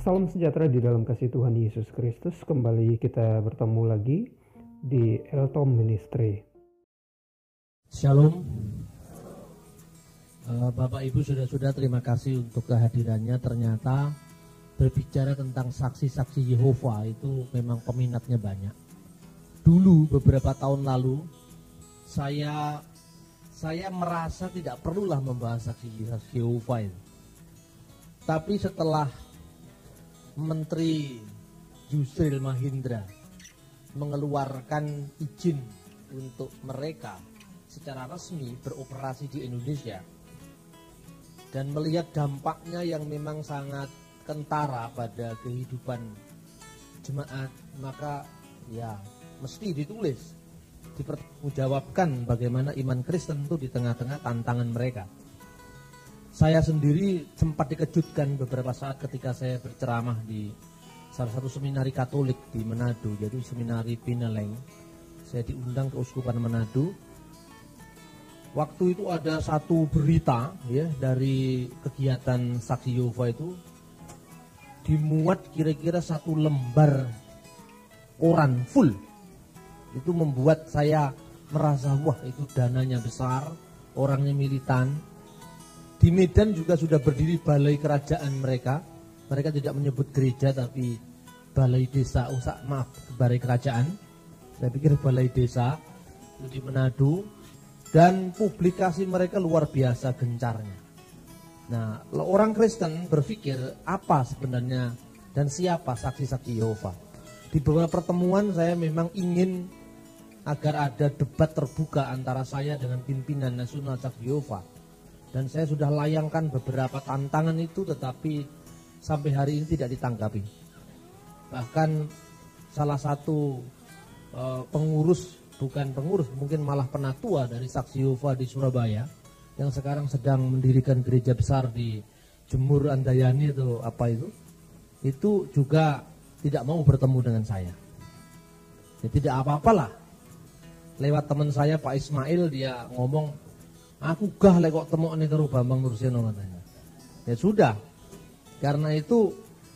Salam sejahtera di dalam kasih Tuhan Yesus Kristus. Kembali kita bertemu lagi di Eltom Ministry. Shalom. Bapak Ibu saudara-saudara, terima kasih untuk kehadirannya. Ternyata berbicara tentang saksi-saksi Yehova itu memang peminatnya banyak. Dulu beberapa tahun lalu saya merasa tidak perlulah membahas saksi-saksi Yehova itu. Tapi setelah Menteri Yusril Mahendra mengeluarkan izin untuk mereka secara resmi beroperasi di Indonesia dan melihat dampaknya yang memang sangat kentara pada kehidupan jemaat, maka ya mesti ditulis, dipertanggungjawabkan bagaimana iman Kristen itu di tengah-tengah tantangan mereka. Saya sendiri sempat dikejutkan beberapa saat ketika saya berceramah di salah satu seminari Katolik di Manado, yaitu seminari Pineleng. Saya diundang ke Uskupan Manado. Waktu itu ada satu berita ya dari kegiatan Saksi Yehova itu, dimuat kira-kira satu lembar koran full. Itu membuat saya merasa wah itu dananya besar, orangnya militan. Di Medan juga sudah berdiri balai kerajaan mereka. Mereka tidak menyebut gereja tapi balai desa, balai kerajaan. Saya pikir balai desa itu di Manado. Dan publikasi mereka luar biasa gencarnya. Nah, orang Kristen berpikir apa sebenarnya dan siapa saksi-saksi Yehova. Di beberapa pertemuan saya memang ingin agar ada debat terbuka antara saya dengan pimpinan nasional Saksi Yehova. Dan saya sudah layangkan beberapa tantangan itu, tetapi sampai hari ini tidak ditanggapi. Bahkan salah satu mungkin malah penatua dari Saksi Yehova di Surabaya, yang sekarang sedang mendirikan gereja besar di Jemur Andayani itu juga tidak mau bertemu dengan saya. Ya tidak apa-apalah. Lewat teman saya Pak Ismail, dia ngomong, aku gah lek kok temokne karo Bambang Nursiono katanya. Ya sudah. Karena itu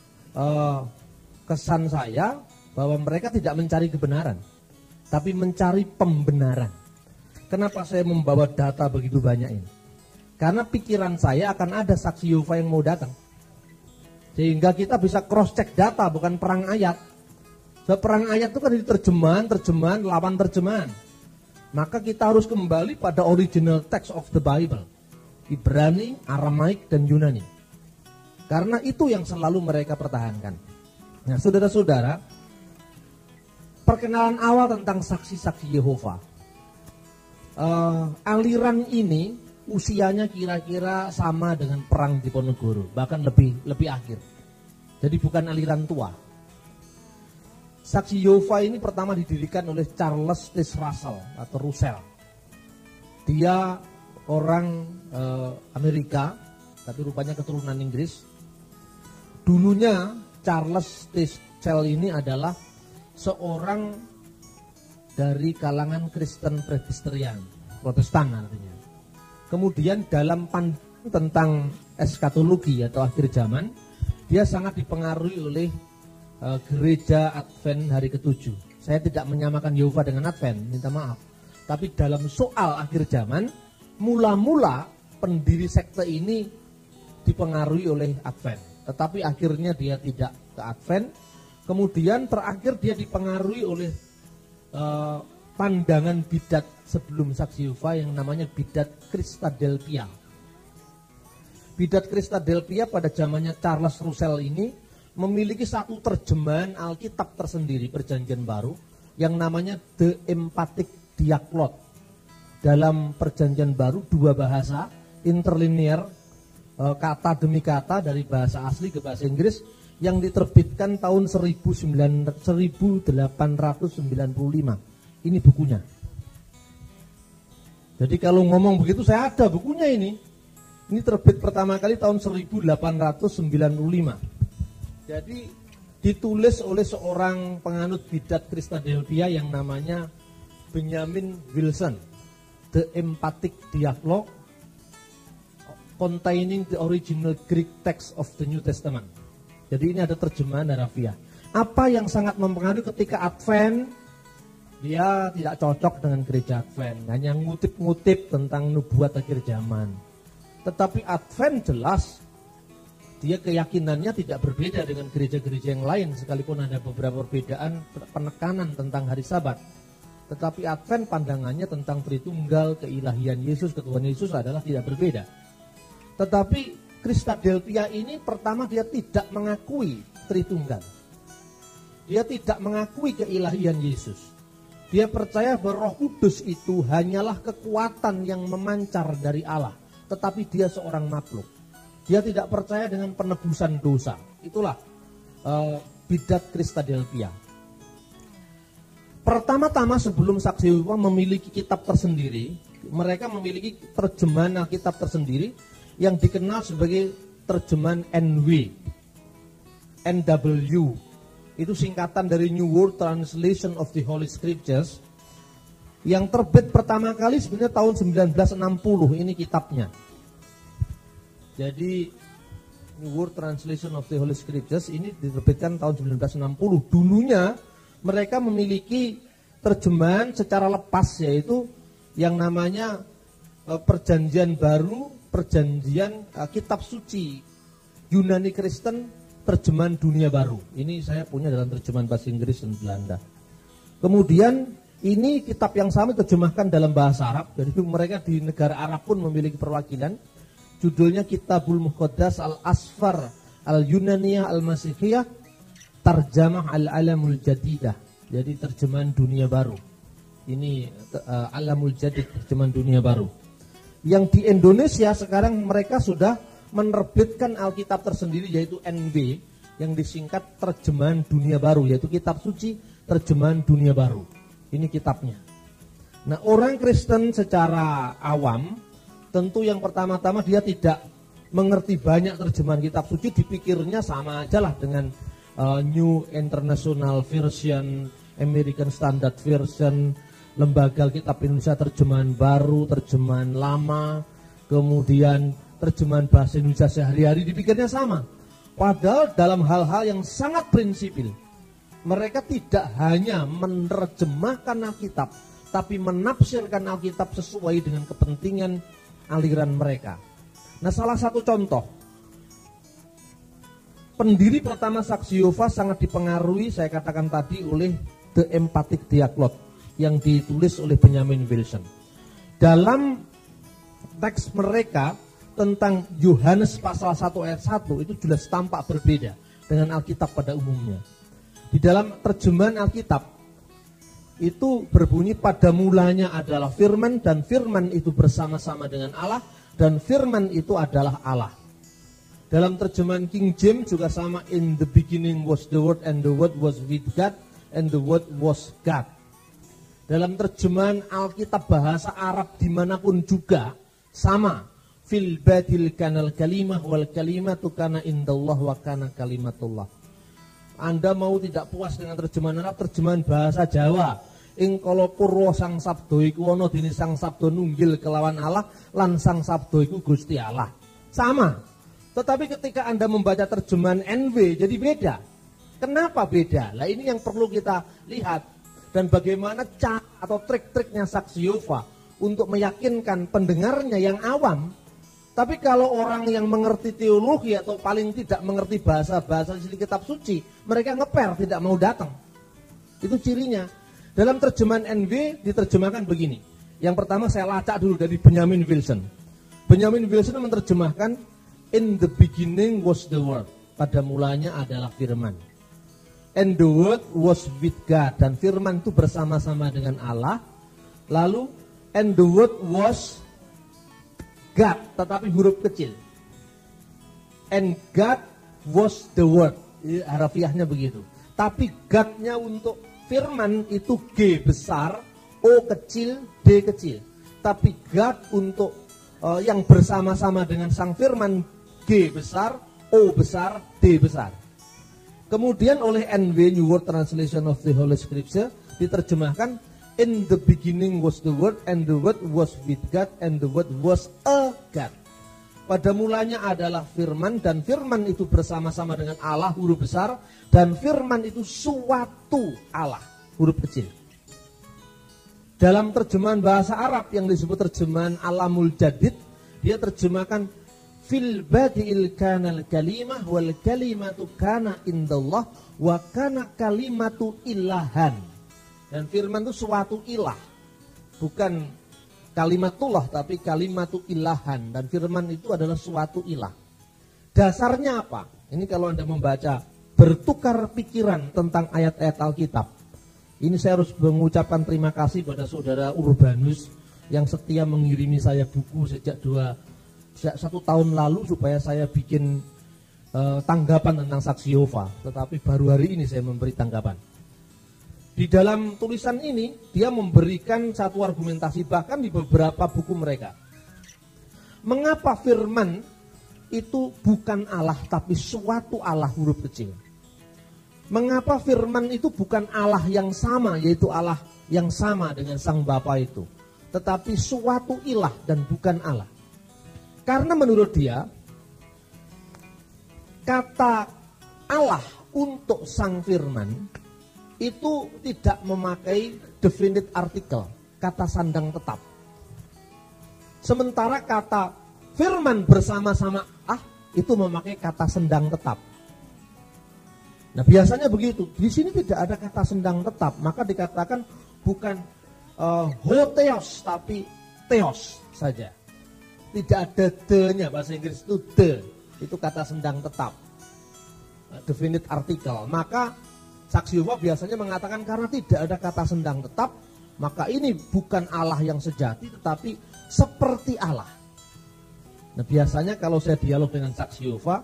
kesan saya bahwa mereka tidak mencari kebenaran, tapi mencari pembenaran. Kenapa saya membawa data begitu banyak ini? Karena pikiran saya akan ada saksi Yehova yang mau datang. Sehingga kita bisa cross check data, bukan perang ayat. Sebab perang ayat itu kan terjemahan, lawan terjemahan. Maka kita harus kembali pada original text of the Bible, Ibrani, Aramaik, dan Yunani. Karena itu yang selalu mereka pertahankan. Nah, saudara-saudara, perkenalan awal tentang saksi-saksi Yehova. Aliran ini usianya kira-kira sama dengan perang Diponegoro, bahkan lebih akhir. Jadi bukan aliran tua. Saksi Yehova ini pertama didirikan oleh Charles Taze Russell. Dia orang Amerika, tapi rupanya keturunan Inggris. Dulunya Charles Taze Russell ini adalah seorang dari kalangan Kristen Presbyterian, Protestan artinya. Kemudian dalam pandangan tentang eskatologi atau akhir zaman, dia sangat dipengaruhi oleh gereja Advent hari ke-7. Saya tidak menyamakan Yehova dengan Advent, minta maaf. Tapi dalam soal akhir zaman, mula-mula pendiri sekte ini dipengaruhi oleh Advent. Tetapi akhirnya dia tidak ke Advent. Kemudian terakhir dia dipengaruhi oleh pandangan bidat sebelum Saksi Yehova yang namanya bidat Christadelphia. Bidat Christadelphia pada zamannya Charles Russell ini memiliki satu terjemahan Alkitab tersendiri Perjanjian Baru yang namanya The Emphatic Diaklot. Dalam Perjanjian Baru dua bahasa interlinear, kata demi kata dari bahasa asli ke bahasa Inggris, yang diterbitkan tahun 1895. Ini bukunya. Jadi kalau ngomong begitu saya ada bukunya ini. Ini terbit pertama kali tahun 1895. Jadi ditulis oleh seorang penganut bidat Christadelphia yang namanya Benjamin Wilson. The Emphatic Dialogue containing the original Greek text of the New Testament. Jadi ini ada terjemahan harafiah. Apa yang sangat mempengaruhi ketika Advent, dia tidak cocok dengan gereja Advent, hanya ngutip-ngutip tentang nubuat akhir zaman. Tetapi Advent jelas, dia keyakinannya tidak berbeda dengan gereja-gereja yang lain, sekalipun ada beberapa perbedaan penekanan tentang hari Sabat. Tetapi Advent pandangannya tentang Tritunggal, keilahian Yesus, ketuhanan Yesus adalah tidak berbeda. Tetapi Kristadelphia ini pertama dia tidak mengakui Tritunggal. Dia tidak mengakui keilahian Yesus. Dia percaya bahwa Roh Kudus itu hanyalah kekuatan yang memancar dari Allah, tetapi dia seorang makhluk. Dia tidak percaya dengan penebusan dosa. Itulah bidat Kristadelphia. Pertama-tama sebelum Saksi Yehova memiliki kitab tersendiri, mereka memiliki terjemahan Alkitab tersendiri yang dikenal sebagai terjemahan NW. NW. Itu singkatan dari New World Translation of the Holy Scriptures, yang terbit pertama kali sebenarnya tahun 1960. Ini kitabnya. Jadi New World Translation of the Holy Scriptures ini diterbitkan tahun 1960. Dulunya mereka memiliki terjemahan secara lepas, yaitu yang namanya Perjanjian Baru, Perjanjian Kitab Suci Yunani Kristen, terjemahan Dunia Baru. Ini saya punya dalam terjemahan bahasa Inggris dan Belanda. Kemudian ini kitab yang sama diterjemahkan dalam bahasa Arab. Jadi mereka di negara Arab pun memiliki perwakilan. Judulnya Kitabul Muqaddas Al-Asfar Al-Yunaniyah Al-Masihiyah Tarjamah Al-Alamul Jadidah. Jadi terjemahan Dunia Baru. Ini Alamul Jadid, terjemahan Dunia Baru. Yang di Indonesia sekarang mereka sudah menerbitkan Alkitab tersendiri, yaitu NB, yang disingkat Terjemahan Dunia Baru, yaitu Kitab Suci Terjemahan Dunia Baru. Ini kitabnya. Nah, orang Kristen secara awam, tentu yang pertama-tama dia tidak mengerti banyak terjemahan Kitab Suci, dipikirnya sama aja lah dengan New International Version, American Standard Version, Lembaga Alkitab Indonesia Terjemahan Baru, Terjemahan Lama, kemudian terjemahan bahasa Indonesia sehari-hari, dipikirnya sama. Padahal dalam hal-hal yang sangat prinsipil, mereka tidak hanya menerjemahkan Alkitab, tapi menafsirkan Alkitab sesuai dengan kepentingan aliran mereka. Nah, salah satu contoh, pendiri pertama Saksi Yehova sangat dipengaruhi, saya katakan tadi, oleh The Emphatic Dialogue yang ditulis oleh Benjamin Wilson. Dalam teks mereka tentang Yohanes pasal 1 ayat 1 itu jelas tampak berbeda dengan Alkitab pada umumnya. Di dalam terjemahan Alkitab itu berbunyi, pada mulanya adalah firman, dan firman itu bersama-sama dengan Allah, dan firman itu adalah Allah. Dalam terjemahan King James juga sama, in the beginning was the word, and the word was with God, and the word was God. Dalam terjemahan Alkitab bahasa Arab dimanapun juga sama, fil badil kanal kalimah wal kalimatu kana indallah wa kana kalimatullah. Anda mau tidak puas dengan terjemahan Arab, terjemahan bahasa Jawa, ing kala purwa sang sabdo iku ana dene sang sabdo nunggil kelawan Allah, lan sang sabdo iku Gusti Allah. Sama. Tetapi ketika Anda membaca terjemahan NW jadi beda. Kenapa beda? Lah ini yang perlu kita lihat, dan bagaimana cara atau trik-triknya Saksi Yehova untuk meyakinkan pendengarnya yang awam. Tapi kalau orang yang mengerti teologi atau paling tidak mengerti bahasa-bahasa di kitab suci, mereka ngeper, tidak mau datang. Itu cirinya. Dalam terjemahan NW diterjemahkan begini. Yang pertama saya lacak dulu dari Benjamin Wilson. Benjamin Wilson menerjemahkan, in the beginning was the word. Pada mulanya adalah firman. And the word was with God. Dan firman itu bersama-sama dengan Allah. Lalu, and the word was God, tetapi huruf kecil. And God was the word. Harafiahnya begitu. Tapi God-nya untuk firman itu G besar, O kecil, D kecil. Tapi God untuk yang bersama-sama dengan sang firman, G besar, O besar, D besar. Kemudian oleh NW, New World Translation of the Holy Scripture, diterjemahkan, in the beginning was the word, and the word was with God, and the word was a God. Pada mulanya adalah firman, dan firman itu bersama-sama dengan Allah, huruf besar, dan firman itu suatu Allah, huruf kecil. Dalam terjemahan bahasa Arab yang disebut terjemahan Alamul Jadid, dia terjemahkan fil badi'il kanal kalimah wal kalimatu kana indallah wa kana kalimatu ilahan. Dan firman itu suatu ilah, bukan kalimatullah tapi kalimatu ilahan, dan firman itu adalah suatu ilah. Dasarnya apa? Ini kalau Anda membaca bertukar pikiran tentang ayat-ayat Alkitab. Ini saya harus mengucapkan terima kasih pada saudara Urbanus yang setia mengirimi saya buku sejak 1 tahun lalu supaya saya bikin tanggapan tentang saksi Yehova. Tetapi baru hari ini saya memberi tanggapan. Di dalam tulisan ini dia memberikan satu argumentasi bahkan di beberapa buku mereka. Mengapa firman itu bukan Allah tapi suatu Allah huruf kecil? Mengapa firman itu bukan Allah yang sama, yaitu Allah yang sama dengan Sang Bapa itu, tetapi suatu ilah dan bukan Allah? Karena menurut dia, kata Allah untuk Sang Firman itu tidak memakai definite article, kata sandang tetap. Sementara kata firman bersama-sama itu memakai kata sendang tetap. Nah biasanya begitu, di sini tidak ada kata sendang tetap, maka dikatakan bukan hotheos tapi theos saja. Tidak ada the-nya, bahasa Inggris itu the, itu kata sendang tetap, definite article. Maka saksi Yehova biasanya mengatakan karena tidak ada kata sendang tetap, maka ini bukan Allah yang sejati tetapi seperti Allah. Nah biasanya kalau saya dialog dengan saksi Yehova,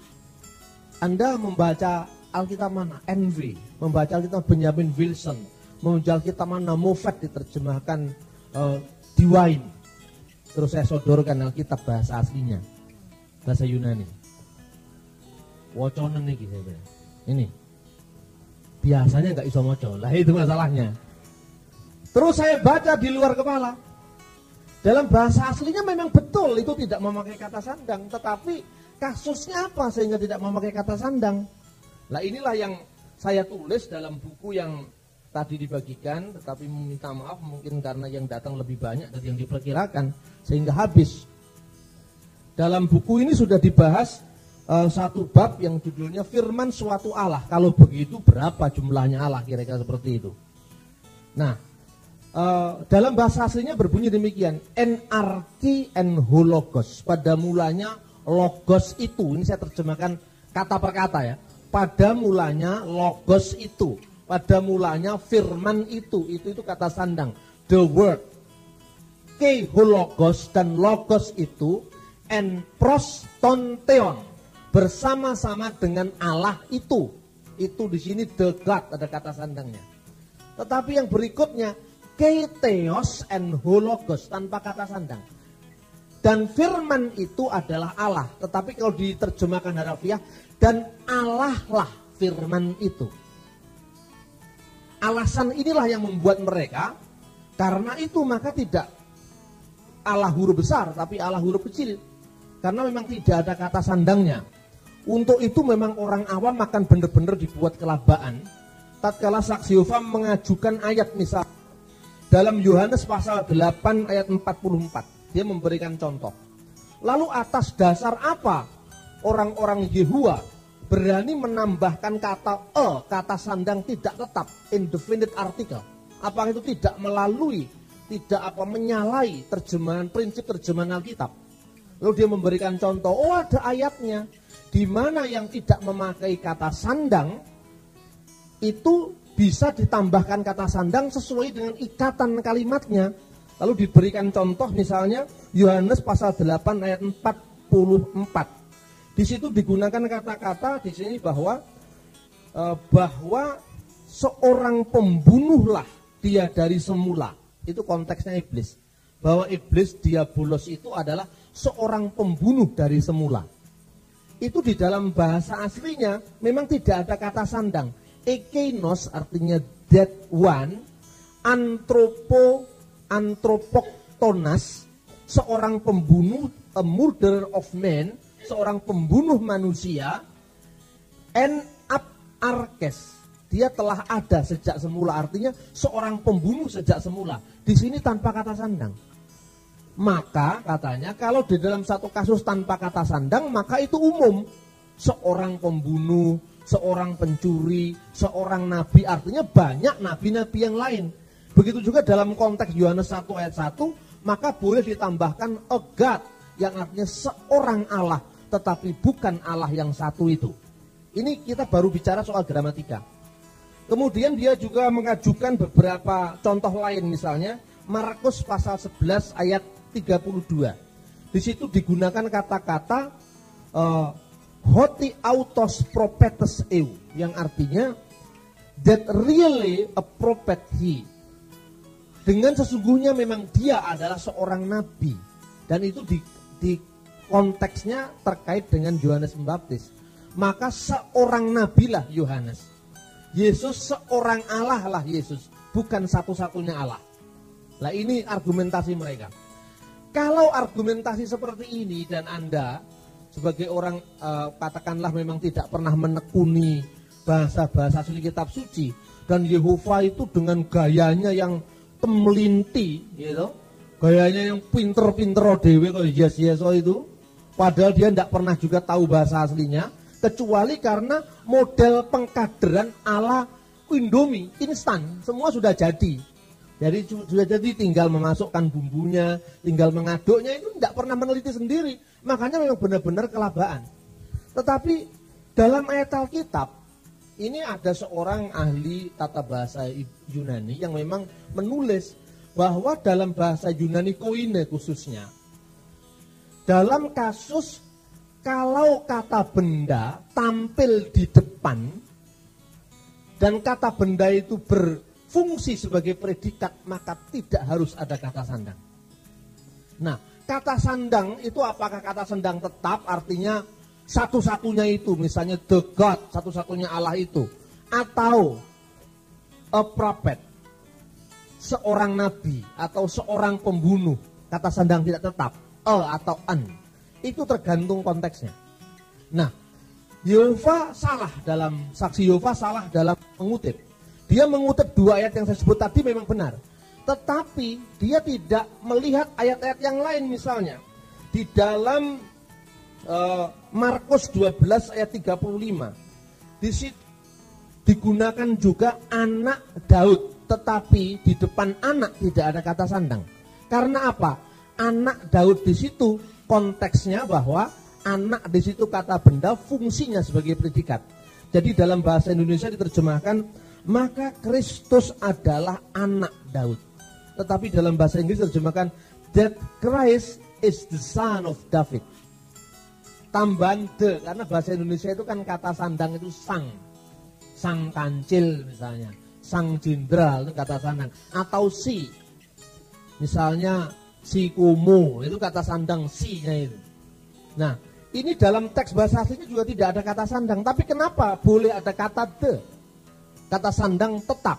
Anda membaca Alkitab mana? NV, membaca Alkitab Benjamin Wilson, membaca Alkitab mana? Moffat diterjemahkan Diwain. Terus saya sodorkan Alkitab bahasa aslinya, bahasa Yunani. Woconen nih gitu. Ini biasanya nggak iso moco, lah itu masalahnya. Terus saya baca di luar kepala. Dalam bahasa aslinya memang betul itu tidak memakai kata sandang, tetapi kasusnya apa sehingga tidak memakai kata sandang? Nah inilah yang saya tulis dalam buku yang tadi dibagikan, tetapi meminta maaf mungkin karena yang datang lebih banyak dari yang diperkirakan sehingga habis. Dalam buku ini sudah dibahas satu bab yang judulnya firman suatu Allah. Kalau begitu berapa jumlahnya Allah, kira-kira seperti itu. Nah dalam bahasa aslinya berbunyi demikian, NRK and hologos. Pada mulanya logos itu, ini saya terjemahkan kata per kata ya. Pada mulanya logos itu, pada mulanya firman itu kata sandang, the word. Ke hologos dan logos itu, en prostonteon, bersama-sama dengan Allah itu di sini the God, ada kata sandangnya. Tetapi yang berikutnya, ke theos and hologos, tanpa kata sandang. Dan firman itu adalah Allah. Tetapi kalau diterjemahkan harafiah, dan Allah lah firman itu. Alasan inilah yang membuat mereka, karena itu maka tidak Allah huruf besar, tapi Allah huruf kecil. Karena memang tidak ada kata sandangnya. Untuk itu memang orang awam akan benar-benar dibuat kelabaan. Tatkala saksi Yehova mengajukan ayat misal, dalam Yohanes pasal 8 ayat 44. Dia memberikan contoh. Lalu atas dasar apa orang-orang Yehua berani menambahkan kata sandang tidak tetap, indefinite article? Apakah itu tidak menyalahi prinsip terjemahan Alkitab? Lalu dia memberikan contoh, ada ayatnya di mana yang tidak memakai kata sandang itu bisa ditambahkan kata sandang sesuai dengan ikatan kalimatnya. Lalu diberikan contoh misalnya Yohanes pasal 8 ayat 44. Di situ digunakan kata-kata di sini bahwa seorang pembunuhlah dia dari semula. Itu konteksnya iblis. Bahwa iblis diabolos itu adalah seorang pembunuh dari semula. Itu di dalam bahasa aslinya memang tidak ada kata sandang. Ekeinos artinya that one, antropoktonas seorang pembunuh, a murderer of man, seorang pembunuh manusia, en ab arkes, dia telah ada sejak semula, artinya seorang pembunuh sejak semula. Di sini tanpa kata sandang. Maka katanya kalau di dalam satu kasus tanpa kata sandang, maka itu umum. Seorang pembunuh, seorang pencuri, seorang nabi, artinya banyak nabi-nabi yang lain. Begitu juga dalam konteks Yohanes 1 ayat 1, maka boleh ditambahkan a God, yang artinya seorang Allah, tetapi bukan Allah yang satu itu. Ini kita baru bicara soal gramatika. Kemudian dia juga mengajukan beberapa contoh lain, misalnya Markus pasal 11 ayat 32. Di situ digunakan kata-kata hoti autos propetes eu, yang artinya that really a prophet he. Dengan sesungguhnya memang dia adalah seorang nabi. Dan itu di konteksnya terkait dengan Yohanes Pembaptis. Maka seorang nabilah Yohanes. Yesus seorang Allah lah Yesus, bukan satu-satunya Allah. Nah ini argumentasi mereka. Kalau argumentasi seperti ini dan Anda sebagai orang katakanlah memang tidak pernah menekuni bahasa-bahasa asli kitab suci, dan Yehova itu dengan gayanya yang temelinti gitu, gayanya yang pinter-pinter dewe kalau Yesus itu, padahal dia tidak pernah juga tahu bahasa aslinya, kecuali karena model pengkaderan ala Indomie instan, semua sudah jadi. Jadi sudah jadi tinggal memasukkan bumbunya, tinggal mengaduknya, itu tidak pernah meneliti sendiri. Makanya memang benar-benar kelabaan. Tetapi dalam ayat Alkitab ini ada seorang ahli tata bahasa Yunani yang memang menulis bahwa dalam bahasa Yunani koine khususnya, dalam kasus kalau kata benda tampil di depan dan kata benda itu berfungsi sebagai predikat, maka tidak harus ada kata sandang. Nah, kata sandang itu apakah kata sandang tetap, artinya satu-satunya itu, misalnya the God, satu-satunya Allah itu, atau a prophet, seorang nabi atau seorang pembunuh, kata sandang tidak tetap, atau an, itu tergantung konteksnya. Nah, Yehova salah dalam, saksi Yehova salah dalam mengutip. Dia mengutip dua ayat yang saya sebut tadi memang benar, tetapi dia tidak melihat ayat-ayat yang lain. Misalnya di dalam Markus 12 ayat 35, di situ digunakan juga anak Daud, tetapi di depan anak tidak ada kata sandang. Karena apa? Anak Daud di situ konteksnya bahwa anak di situ kata benda, fungsinya sebagai predikat. Jadi dalam bahasa Indonesia diterjemahkan maka Kristus adalah anak Daud. Tetapi dalam bahasa Inggris diterjemahkan that Christ is the son of David. Tambahan the, karena bahasa Indonesia itu kan kata sandang itu sang kancil misalnya, sang jenderal itu kata sandang, atau si, misalnya si kumu itu kata sandang si-nya itu. Nah, ini dalam teks bahasa aslinya juga tidak ada kata sandang, tapi kenapa boleh ada kata the, kata sandang tetap?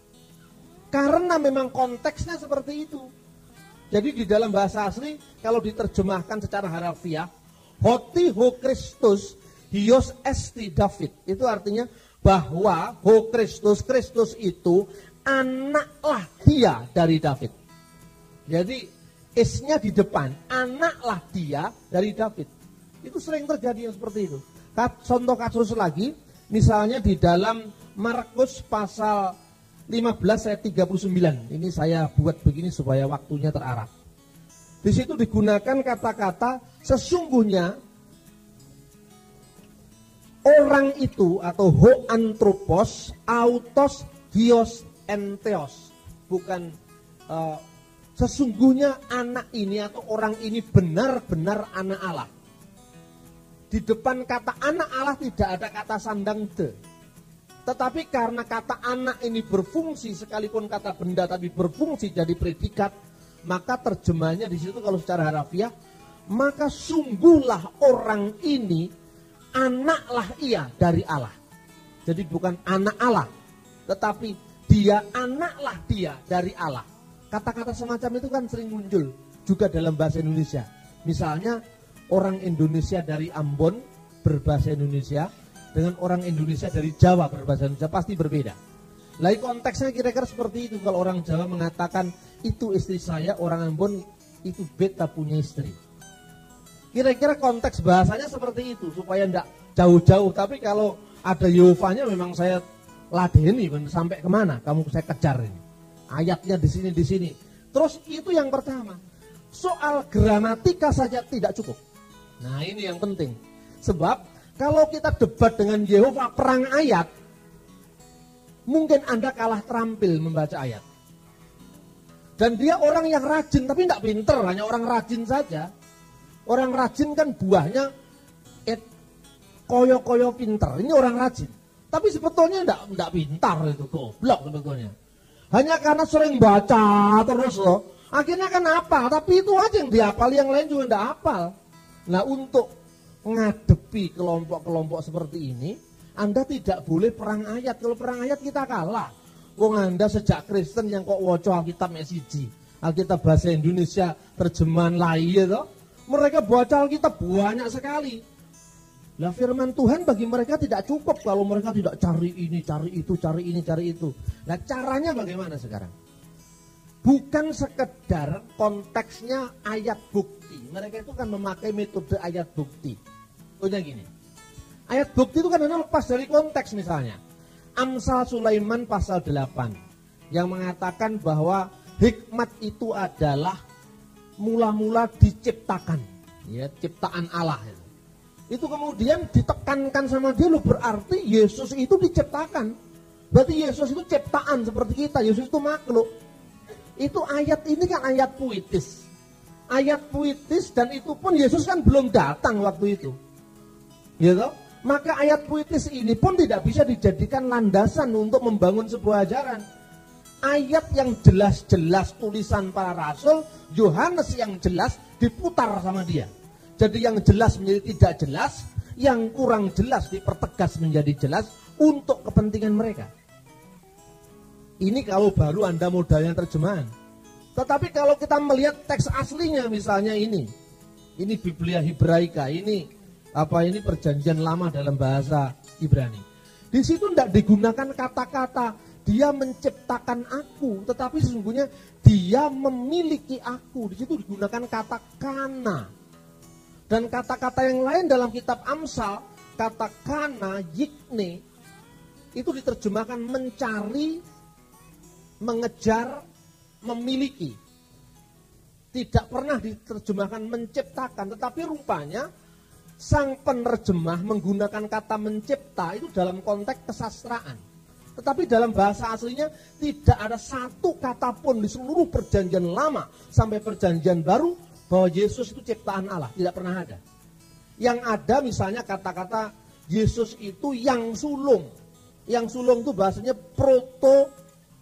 Karena memang konteksnya seperti itu. Jadi di dalam bahasa asli kalau diterjemahkan secara harafiah, hoti ho Kristus hios esti David, itu artinya bahwa ho Kristus, Kristus itu anaklah dia dari David. Jadi isnya di depan, anaklah dia dari David. Itu sering terjadi yang seperti itu. Contoh kasus lagi, misalnya di dalam Markus pasal 15 ayat 39. Ini saya buat begini supaya waktunya terarah. Di situ digunakan kata-kata sesungguhnya orang itu atau ho anthropos, autos, hios, entheos. Bukan sesungguhnya anak ini atau orang ini benar-benar anak Allah. Di depan kata anak Allah tidak ada kata sandang the. Tetapi karena kata anak ini berfungsi, sekalipun kata benda tapi berfungsi jadi predikat, maka terjemahnya di situ kalau secara harafiah, maka sungguhlah orang ini anaklah ia dari Allah. Jadi bukan anak Allah, tetapi dia anaklah dia dari Allah. Kata-kata semacam itu kan sering muncul. juga dalam bahasa Indonesia. Misalnya orang Indonesia dari Ambon berbahasa Indonesia dengan orang Indonesia dari Jawa berbahasa Indonesia pasti berbeda. Lalu konteksnya kira-kira seperti itu. Kalau orang Jawa mengatakan itu istri saya, orang Ambon itu beta punya istri. Kira-kira konteks bahasanya seperti itu supaya tidak jauh-jauh. Tapi kalau ada Yehovanya memang saya ladeni sampai kemana? Kamu saya kejar ini. Ayatnya di sini. Terus itu yang pertama. Soal gramatika saja tidak cukup. Nah ini yang penting. Sebab kalau kita debat dengan Yehova perang ayat, mungkin Anda kalah terampil membaca ayat. Dan dia orang yang rajin, tapi tidak pinter, hanya orang rajin saja. Orang rajin kan buahnya koyo-koyo pinter. Ini orang rajin. Tapi sebetulnya tidak pintar itu, goblok sebetulnya. Hanya karena sering baca terus loh. Akhirnya kan hafal, tapi itu aja yang dihafal, yang lain juga tidak hafal. Nah untuk ngadepi kelompok-kelompok seperti ini, Anda tidak boleh perang ayat. Kalau perang ayat kita kalah. Wong Anda sejak Kristen yang kok waca Alkitab mesiji, Alkitab bahasa Indonesia terjemahan lain toh. Mereka baca Alkitab banyak sekali. Lah firman Tuhan bagi mereka tidak cukup kalau mereka tidak cari ini, cari itu, cari ini, cari itu. Nah caranya bagaimana sekarang? Bukan sekedar konteksnya ayat bukti. Mereka itu kan memakai metode ayat bukti. Contohnya gini. Ayat bukti itu kan lepas dari konteks misalnya. Amsal Sulaiman pasal 8 yang mengatakan bahwa hikmat itu adalah mula-mula diciptakan, ya, ciptaan Allah. Itu kemudian ditekankan sama dia, loh berarti Yesus itu diciptakan. Berarti Yesus itu ciptaan seperti kita, Yesus itu makhluk. Itu ayat ini kan ayat puitis. Ayat puitis dan itu pun Yesus kan belum datang waktu itu. Gitu? Maka ayat puitis ini pun tidak bisa dijadikan landasan untuk membangun sebuah ajaran. Ayat yang jelas-jelas tulisan para rasul, Yohanes yang jelas diputar sama dia. Jadi yang jelas menjadi tidak jelas, yang kurang jelas dipertegas menjadi jelas untuk kepentingan mereka. Ini kalau baru Anda modalnya terjemahan. Tetapi kalau kita melihat teks aslinya misalnya ini Biblia Hebraika, ini perjanjian lama dalam bahasa Ibrani. Di situ tidak digunakan kata-kata dia menciptakan aku, tetapi sesungguhnya dia memiliki aku. Di situ digunakan kata kana. Dan kata-kata yang lain dalam kitab Amsal, kata kana, yikne, itu diterjemahkan mencari, mengejar, memiliki. Tidak pernah diterjemahkan menciptakan, tetapi rupanya sang penerjemah menggunakan kata mencipta itu dalam konteks kesastraan. Tetapi dalam bahasa aslinya tidak ada satu kata pun di seluruh perjanjian lama sampai perjanjian baru bahwa Yesus itu ciptaan Allah. Tidak pernah ada. Yang ada misalnya kata-kata Yesus itu yang sulung. Yang sulung itu bahasanya proto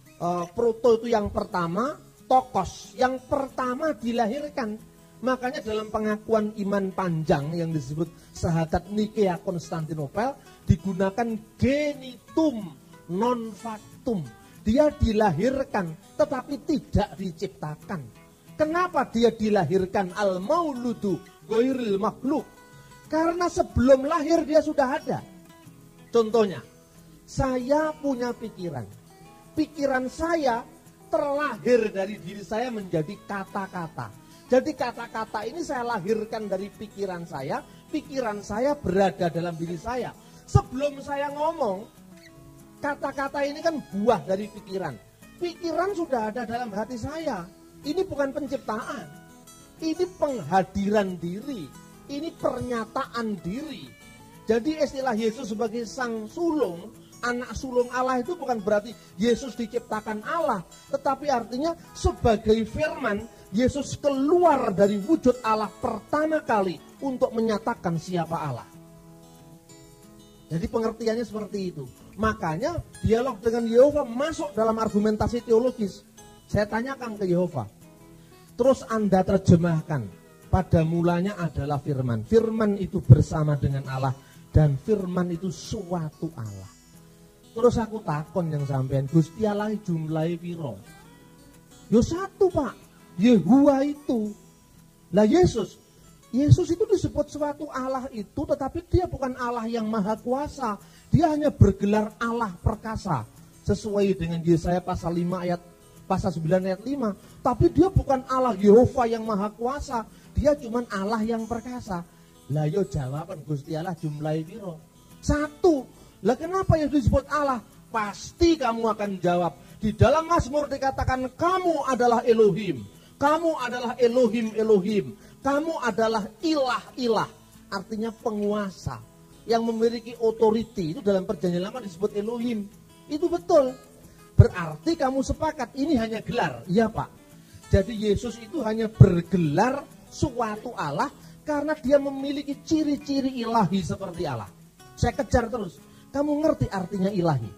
itu yang pertama, tokos. Yang pertama dilahirkan. Makanya dalam pengakuan iman panjang yang disebut Syahadat Nikea Konstantinopel digunakan genitum non factum. Dia dilahirkan tetapi tidak diciptakan. Kenapa dia dilahirkan al-mauludu ghairil makhluk? Karena sebelum lahir dia sudah ada. Contohnya, saya punya pikiran. Pikiran saya terlahir dari diri saya menjadi kata-kata. Jadi kata-kata ini saya lahirkan dari pikiran saya berada dalam diri saya. Sebelum saya ngomong, kata-kata ini kan buah dari pikiran. Pikiran sudah ada dalam hati saya. Ini bukan penciptaan. Ini penghadiran diri. Ini pernyataan diri. Jadi istilah Yesus sebagai sang sulung, anak sulung Allah itu bukan berarti Yesus diciptakan Allah. Tetapi artinya sebagai firman, Yesus keluar dari wujud Allah pertama kali untuk menyatakan siapa Allah. Jadi pengertiannya seperti itu. Makanya dialog dengan Yehova masuk dalam argumentasi teologis. Saya tanyakan ke Yehova. Terus Anda terjemahkan. Pada mulanya adalah firman. Firman itu bersama dengan Allah. Dan firman itu suatu Allah. Terus aku takon yang sampean, Gusti Allah jumlahe piro? Yo satu Pak. Yehuwa itu. Lah Yesus itu disebut suatu Allah itu, tetapi dia bukan Allah yang maha kuasa. Dia hanya bergelar Allah perkasa. Sesuai dengan Yesaya pasal 9 ayat 5. Tapi dia bukan Allah Yehova yang maha kuasa. Dia cuma Allah yang perkasa. Lah yo jawaban Gusti Allah jumlahe piro? 1. Lah kenapa yang disebut Allah? Pasti kamu akan jawab. Di dalam Mazmur dikatakan kamu adalah Elohim. Kamu adalah Elohim. Kamu adalah ilah. Artinya penguasa. Yang memiliki otoriti. Itu dalam perjanjian lama disebut Elohim. Itu betul. Berarti kamu sepakat ini hanya gelar. Iya Pak. Jadi Yesus itu hanya bergelar suatu Allah. Karena dia memiliki ciri-ciri ilahi seperti Allah. Saya kejar terus. Kamu ngerti artinya ilahi?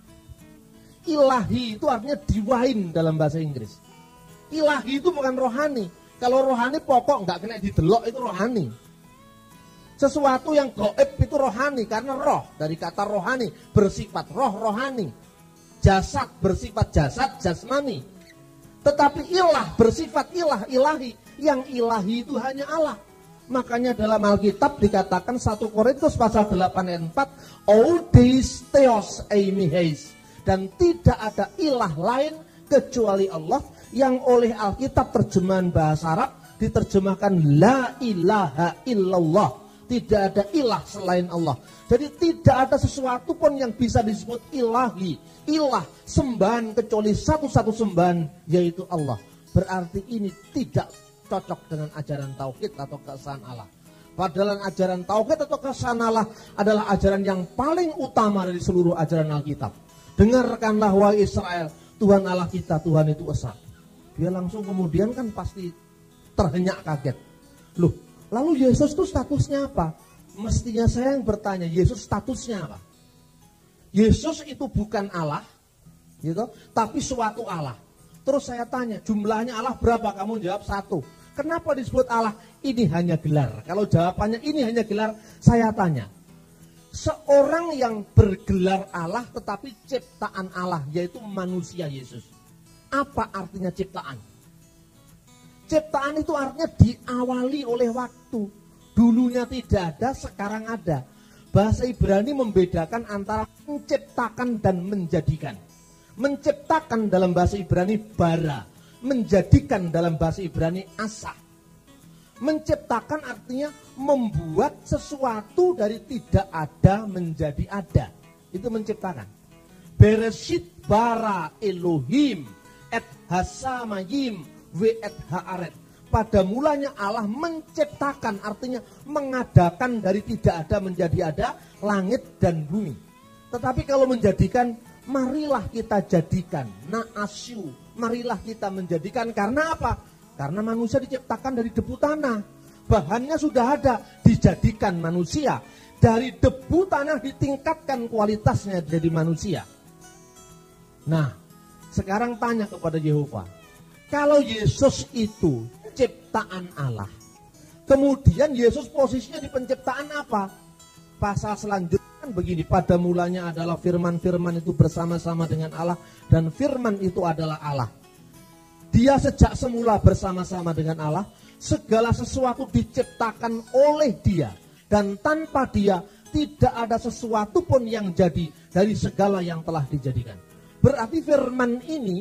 Ilahi itu artinya divine dalam bahasa Inggris. Ilahi itu bukan rohani. Kalau rohani pokok nggak kena didelok itu rohani. Sesuatu yang gaib itu rohani karena roh dari kata rohani bersifat rohani. Jasad bersifat jasad jasmani. Tetapi ilah bersifat ilahi. Yang ilahi itu hanya Allah. Makanya dalam Alkitab dikatakan 1 Korintus pasal 8 ayat 4, Odeis theos eimiheis, dan tidak ada ilah lain kecuali Allah, yang oleh Alkitab terjemahan bahasa Arab diterjemahkan la ilaha illallah. Tidak ada ilah selain Allah. Jadi tidak ada sesuatu pun yang bisa disebut ilahi, ilah, sembahan kecuali satu-satu sembahan, yaitu Allah. Berarti ini tidak cocok dengan ajaran tauhid atau keesaan Allah. Padahal ajaran tauhid atau keesaan Allah adalah ajaran yang paling utama dari seluruh ajaran Alkitab. Dengarkanlah wahai Israel, Tuhan Allah kita, Tuhan itu esa. Dia langsung kemudian kan pasti terhenyak kaget. Loh, lalu Yesus itu statusnya apa? Mestinya saya yang bertanya, Yesus statusnya apa? Yesus itu bukan Allah, gitu, tapi suatu Allah. Terus saya tanya, jumlahnya Allah berapa? Kamu jawab 1. Kenapa disebut Allah? Ini hanya gelar. Kalau jawabannya ini hanya gelar, saya tanya. Seorang yang bergelar Allah tetapi ciptaan Allah, yaitu manusia Yesus. Apa artinya ciptaan? Ciptaan itu artinya diawali oleh waktu. Dulunya tidak ada, sekarang ada. Bahasa Ibrani membedakan antara menciptakan dan menjadikan. Menciptakan dalam bahasa Ibrani bara, menjadikan dalam bahasa Ibrani asa. Menciptakan artinya membuat sesuatu dari tidak ada menjadi ada. Itu menciptakan. Bereshit bara Elohim et hasamayim ve et haaret. Pada mulanya Allah menciptakan, artinya mengadakan dari tidak ada menjadi ada langit dan bumi. Tetapi kalau menjadikan, marilah kita jadikan. Na'asyu, marilah kita menjadikan. Karena apa? Karena manusia diciptakan dari debu tanah. Bahannya sudah ada, dijadikan manusia. Dari debu tanah ditingkatkan kualitasnya jadi manusia. Nah, sekarang tanya kepada Yehova. Kalau Yesus itu ciptaan Allah, kemudian Yesus posisinya di penciptaan apa? Pasal selanjutnya kan begini, pada mulanya adalah firman itu bersama-sama dengan Allah, dan firman itu adalah Allah. Dia sejak semula bersama-sama dengan Allah, segala sesuatu diciptakan oleh dia, dan tanpa dia tidak ada sesuatu pun yang jadi dari segala yang telah dijadikan. Berarti firman ini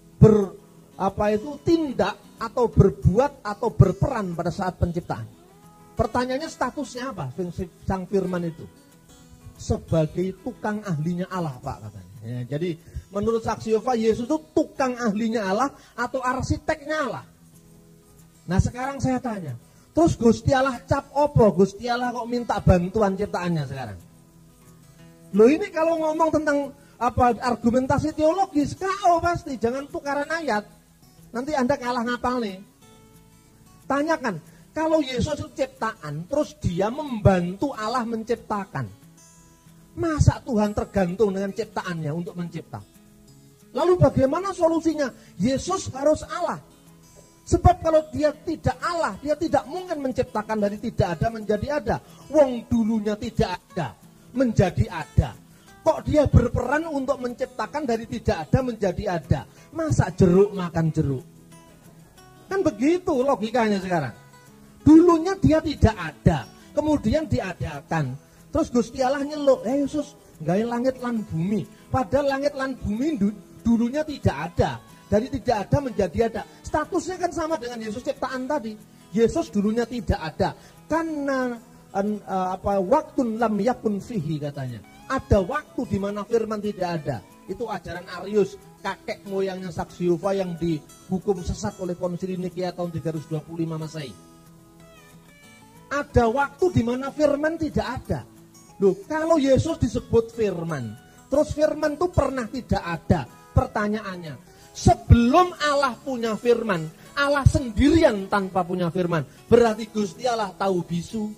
tindak atau berbuat atau berperan pada saat penciptaan. Pertanyaannya statusnya apa sang firman itu? Sebagai tukang ahlinya Allah, Pak, katanya. Ya, jadi menurut saksi Yehova, Yesus itu tukang ahlinya Allah atau arsiteknya Allah. Nah sekarang saya tanya, terus Gusti Allah cap opo? Gusti Allah kok minta bantuan ciptaannya sekarang? Loh ini kalau ngomong tentang argumentasi teologis, kau pasti jangan tukaran ayat. Nanti Anda kalah ngapal nih. Tanyakan, kalau Yesus itu ciptaan, terus dia membantu Allah menciptakan. Masa Tuhan tergantung dengan ciptaannya untuk mencipta? Lalu bagaimana solusinya? Yesus harus Allah. Sebab kalau dia tidak Allah, dia tidak mungkin menciptakan dari tidak ada menjadi ada. Wong dulunya tidak ada, menjadi ada. Kok dia berperan untuk menciptakan dari tidak ada menjadi ada? Masa jeruk makan jeruk? Kan begitu logikanya sekarang. Dulunya dia tidak ada, kemudian diadakan. Terus Gusti Allah nyeluk, Yesus, gawe langit lan bumi. Padahal langit lan bumi dulunya tidak ada. Dari tidak ada menjadi ada. Statusnya kan sama dengan Yesus ciptaan tadi. Yesus dulunya tidak ada. Karena waktun lam yakun fihi katanya. Ada waktu di mana firman tidak ada. Itu ajaran Arius, kakek moyangnya Saksi Yehova yang dihukum sesat oleh Konsili Nikea tahun 325 Masehi. Ada waktu di mana firman tidak ada. Loh, kalau Yesus disebut firman, terus firman itu pernah tidak ada. Pertanyaannya, sebelum Allah punya firman, Allah sendirian tanpa punya firman, berarti Gusti Allah tahu bisu?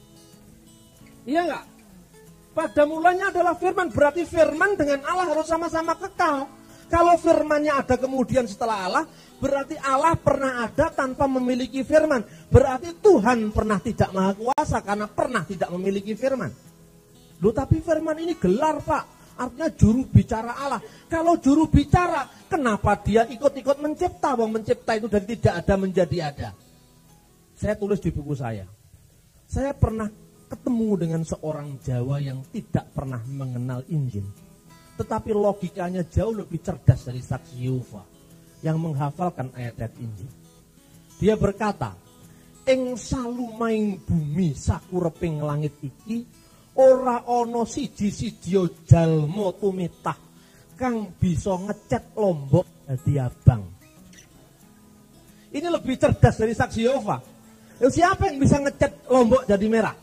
Iya enggak? Pada mulanya adalah firman, berarti firman dengan Allah harus sama-sama kekal. Kalau firmannya ada kemudian setelah Allah, berarti Allah pernah ada tanpa memiliki firman. Berarti Tuhan pernah tidak maha kuasa karena pernah tidak memiliki firman. Loh, tapi firman ini gelar, Pak. Artinya juru bicara Allah. Kalau juru bicara, kenapa dia ikut-ikut mencipta? Wong mencipta itu dari tidak ada menjadi ada. Saya tulis di buku saya. Saya pernah ketemu dengan seorang Jawa yang tidak pernah mengenal Injil. Tetapi logikanya jauh lebih cerdas dari Saksi Yehova yang menghafalkan ayat-ayat Injil. Dia berkata, ing salumaing bumi sakureping langit iki ora ana siji-siji jalma tumitah kang bisa ngecat Lombok dadi abang. Ini lebih cerdas dari Saksi Yehova. Siapa yang bisa ngecat Lombok jadi merah?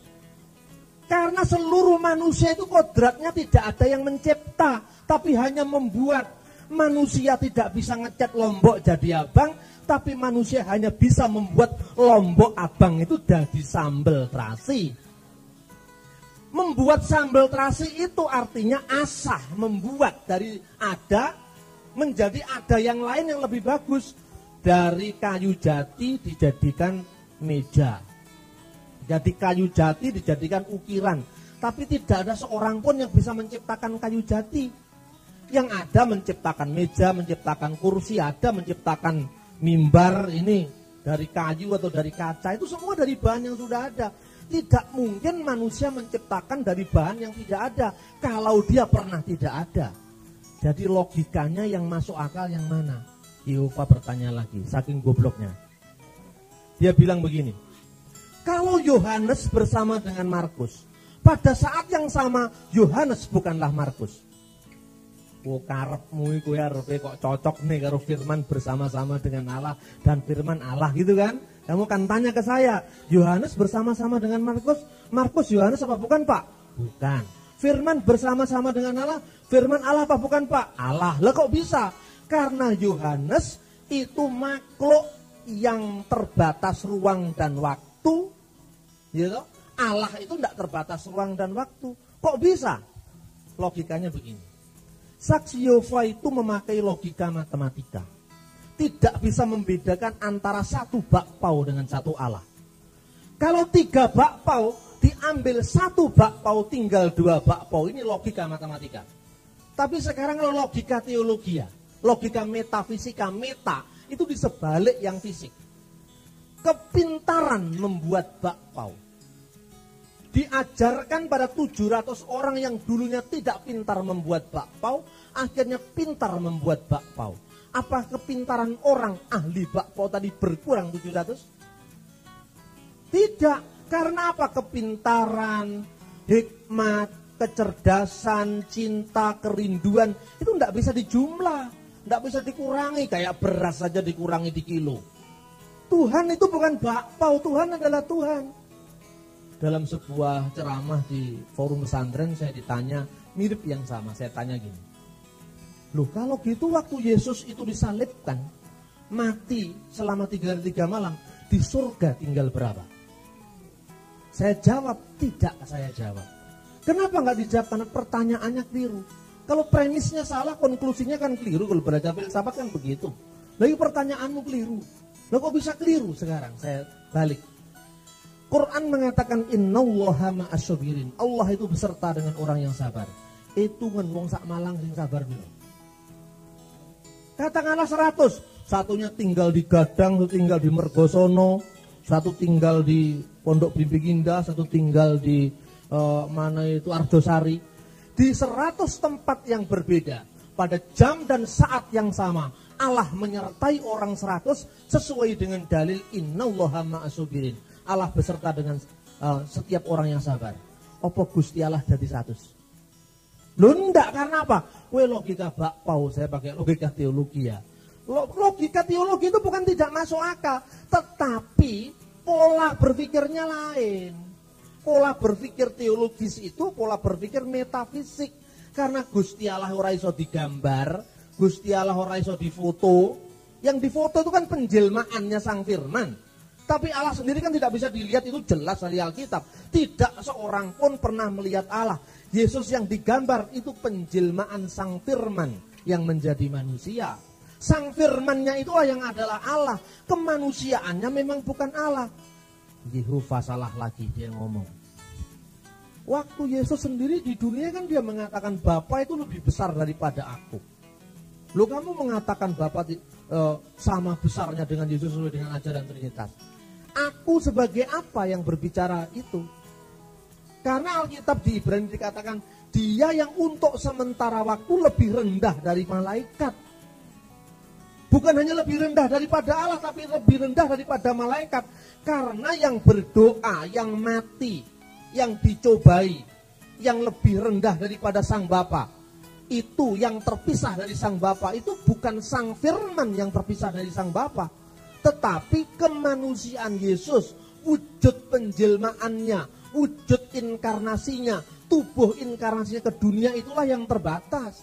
Karena seluruh manusia itu kodratnya tidak ada yang mencipta, tapi hanya membuat. Manusia tidak bisa ngecat Lombok jadi abang, tapi manusia hanya bisa membuat Lombok abang itu jadi sambal terasi. Membuat sambal terasi itu artinya asah, membuat dari ada menjadi ada yang lain yang lebih bagus. Dari kayu jati dijadikan meja. Jadi kayu jati dijadikan ukiran. Tapi tidak ada seorang pun yang bisa menciptakan kayu jati. Yang ada menciptakan meja, menciptakan kursi, ada menciptakan mimbar ini dari kayu atau dari kaca. Itu semua dari bahan yang sudah ada. Tidak mungkin manusia menciptakan dari bahan yang tidak ada. Kalau dia pernah tidak ada. Jadi logikanya yang masuk akal yang mana? Yehova bertanya lagi, saking gobloknya. Dia bilang begini. Kalau Yohanes bersama dengan Markus, pada saat yang sama Yohanes bukanlah Markus. Oh, karepmu iku arepe kok cocok nih karo firman bersama-sama dengan Allah dan firman Allah gitu kan? Kamu kan tanya ke saya, Yohanes bersama-sama dengan Markus, Markus Yohanes apa bukan, Pak? Bukan. Firman bersama-sama dengan Allah, firman Allah apa bukan, Pak? Allah. Lah kok bisa? Karena Yohanes itu makhluk yang terbatas ruang dan waktu. Gitu? Allah itu tidak terbatas ruang dan waktu. Kok bisa? Logikanya begini. Saksi Yehova itu memakai logika matematika. Tidak bisa membedakan antara satu bakpao dengan satu Allah. Kalau 3 bakpao diambil 1 bakpao tinggal 2 bakpao, ini logika matematika. Tapi sekarang kalau logika teologi, logika metafisika, meta itu disebalik yang fisik. Kepintaran membuat bakpao diajarkan pada 700 orang yang dulunya tidak pintar membuat bakpao, akhirnya pintar membuat bakpao. Apa kepintaran orang ahli bakpao tadi berkurang 700? Tidak. Karena apa? Kepintaran, hikmat, kecerdasan, cinta, kerinduan itu tidak bisa dijumlah, tidak bisa dikurangi. Kayak beras saja dikurangi di kilo. Tuhan itu bukan bakpao, Tuhan adalah Tuhan. Dalam sebuah ceramah di forum pesantren saya ditanya mirip yang sama. Saya tanya gini, loh kalau gitu waktu Yesus itu disalibkan, mati selama 3 hari 3 malam, di surga tinggal berapa? Saya jawab, tidak saya jawab. Kenapa nggak dijawab? Karena pertanyaannya keliru. Kalau premisnya salah, konklusinya kan keliru. Kalau belajar filsafat kan begitu. Lagi pertanyaanmu keliru. Loh kok bisa keliru sekarang? Saya balik. Quran mengatakan innallaha ma'as-sabirin. Allah itu beserta dengan orang yang sabar. Itu ngen wong sak Malang sing sabar dulu. Katakanlah 100, satunya tinggal di Gadang, tinggal di Mergosono, Satu tinggal di Pondok Bimbing Indah, satu tinggal di Arjosari. Di 100 tempat yang berbeda, pada jam dan saat yang sama, Allah menyertai orang 100 sesuai dengan dalil innallaha ma'asubirin. Allah beserta dengan setiap orang yang sabar. Apa Gusti Allah jadi 100? Loh enggak, karena apa? Logika bakpao, saya pakai logika teologi ya. Logika teologi itu bukan tidak masuk akal, tetapi pola berpikirnya lain. Pola berpikir teologis itu pola berpikir metafisik. Karena Gusti Allah ora iso digambar, Gusti Allah ora iso difoto. Yang difoto itu kan penjelmaannya Sang Firman. Tapi Allah sendiri kan tidak bisa dilihat, itu jelas dari Alkitab. Tidak seorang pun pernah melihat Allah. Yesus yang digambar itu penjelmaan Sang Firman yang menjadi manusia. Sang Firman-Nya itulah yang adalah Allah. Kemanusiaannya memang bukan Allah. Yehova salah lagi dia ngomong. Waktu Yesus sendiri di dunia kan dia mengatakan Bapa itu lebih besar daripada aku. Loh, kamu mengatakan Bapa sama besarnya dengan Yesus sesuai dengan ajaran Trinitas. Aku sebagai apa yang berbicara itu? Karena Alkitab di Ibrani dikatakan dia yang untuk sementara waktu lebih rendah dari malaikat. Bukan hanya lebih rendah daripada Allah, tapi lebih rendah daripada malaikat. Karena yang berdoa, yang mati, yang dicobai, yang lebih rendah daripada Sang Bapa, itu yang terpisah dari Sang Bapa, itu bukan Sang Firman yang terpisah dari Sang Bapa, tetapi kemanusiaan Yesus, wujud penjelmaannya, wujud inkarnasinya, tubuh inkarnasinya ke dunia, itulah yang terbatas.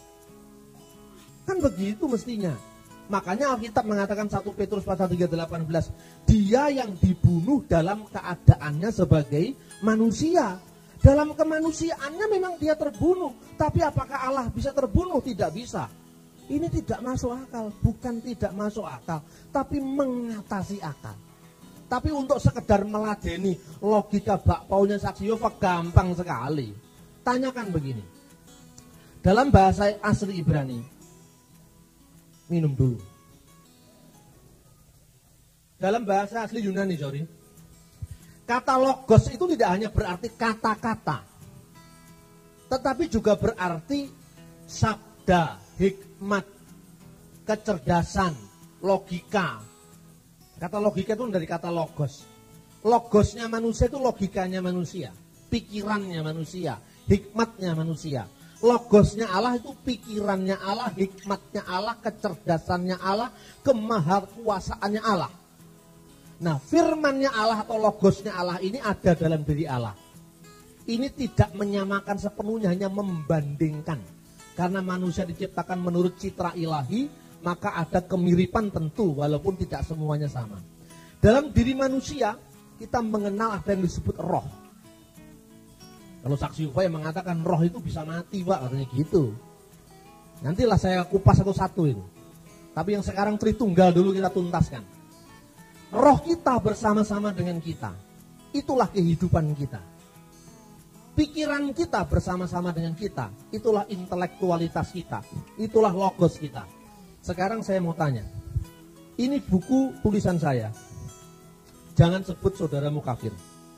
Kan begitu mestinya. Makanya Alkitab mengatakan 1 Petrus pasal 3:18, dia yang dibunuh dalam keadaannya sebagai manusia. Dalam kemanusiaannya memang dia terbunuh, tapi apakah Allah bisa terbunuh? Tidak bisa. Ini tidak masuk akal, bukan tidak masuk akal, tapi mengatasi akal. Tapi untuk sekedar meladeni logika bakpaunya Saksi Yehova gampang sekali. Tanyakan begini, dalam bahasa asli Ibrani, minum dulu. Dalam bahasa asli Yunani, kata logos itu tidak hanya berarti kata-kata, tetapi juga berarti sabda, hikmat, kecerdasan, logika. Kata logika itu dari kata logos. Logosnya manusia itu logikanya manusia, pikirannya manusia, hikmatnya manusia. Logosnya Allah itu pikirannya Allah, hikmatnya Allah, kecerdasannya Allah, kemahakuasaannya Allah. Nah, firmannya Allah atau logosnya Allah ini ada dalam diri Allah. Ini tidak menyamakan sepenuhnya, hanya membandingkan. Karena manusia diciptakan menurut citra ilahi, maka ada kemiripan tentu walaupun tidak semuanya sama. Dalam diri manusia, kita mengenal ada yang disebut roh. Kalau Saksi Yehova yang mengatakan roh itu bisa mati, Pak, katanya gitu. Nantilah saya kupas satu-satu itu. Tapi yang sekarang Tritunggal dulu kita tuntaskan. Roh kita bersama-sama dengan kita. Itulah kehidupan kita. Pikiran kita bersama-sama dengan kita. Itulah intelektualitas kita. Itulah logos kita. Sekarang saya mau tanya. Ini buku tulisan saya. Jangan sebut saudaramu kafir.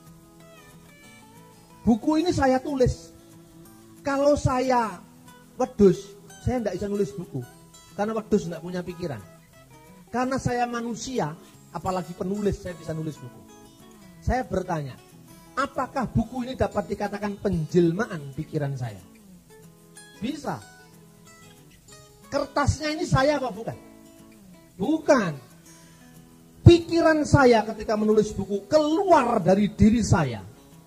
Buku ini saya tulis. Kalau saya wedus, saya tidak bisa nulis buku. Karena wedus tidak punya pikiran. Karena saya manusia, apalagi penulis, saya bisa nulis buku. Saya bertanya, apakah buku ini dapat dikatakan penjelmaan pikiran saya? Bisa. Kertasnya ini saya apa bukan? Bukan. Pikiran saya ketika menulis buku keluar dari diri saya.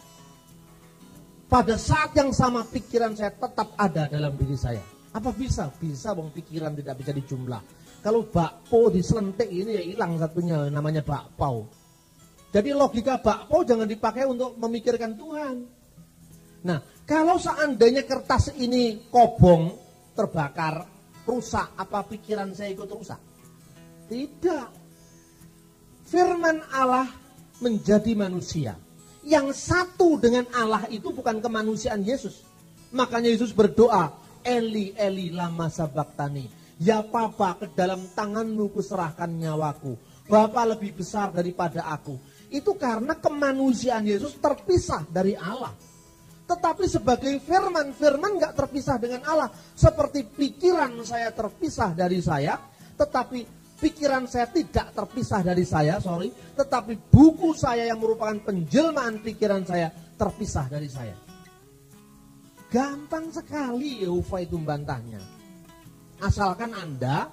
Pada saat yang sama pikiran saya tetap ada dalam diri saya. Apa bisa? Bisa, bang, pikiran tidak bisa dijumlah. Kalau bakpo diselentik ini ya hilang satunya, namanya bakpao. Jadi logika bakpo jangan dipakai untuk memikirkan Tuhan. Nah, kalau seandainya kertas ini kobong, terbakar, rusak, apa pikiran saya ikut rusak? Tidak. Firman Allah menjadi manusia. Yang satu dengan Allah itu bukan kemanusiaan Yesus. Makanya Yesus berdoa, Eli, Eli, lama sabaktani. Ya Bapa, ke dalam tanganmu kuserahkan nyawaku. Bapa lebih besar daripada aku. Itu karena kemanusiaan Yesus terpisah dari Allah. Tetapi sebagai firman, firman gak terpisah dengan Allah. Seperti pikiran saya terpisah dari saya, tetapi pikiran saya tidak terpisah dari saya, tetapi buku saya yang merupakan penjelmaan pikiran saya terpisah dari saya. Gampang sekali Yehova itu membantahnya. Asalkan Anda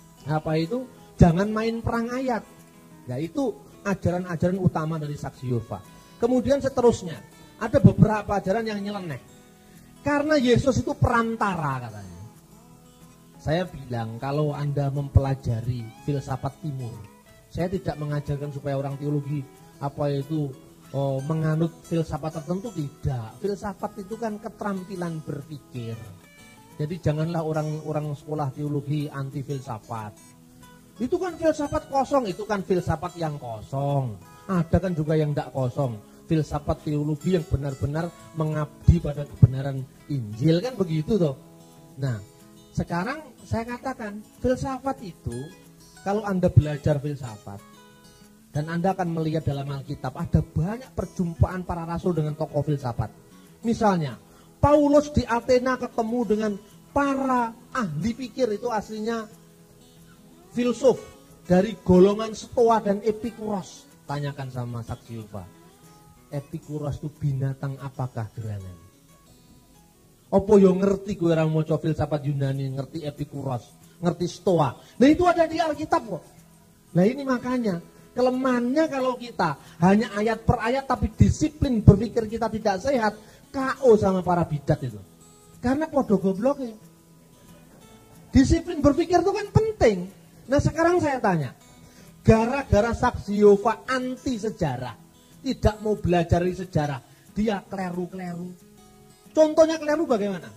jangan main perang ayat. Ya itu ajaran-ajaran utama dari saksi Yehova. Kemudian seterusnya ada beberapa ajaran yang nyeleneh. Karena Yesus itu perantara katanya. Saya bilang kalau Anda mempelajari filsafat timur, saya tidak mengajarkan supaya orang teologi menganut filsafat tertentu, tidak. Filsafat itu kan keterampilan berpikir. Jadi janganlah orang sekolah teologi anti filsafat. Itu kan filsafat kosong, itu kan filsafat yang kosong. Ada kan juga yang tidak kosong. Filsafat teologi yang benar-benar mengabdi pada kebenaran Injil, kan begitu toh. Nah, sekarang saya katakan filsafat itu, kalau Anda belajar filsafat dan Anda akan melihat dalam Alkitab ada banyak perjumpaan para rasul dengan tokoh filsafat. Misalnya Paulus di Athena ketemu dengan para ahli pikir, itu aslinya filsuf dari golongan Stoa dan Epikuros. Tanyakan sama saksi Yehova, Epikuros itu binatang apakah gerangan? Opo yo ngerti gue orang maca filsafat Yunani, ngerti Epikuros, ngerti Stoa. Nah itu ada di Alkitab kok. Nah ini makanya kelemahannya kalau kita hanya ayat per ayat tapi disiplin berpikir kita tidak sehat, KO sama para bidat itu. Karena podo gobloknya. Disiplin berpikir itu kan penting. Nah sekarang saya tanya, gara-gara saksi Yehova anti sejarah, tidak mau belajar dari sejarah, dia kleru-kleru. Contohnya kleru bagaimana?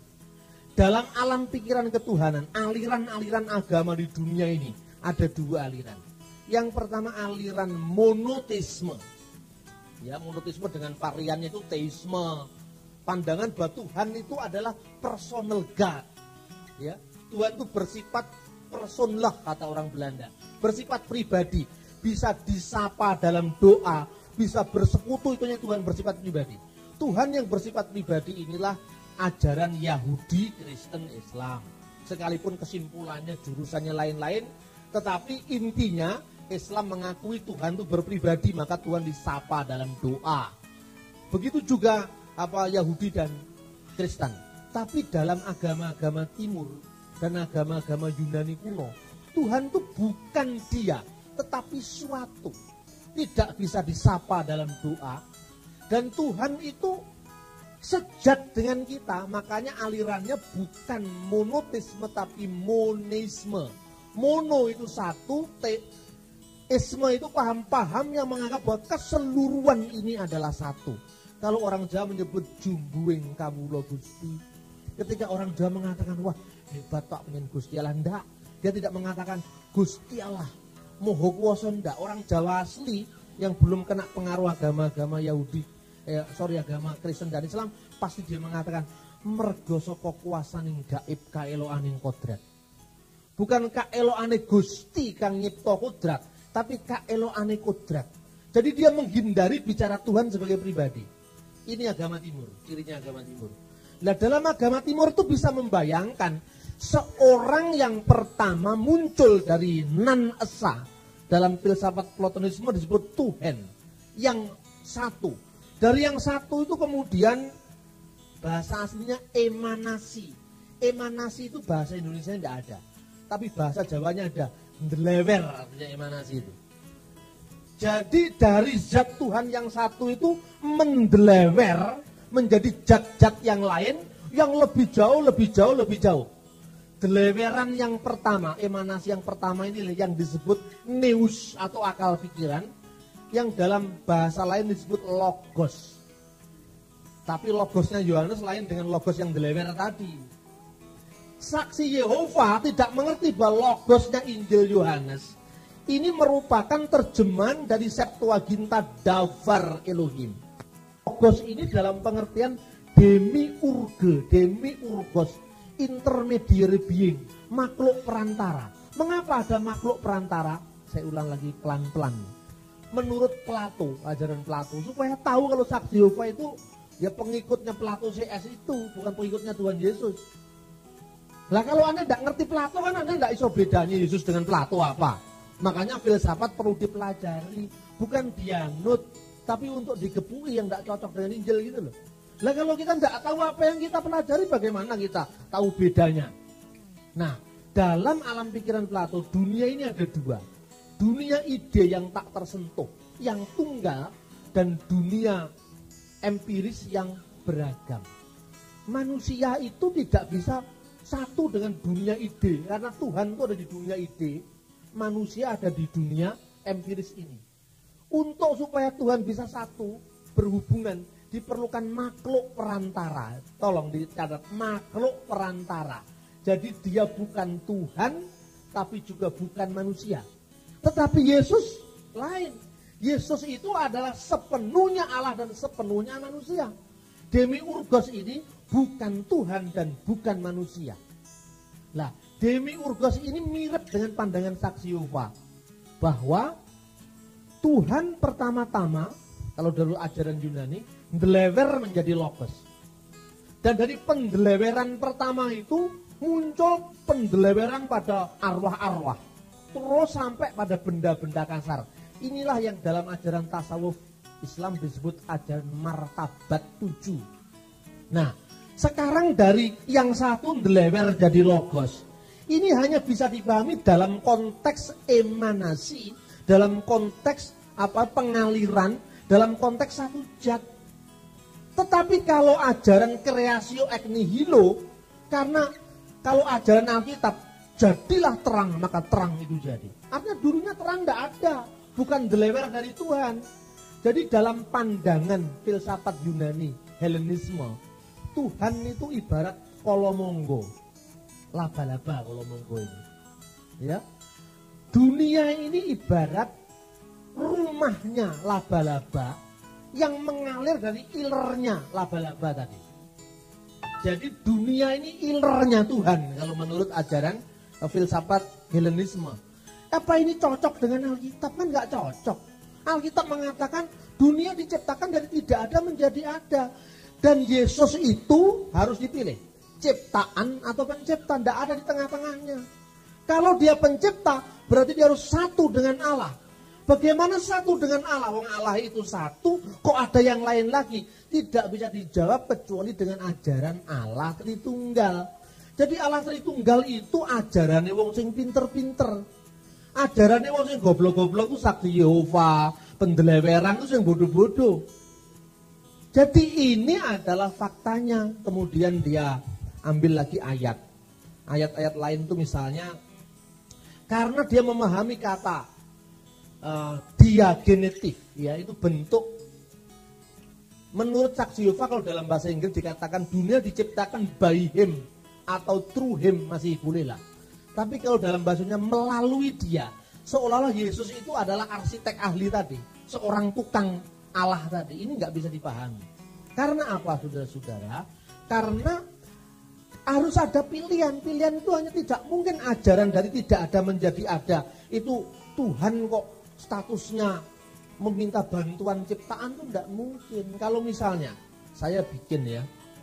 Dalam alam pikiran ketuhanan, aliran-aliran agama di dunia ini ada dua aliran. Yang pertama aliran monoteisme. Ya, monoteisme dengan variannya itu teisme. Pandangan bahwa Tuhan itu adalah personal God. Ya, Tuhan itu bersifat personal, kata orang Belanda. Bersifat pribadi, bisa disapa dalam doa, bisa bersekutu, itunya Tuhan bersifat pribadi. Tuhan yang bersifat pribadi inilah ajaran Yahudi, Kristen, Islam. Sekalipun kesimpulannya, jurusannya lain-lain, tetapi intinya Islam mengakui Tuhan itu berpribadi, maka Tuhan disapa dalam doa. Begitu juga Yahudi dan Kristen. Tapi dalam agama-agama timur dan agama-agama Yunani kuno, Tuhan itu bukan dia, tetapi suatu. Tidak bisa disapa dalam doa. Dan Tuhan itu sejat dengan kita, makanya alirannya bukan monoteisme tapi monisme. Mono itu satu, isme itu paham-paham yang menganggap bahwa keseluruhan ini adalah satu. Kalau orang Jawa menyebut jumbuing kawula Gusti, ketika orang Jawa mengatakan wah hebat tak pengen Gusti Allah, enggak. Dia tidak mengatakan Gusti Allah moho kuwasa, enggak. Orang Jawa asli yang belum kena pengaruh agama-agama Yahudi, agama Kristen dan Islam, pasti dia mengatakan mergo saka kuwasaning gaib kaeloaning kodrat. Bukan kaeloane Gusti kang nyipta kodrat, tapi kaeloane kodrat. Jadi dia menghindari bicara Tuhan sebagai pribadi. Ini agama timur, cirinya agama timur. Nah dalam agama timur itu bisa membayangkan seorang yang pertama muncul dari nan esa. Dalam filsafat Platonisme disebut Tuhan yang satu. Dari yang satu itu kemudian bahasa aslinya emanasi. Emanasi itu bahasa Indonesia tidak ada. Tapi bahasa Jawanya ada. Ndelewer artinya emanasi itu. Jadi dari zat Tuhan yang satu itu mendelewer menjadi zat-zat yang lain yang lebih jauh, lebih jauh, lebih jauh. Deleweran yang pertama, emanasi yang pertama ini yang disebut nous atau akal pikiran, yang dalam bahasa lain disebut logos. Tapi logosnya Yohanes lain dengan logos yang delewer tadi. Saksi Yehova tidak mengerti bahwa logosnya Injil Yohanes ini merupakan terjemahan dari Septuaginta Davar Elohim. Logos ini dalam pengertian demiurge, demiurgos, intermediary being, makhluk perantara. Mengapa ada makhluk perantara? Saya ulang lagi pelan-pelan. menurut Plato, ajaran Plato, supaya tahu kalau saksi Yehova itu ya pengikutnya Plato CS itu, bukan pengikutnya Tuhan Yesus. Lah kalau Anda tidak ngerti Plato kan Anda tidak iso bedanya Yesus dengan Plato apa. Makanya filsafat perlu dipelajari, bukan dianut, tapi untuk digebuki yang tidak cocok dengan Injil gitu loh. Lah kalau kita tidak tahu apa yang kita pelajari, bagaimana kita tahu bedanya? Nah, dalam alam pikiran Plato, dunia ini ada dua. Dunia ide yang tak tersentuh, yang tunggal, dan dunia empiris yang beragam. Manusia itu tidak bisa satu dengan dunia ide, karena Tuhan itu ada di dunia ide, manusia ada di dunia empiris ini. Untuk supaya Tuhan bisa satu, berhubungan, diperlukan makhluk perantara. Tolong dicatat, makhluk perantara. Jadi dia bukan Tuhan, tapi juga bukan manusia. Tetapi Yesus lain. Yesus itu adalah sepenuhnya Allah dan sepenuhnya manusia. Demiurgos ini bukan Tuhan dan bukan manusia. Nah, Demiurgos ini mirip dengan pandangan saksi Yehova. Bahwa Tuhan pertama-tama, kalau dari ajaran Yunani, ndelewer menjadi logos. Dan dari pendeleweran pertama itu muncul pendeleweran pada arwah-arwah. Terus sampai pada benda-benda kasar. Inilah yang dalam ajaran tasawuf Islam disebut ajaran martabat 7. Nah, sekarang dari yang satu ndelewer jadi logos. Ini hanya bisa dipahami dalam konteks emanasi, dalam konteks pengaliran, dalam konteks satu zat. Tetapi kalau ajaran creatio ex nihilo, karena kalau ajaran Alkitab, jadilah terang, maka terang itu jadi. Artinya dulunya terang tidak ada, bukan delewer dari Tuhan. Jadi dalam pandangan filsafat Yunani, Helenisme, Tuhan itu ibarat kolomonggo, laba-laba kolomonggo ini. Ya, dunia ini ibarat rumahnya laba-laba yang mengalir dari ilernya laba-laba tadi. Jadi dunia ini ilernya Tuhan kalau menurut ajaran filsafat Helenisme. Apa ini cocok dengan Alkitab? Kan nggak cocok. Alkitab mengatakan dunia diciptakan dari tidak ada menjadi ada. Dan Yesus itu harus dipilih. Ciptaan atau pencipta, tidak ada di tengah-tengahnya. Kalau dia pencipta, berarti dia harus satu dengan Allah. Bagaimana satu dengan Allah? Wong Allah itu satu, kok ada yang lain lagi? Tidak bisa dijawab kecuali dengan ajaran Allah Tritunggal. Jadi Allah Tritunggal itu ajarannya wong sing pinter-pinter. Ajarannya wong sing goblok-goblok itu saksi Yehova, pendeleweran itu sing bodoh-bodoh. Jadi ini adalah faktanya. Kemudian dia ambil lagi ayat. Ayat-ayat lain itu misalnya, karena dia memahami kata diagenetik, ya itu bentuk. Menurut saksi Yehova kalau dalam bahasa Inggris dikatakan dunia diciptakan by him atau through him, masih boleh lah. Tapi kalau dalam bahasanya melalui dia, seolah-olah Yesus itu adalah arsitek ahli tadi, seorang tukang Allah tadi. Ini nggak bisa dipahami. Karena apa, saudara-saudara? Karena harus ada pilihan. Pilihan itu hanya tidak mungkin ajaran dari tidak ada menjadi ada. Itu Tuhan kok statusnya meminta bantuan ciptaan itu tidak mungkin. Kalau misalnya saya bikin ya,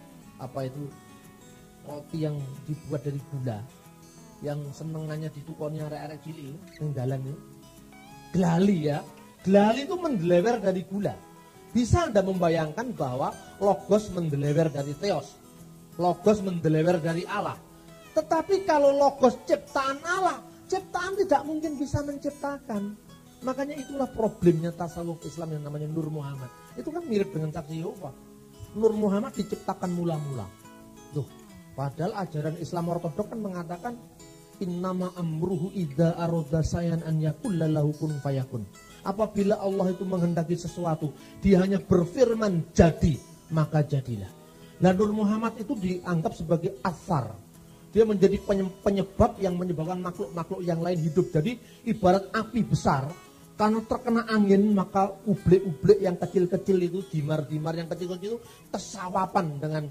roti yang dibuat dari gula, yang senengannya ditukonnya arek-arek cilik yang dalan itu, glali ya. Glali itu mendelewer dari gula. Bisa Anda membayangkan bahwa logos mendelewer dari theos, logos mendelewer dari Allah. Tetapi kalau logos ciptaan Allah, ciptaan tidak mungkin bisa menciptakan. Makanya itulah problemnya tasawuf Islam yang namanya Nur Muhammad. Itu kan mirip dengan saksi Yehova. Nur Muhammad diciptakan mula-mula. Tuh, padahal ajaran Islam ortodok kan mengatakan innama amruhu idza arada sayan an yakulla lahu kun fayakun. Apabila Allah itu menghendaki sesuatu, dia hanya berfirman jadi, maka jadilah. Nah, Nur Muhammad itu dianggap sebagai asar. Dia menjadi penyebab yang menyebabkan makhluk-makhluk yang lain hidup. Jadi ibarat api besar, karena terkena angin maka ublek-ublek yang kecil-kecil itu, dimar-dimar yang kecil-kecil itu tersawapan dengan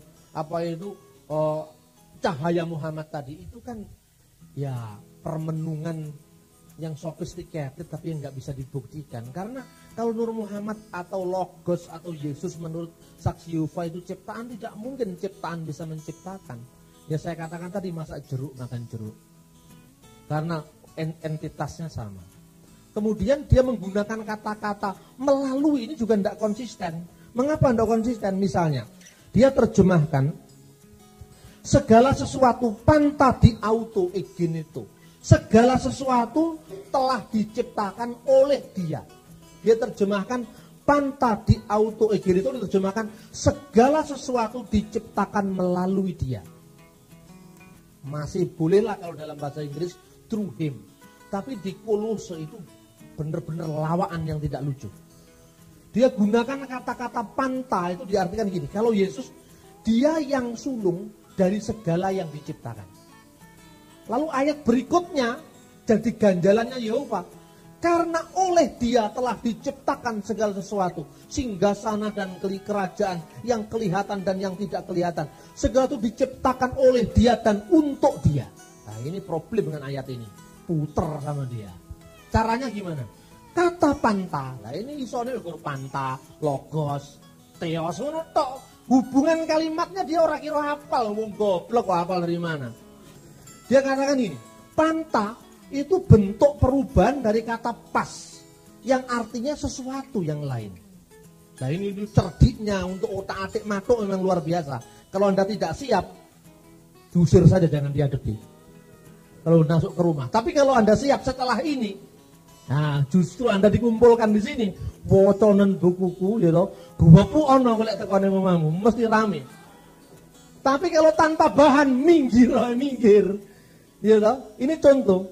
cahaya Muhammad tadi. Itu kan ya permenungan yang sophisticated tapi yang nggak bisa dibuktikan. Karena kalau Nur Muhammad atau Logos atau Yesus menurut saksi Yehova itu ciptaan, tidak mungkin ciptaan bisa menciptakan. Ya saya katakan tadi, masa jeruk makan jeruk. Karena entitasnya sama. Kemudian dia menggunakan kata-kata melalui, ini juga tidak konsisten. Mengapa tidak konsisten? Misalnya, dia terjemahkan segala sesuatu panta di auto egenito. Segala sesuatu telah diciptakan oleh dia. Dia terjemahkan panta di auto egenito, diterjemahkan segala sesuatu diciptakan melalui dia. Masih bolehlah kalau dalam bahasa Inggris through him. Tapi di Kolose itu benar-benar lawaan yang tidak lucu. Dia gunakan kata-kata panta, itu diartikan gini. Kalau Yesus, dia yang sulung dari segala yang diciptakan. Lalu ayat berikutnya jadi ganjalannya Yehova. Karena oleh dia telah diciptakan segala sesuatu. Singgasana dan kerajaan yang kelihatan dan yang tidak kelihatan. Segala itu diciptakan oleh dia dan untuk dia. Nah ini problem dengan ayat ini. Puter sama dia. Caranya gimana? Kata panta. Nah ini isone ukur panta, logos, theos. Hubungan kalimatnya dia ora kira hafal. Wong goblok kok hafal dari mana? Dia katakan ini. Panta itu bentuk perubahan dari kata pas. Yang artinya sesuatu yang lain. Nah ini cerdiknya untuk otak atik matuk memang luar biasa. Kalau Anda tidak siap, diusir saja, jangan dihadapi. Kalau masuk ke rumah. Tapi kalau Anda siap setelah ini, nah justru Anda dikumpulkan di sini, woconen bukuku, gitu, buku ono kalau tekone mamamu, mesti rame. Tapi kalau tanpa bahan, minggir, gitu. Ini contoh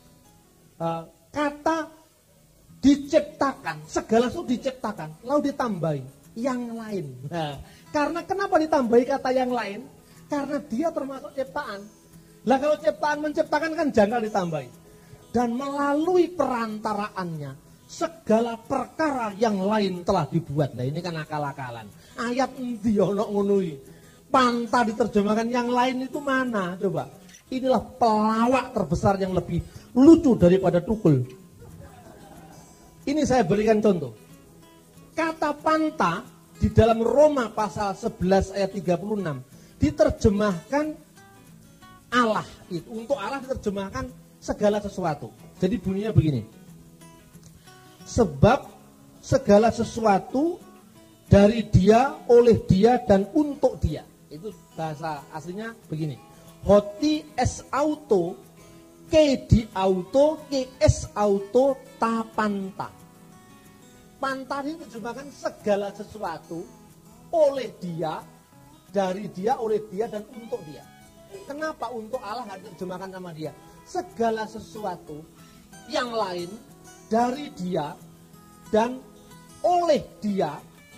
kata diciptakan, segala sesuatu diciptakan, lalu ditambahi yang lain. Nah, karena kenapa ditambahi kata yang lain? Karena dia termasuk ciptaan. Lah kalau ciptaan menciptakan kan janggal ditambahi. Dan melalui perantaraannya segala perkara yang lain telah dibuat. Nah ini kan akal-akalan. Ayat endi ono ngono iki. Panta diterjemahkan yang lain itu mana? Coba. Inilah pelawak terbesar yang lebih lucu daripada tukul. Ini saya berikan contoh. Kata panta di dalam Roma pasal 11 ayat 36 diterjemahkan Allah. Itu untuk Allah diterjemahkan segala sesuatu. Jadi bunyinya begini. Sebab segala sesuatu dari dia, oleh dia, dan untuk dia. Itu bahasa aslinya begini. Hoti es auto, ke di auto, ke es auto, ta panta. Panta ini diterjemahkan segala sesuatu, oleh dia, dari dia, oleh dia, dan untuk dia. Kenapa untuk Allah nggak diterjemahkan sama dia? Segala sesuatu yang lain dari dia dan oleh dia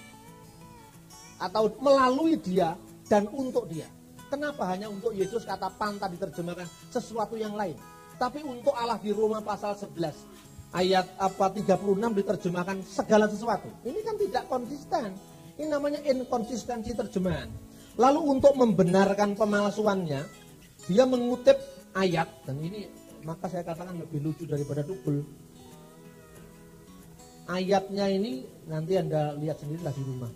atau melalui dia dan untuk dia. Kenapa hanya untuk Yesus kata panta diterjemahkan sesuatu yang lain? Tapi untuk Allah di Roma pasal 11 ayat 36 diterjemahkan segala sesuatu. Ini kan tidak konsisten. Ini namanya inkonsistensi terjemahan. Lalu untuk membenarkan pemalsuannya, dia mengutip ayat, dan ini maka saya katakan lebih lucu daripada tukul. Ayatnya ini nanti Anda lihat sendirilah di rumah.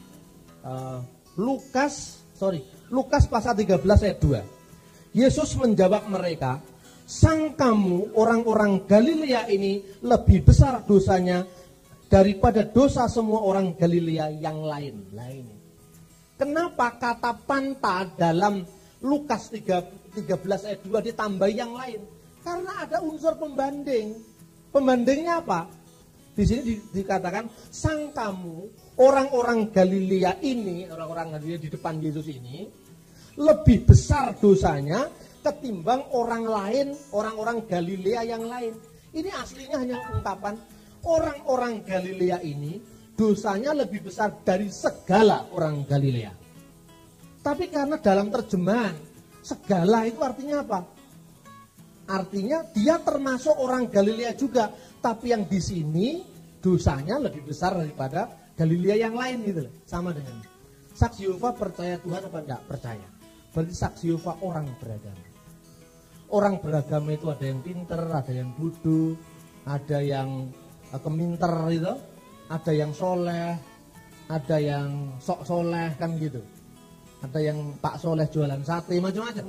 Lukas pasal 13 ayat 2. Yesus menjawab mereka, sang kamu orang-orang Galilea ini lebih besar dosanya daripada dosa semua orang Galilea yang lain. Nah ini. Kenapa kata panta dalam Lukas 13 ayat 2 ditambah yang lain? Karena ada unsur pembanding. Pembandingnya apa? Di sini dikatakan sang kamu orang-orang Galilea ini, orang-orang Galilea di depan Yesus ini lebih besar dosanya ketimbang orang lain, orang-orang Galilea yang lain. Ini aslinya hanya ungkapan orang-orang Galilea ini dosanya lebih besar dari segala orang Galilea. Tapi karena dalam terjemahan segala itu artinya apa? Artinya dia termasuk orang Galilea juga, tapi yang di sini dosanya lebih besar daripada Galilea yang lain gitu loh. Sama dengan saksi Yehova percaya Tuhan apa enggak? Percaya. Berarti saksi Yehova orang beragama. orang beragama itu ada yang pinter, ada yang bodoh, ada yang keminter itu, ada yang soleh, ada yang sok soleh kan gitu. Ada yang Pak Soleh jualan sate, macam-macam.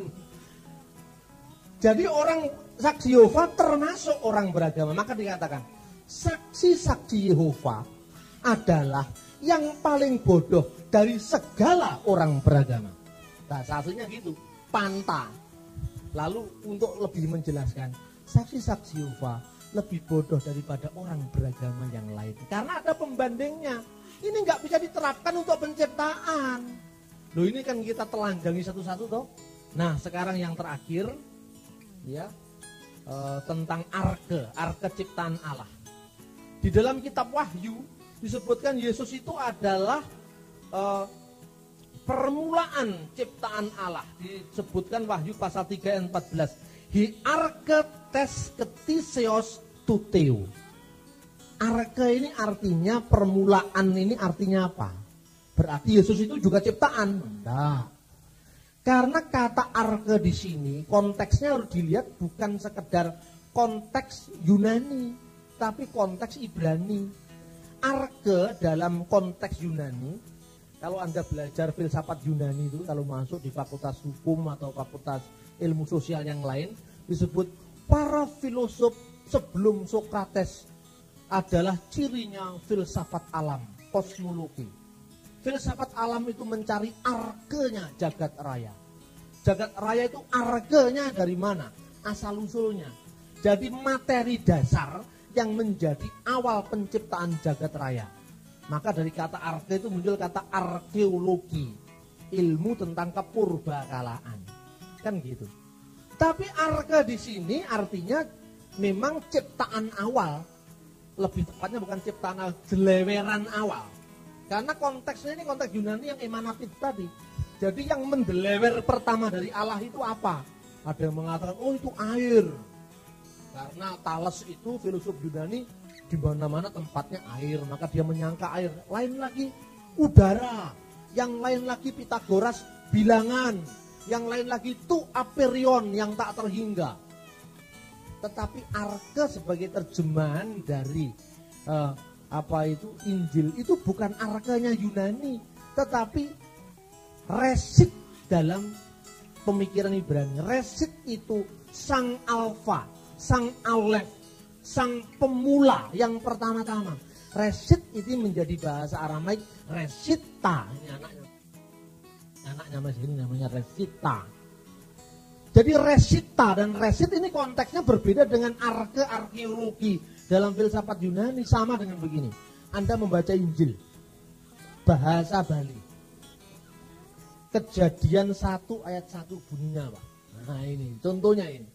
Jadi orang saksi Yehova termasuk orang beragama. Maka dikatakan saksi-saksi Yehova adalah yang paling bodoh dari segala orang beragama. Nah, satunya gitu, Panta. Lalu untuk lebih menjelaskan, saksi-saksi Yehova lebih bodoh daripada orang beragama yang lain. Karena ada pembandingnya. Ini nggak bisa diterapkan untuk penciptaan. Loh, ini kan kita telanjangi satu-satu toh. Nah, sekarang yang terakhir ya tentang arke ciptaan Allah. Di dalam kitab Wahyu disebutkan Yesus itu adalah permulaan ciptaan Allah. Disebutkan Wahyu pasal 3 ayat 14. Hi arke tes ketiseos tuteu. Arke ini artinya permulaan, ini artinya apa? Berarti Yesus itu juga ciptaan? Enggak. Karena kata arke di sini konteksnya harus dilihat bukan sekedar konteks Yunani, tapi konteks Ibrani. Arke dalam konteks Yunani, kalau Anda belajar filsafat Yunani itu, kalau masuk di fakultas hukum atau fakultas ilmu sosial yang lain, disebut para filosof sebelum Sokrates adalah cirinya filsafat alam, kosmologi. Filsafat alam itu mencari arkenya jagat raya. Jagat raya itu arkenya dari mana? Asal-usulnya. Jadi materi dasar yang menjadi awal penciptaan jagat raya. Maka dari kata arke itu muncul kata arkeologi. Ilmu tentang kepurbakalaan. Kan gitu. Tapi arke di sini artinya memang ciptaan awal. Lebih tepatnya bukan ciptaan awal, jeleweran awal. Karena konteksnya ini konteks Yunani yang emanatif tadi. Jadi yang mendelewer pertama dari Allah itu apa? Ada yang mengatakan, oh itu air. Karena Thales itu filosof Yunani, di mana-mana tempatnya air. Maka dia menyangka air. Lain lagi udara. Yang lain lagi Pitagoras bilangan. Yang lain lagi itu aperion yang tak terhingga. Tetapi arke sebagai terjemahan dari Injil itu bukan arkenya Yunani, tetapi resit dalam pemikiran Ibrani. Resit itu sang alfa, sang alef, sang pemula yang pertama-tama. Resit itu menjadi bahasa Aramaik resita. Ini anaknya masih ini namanya resita. Jadi resita dan resit ini konteksnya berbeda dengan arkeologi. Dalam filsafat Yunani sama dengan begini. Anda membaca Injil, bahasa Bali. Kejadian 1 ayat 1 bunyinya apa? Nah ini, contohnya ini.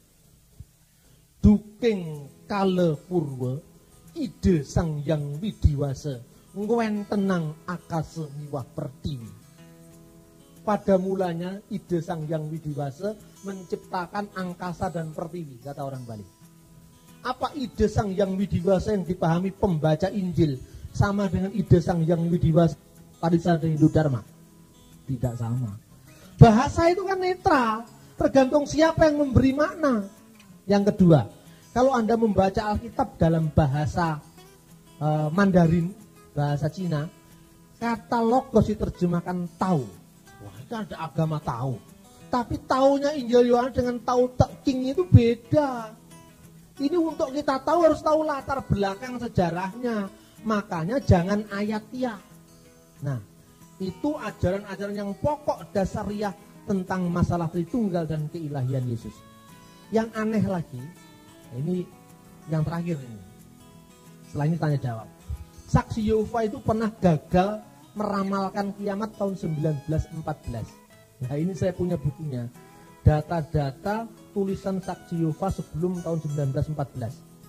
Duking kale purwa, ide sang yang widiwasa, ngwen tenang akase miwah pertiwi. Pada mulanya ide sang yang widiwasa menciptakan angkasa dan pertiwi, kata orang Bali. Apa ide sang yang widiwasa yang dipahami pembaca Injil sama dengan ide sang yang widiwasa Parisada Hindu Dharma? Tidak sama. Bahasa itu kan netral, tergantung siapa yang memberi makna. Yang kedua, kalau Anda membaca Alkitab dalam bahasa Mandarin, bahasa Cina, kata logos diterjemahkan tahu. Wah, itu ada agama tahu. Tapi taunya Injil Yohanes dengan tahu King itu beda. Ini untuk kita tahu harus tahu latar belakang sejarahnya. Makanya jangan ayatiah. Nah, itu ajaran-ajaran yang pokok dasariah tentang masalah Tritunggal dan keilahian Yesus. Yang aneh lagi, ini yang terakhir ini. Setelah ini tanya jawab. Saksi Yehova itu pernah gagal meramalkan kiamat tahun 1914. Nah, ini saya punya bukunya. Data-data tulisan Saksi Yehova sebelum tahun 1914.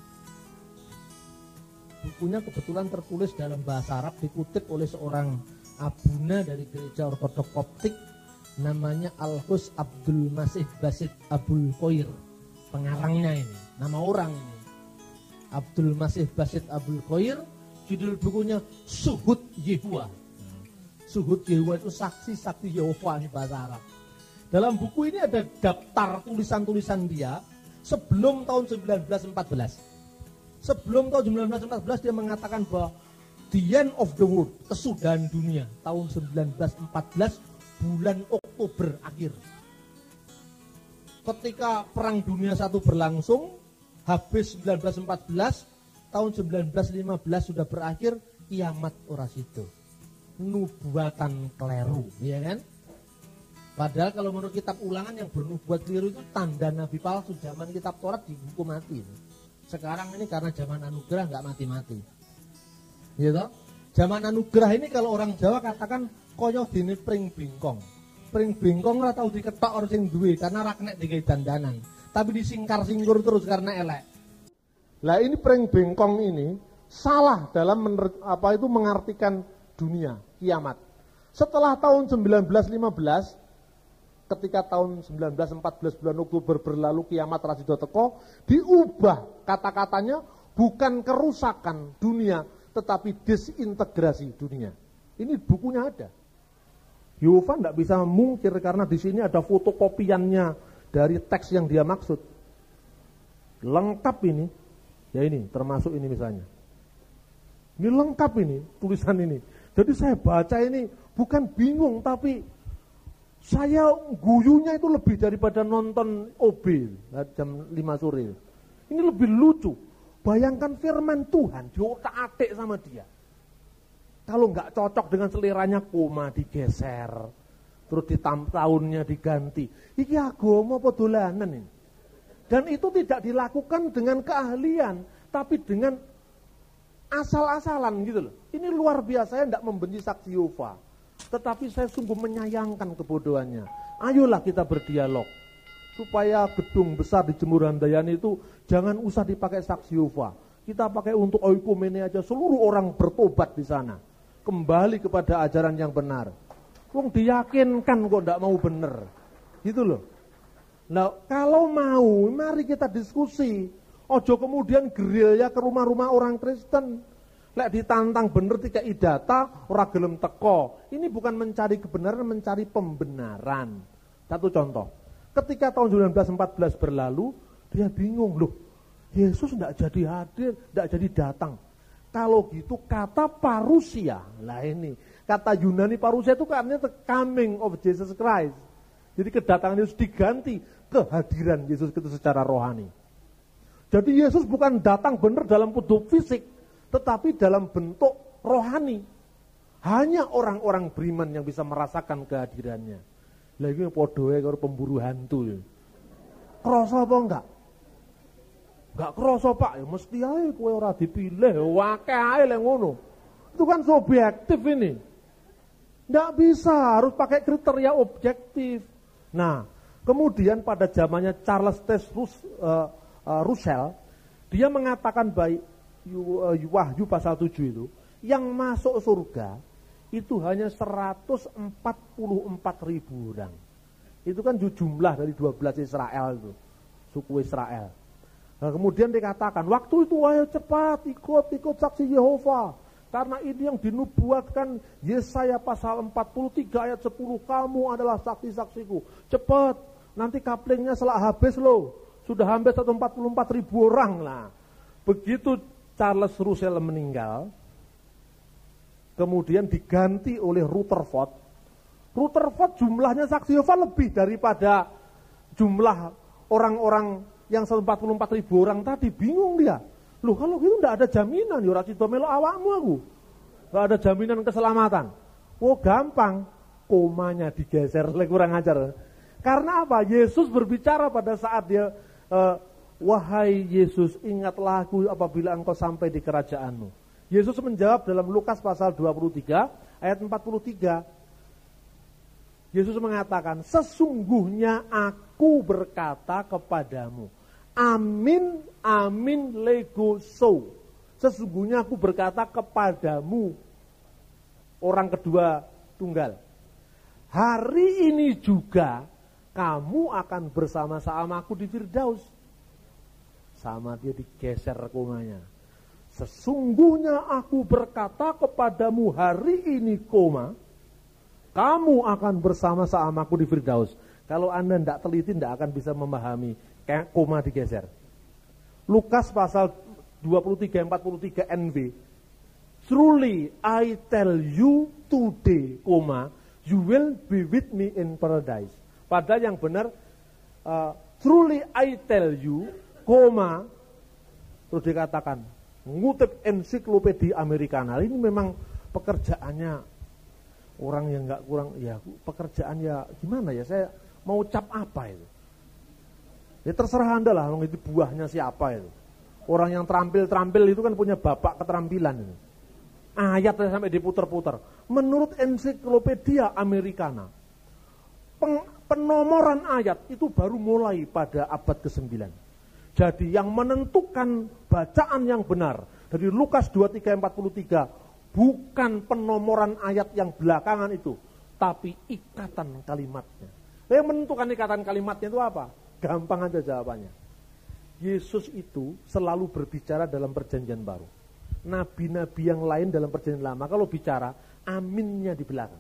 Bukunya kebetulan tertulis dalam bahasa Arab, dikutip oleh seorang abuna dari gereja ortodok Koptik, namanya Al-Hus Abdul Masih Basit Abul Khoir. Pengarangnya ini, nama orang ini. Abdul Masih Basit Abul Khoir, judul bukunya Suhud Yehuwa. Suhud Yehuwa itu saksi-saksi Yehova, ini bahasa Arab. Dalam buku ini ada daftar tulisan-tulisan dia sebelum tahun 1914. Sebelum tahun 1914 dia mengatakan bahwa the end of the world, kesudahan dunia, tahun 1914 bulan Oktober akhir. Ketika Perang Dunia I berlangsung, habis 1914, tahun 1915 sudah berakhir, kiamat ora sido. Nubuatan keliru, ya kan? Padahal kalau menurut kitab Ulangan yang bernubuat keliru itu tanda nabi palsu. Zaman kitab Taurat dihukum mati. Sekarang ini karena zaman anugerah nggak mati-mati. Gitu? Zaman anugerah ini kalau orang Jawa katakan koyo dene pring bingkong. Pring bingkong ora tau diketok orang sing duwe karena ra kena digawe dandanan. Tapi disingkar-singkur terus karena elek. Lah ini pring bingkong ini salah dalam mengartikan dunia, kiamat. Setelah tahun 1915, ketika tahun 1914 bulan Oktober berlalu kiamat rasido teko, diubah kata-katanya bukan kerusakan dunia, tetapi desintegrasi dunia. Ini bukunya ada. Yehova tidak bisa mungkir karena di sini ada fotokopiannya dari teks yang dia maksud. Lengkap ini, ya ini termasuk ini misalnya. Ini lengkap ini tulisan ini. Jadi saya baca ini bukan bingung tapi saya guyunya itu lebih daripada nonton OB jam 5 sore. Ini lebih lucu. Bayangkan firman Tuhan diotak-atik sama dia. Kalau nggak cocok dengan seleranya koma digeser. Terus di tahunnya diganti. Iki agama apa dolanan ini? Dan itu tidak dilakukan dengan keahlian. Tapi dengan asal-asalan gitu loh. Ini luar biasa, saya tidak membenci saksi Yehova. Tetapi saya sungguh menyayangkan kebodohannya. Ayolah kita berdialog. Supaya gedung besar di Jemur Handayani itu jangan usah dipakai saksi Yehova. Kita pakai untuk oikumene aja, seluruh orang bertobat di sana. Kembali kepada ajaran yang benar. Wong diyakinkan kok tidak mau benar. Gitu loh. Nah, kalau mau, mari kita diskusi. Ojo kemudian gerilya ke rumah-rumah orang Kristen. Lek ditantang bener tiga data, ora gelem teko. Ini bukan mencari kebenaran, mencari pembenaran. Satu contoh. Ketika tahun 1914 berlalu, dia bingung, loh, Yesus tidak jadi hadir, tidak jadi datang. Kalau gitu kata parousia, lah ini, kata Yunani parousia itu artinya the coming of Jesus Christ. Jadi kedatangan Yesus diganti kehadiran Yesus itu secara rohani. Jadi Yesus bukan datang benar dalam bentuk fisik, tetapi dalam bentuk rohani. Hanya orang-orang beriman yang bisa merasakan kehadirannya. Lagi podoe karo pemburu hantu. Kroso apa enggak? Enggak kroso Pak, ya mesti ae kowe ora dipilih, akeh ae lek ngono. Itu kan subjektif ini. Enggak bisa, harus pakai kriteria objektif. Nah, kemudian pada zamannya Charles T. Russell, dia mengatakan baik Wahyu pasal 7 itu, yang masuk surga itu hanya 144.000 orang. Itu kan jumlah dari 12 Israel itu, suku Israel. Nah, kemudian dikatakan, waktu itu ayo cepat ikut saksi Yehova. Karena ini yang dinubuatkan Yesaya pasal 43 ayat 10, kamu adalah saksi-saksiku. Cepat, nanti kaplingnya setelah habis loh. Sudah hampir 144.000 orang lah. Begitu Charles Russell meninggal, kemudian diganti oleh Rutherford. Rutherford jumlahnya saksi Yehova lebih daripada jumlah orang-orang yang 144.000 orang tadi. Bingung dia. Loh kalau gitu enggak ada jaminan, ya ora sida melo awakmu aku. Enggak ada jaminan keselamatan. Oh gampang, komanya digeser, kurang ajar. Karena apa? Yesus berbicara pada saat dia wahai Yesus, ingatlah aku apabila engkau sampai di kerajaanmu. Yesus menjawab dalam Lukas pasal 23 ayat 43. Yesus mengatakan, sesungguhnya aku berkata kepadamu, amin, amin lego so. Sesungguhnya aku berkata kepadamu, orang kedua tunggal. Hari ini juga kamu akan bersama-sama aku di Firdaus. Sama dia digeser komanya. Sesungguhnya aku berkata kepadamu hari ini, kamu akan bersama-sama aku di Firdaus. Kalau Anda tidak teliti, tidak akan bisa memahami kayak koma digeser. Lukas pasal 23-43 NB. Truly I tell you today, you will be with me in paradise. Padahal yang benar, truly I tell you, perlu dikatakan, ngutip ensiklopedia Americana. Ini memang pekerjaannya orang yang nggak kurang, ya pekerjaan ya gimana ya, saya mau cap apa itu. Ya terserah Anda lah, itu buahnya siapa itu. Orang yang terampil itu kan punya bapak keterampilan ini. Ayatnya sampai diputar-putar. Menurut ensiklopedia Americana, penomoran ayat itu baru mulai pada abad ke-9. Jadi yang menentukan bacaan yang benar dari Lukas 23-43 bukan penomoran ayat yang belakangan itu, tapi ikatan kalimatnya. Yang menentukan ikatan kalimatnya itu apa? Gampang aja jawabannya. Yesus itu selalu berbicara dalam perjanjian baru. Nabi-nabi yang lain dalam perjanjian lama kalau bicara, aminnya di belakang.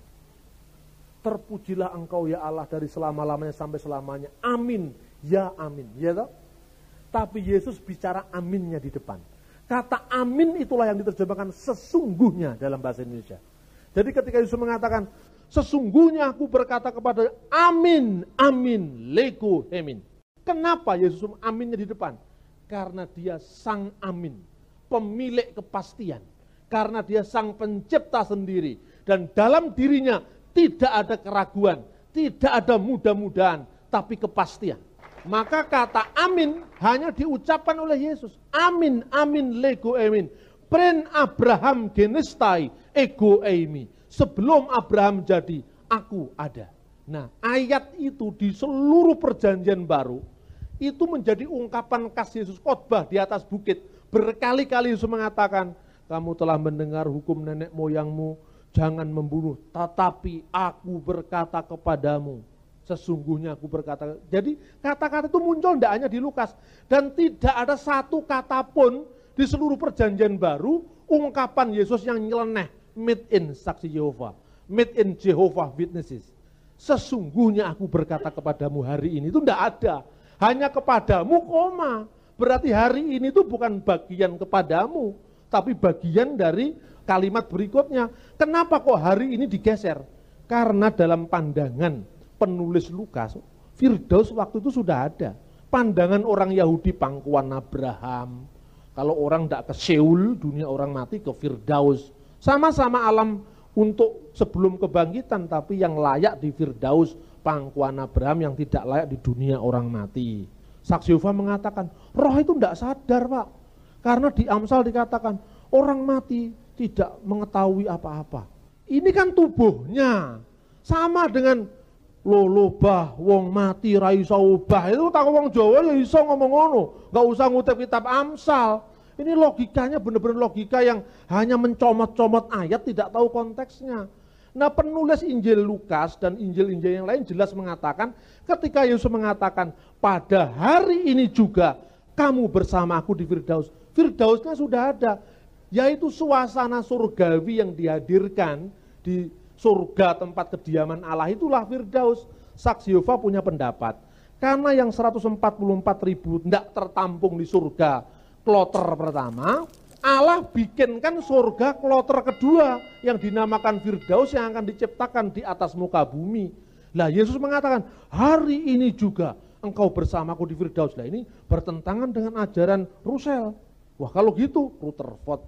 Terpujilah engkau ya Allah dari selama-lamanya sampai selamanya. Amin, ya amin. Ya toh? Tapi Yesus bicara aminnya di depan. Kata amin itulah yang diterjemahkan sesungguhnya dalam bahasa Indonesia. Jadi ketika Yesus mengatakan, sesungguhnya aku berkata kepada amin, amin, lego, hemin. Kenapa Yesus aminnya di depan? Karena dia sang amin, pemilik kepastian. Karena dia sang pencipta sendiri. Dan dalam dirinya tidak ada keraguan, tidak ada mudah-mudahan, tapi kepastian. Maka kata amin hanya diucapkan oleh Yesus. Amin, amin, lego, emin. Pren Abraham genestai, ego eimi. Sebelum Abraham jadi, aku ada. Nah, ayat itu di seluruh perjanjian baru, itu menjadi ungkapan khas Yesus khotbah di atas bukit. Berkali-kali Yesus mengatakan, kamu telah mendengar hukum nenek moyangmu, jangan membunuh. Tetapi aku berkata kepadamu, sesungguhnya aku berkata. Jadi kata-kata itu muncul tidak hanya di Lukas. Dan tidak ada satu kata pun di seluruh perjanjian baru, ungkapan Yesus yang nyeleneh. Made in saksi Yehova. Made in Jehovah Witnesses. Sesungguhnya aku berkata kepadamu hari ini. Itu tidak ada. Hanya kepadamu, berarti hari ini itu bukan bagian kepadamu, tapi bagian dari kalimat berikutnya. Kenapa kok hari ini digeser? Karena dalam pandangan penulis Lukas, Firdaus waktu itu sudah ada. Pandangan orang Yahudi pangkuan Abraham. Kalau orang tidak ke Seul, dunia orang mati, ke Firdaus. Sama-sama alam untuk sebelum kebangkitan, tapi yang layak di Firdaus, pangkuan Abraham, yang tidak layak di dunia orang mati. Saksi Yehova mengatakan, roh itu tidak sadar Pak. Karena di Amsal dikatakan, orang mati tidak mengetahui apa-apa. Ini kan tubuhnya. Sama dengan lolobah, wong mati, ra iso obah. Itu tak wong Jawa ya iso ngomong ngono. Gak usah ngutip kitab Amsal. Ini logikanya benar-benar logika yang hanya mencomot-comot ayat, tidak tahu konteksnya. Nah, penulis Injil Lukas dan Injil-Injil yang lain jelas mengatakan, ketika Yesus mengatakan, pada hari ini juga kamu bersama aku di Firdaus. Firdausnya sudah ada, yaitu suasana surgawi yang dihadirkan di surga tempat kediaman Allah, itulah Firdaus. Saksi Yehova punya pendapat, karena yang 144.000 tidak tertampung di surga kloter pertama, Allah bikinkan surga kloter kedua yang dinamakan Firdaus yang akan diciptakan di atas muka bumi. Lah Yesus mengatakan, hari ini juga engkau bersamaku di Firdaus. Lah ini bertentangan dengan ajaran Russell. Wah kalau gitu Rutherford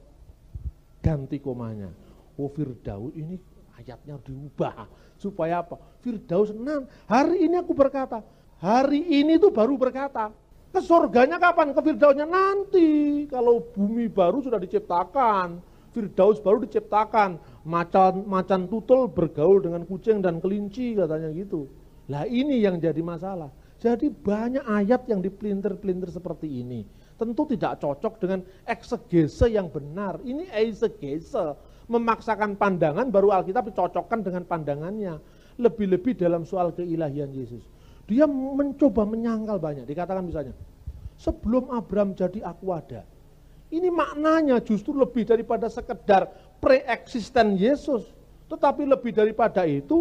ganti komanya. Oh Firdaus ini ayatnya diubah. Supaya apa? Firdaus, hari ini aku berkata. Hari ini tuh baru berkata. Ke surganya kapan? Ke Firdausnya nanti. Kalau bumi baru sudah diciptakan, Firdaus baru diciptakan. Macan tutul bergaul dengan kucing dan kelinci katanya gitu. Lah ini yang jadi masalah. Jadi banyak ayat yang dipelintir-pelintir seperti ini. Tentu tidak cocok dengan eksegese yang benar. Ini eisegese, memaksakan pandangan baru Alkitab dicocokkan dengan pandangannya. Lebih-lebih dalam soal keilahian Yesus. Dia mencoba menyangkal banyak. Dikatakan misalnya, sebelum Abraham jadi aku ada. Ini maknanya justru lebih daripada sekedar pre-eksisten Yesus. Tetapi lebih daripada itu,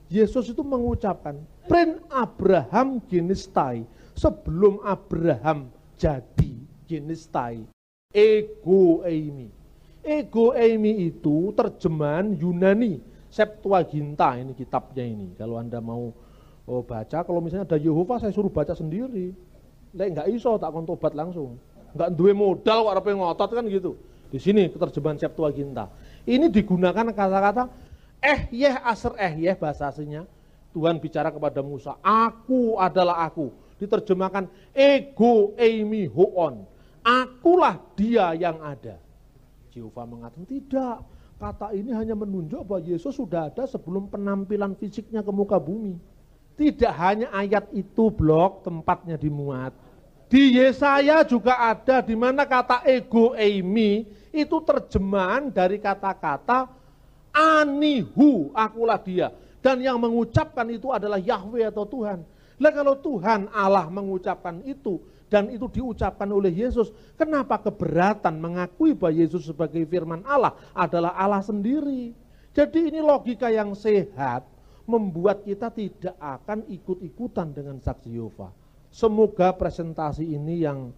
Yesus itu mengucapkan, prin Abraham genistai, sebelum Abraham jadi genistai, ego eimi. Ego eimi itu terjemahan Yunani, Septuaginta ini kitabnya ini. Kalau Anda mau baca, kalau misalnya ada Yehova saya suruh baca sendiri. Lek nggak iso tak kon tobat langsung. Nggak duwe modal kok arepe ngotot kan gitu. Di sini terjemahan Septuaginta. Ini digunakan kata-kata aser bahasa aslinya. Tuhan bicara kepada Musa, aku adalah aku. Diterjemahkan ego eimi hoon. Akulah dia yang ada. Yehova mengatakan tidak. Kata ini hanya menunjuk bahwa Yesus sudah ada sebelum penampilan fisiknya ke muka bumi. Tidak hanya ayat itu blok tempatnya dimuat. Di Yesaya juga ada di mana kata ego eimi itu terjemahan dari kata-kata anihu, akulah dia. Dan yang mengucapkan itu adalah Yahweh atau Tuhan. Lah kalau Tuhan Allah mengucapkan itu dan itu diucapkan oleh Yesus, kenapa keberatan mengakui bahwa Yesus sebagai firman Allah adalah Allah sendiri? Jadi ini logika yang sehat membuat kita tidak akan ikut-ikutan dengan saksi Yehova. Semoga presentasi ini yang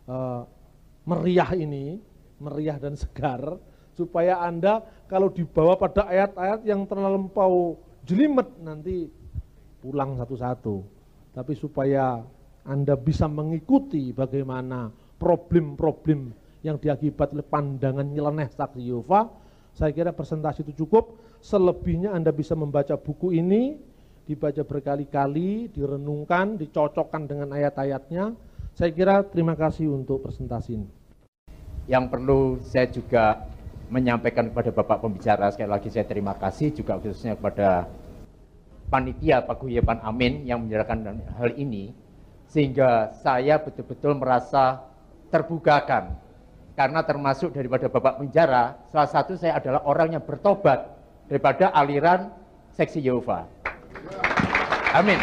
meriah dan segar, supaya Anda kalau dibawa pada ayat-ayat yang terlampau jelimet nanti pulang satu-satu. Tapi supaya Anda bisa mengikuti bagaimana problem-problem yang diakibat oleh pandangan nyeleneh saksi Yehova, saya kira presentasi itu cukup. Selebihnya Anda bisa membaca buku ini, dibaca berkali-kali, direnungkan, dicocokkan dengan ayat-ayatnya. Saya kira terima kasih untuk presentasi ini. Yang perlu saya juga menyampaikan kepada Bapak Pembicara, sekali lagi saya terima kasih juga khususnya kepada Panitia Paguyuban Amin yang menyerahkan hal ini, sehingga saya betul-betul merasa terbukakan. Karena termasuk daripada Bapak Penjara, salah satu saya adalah orang yang bertobat daripada aliran seksi Yehova. Amin.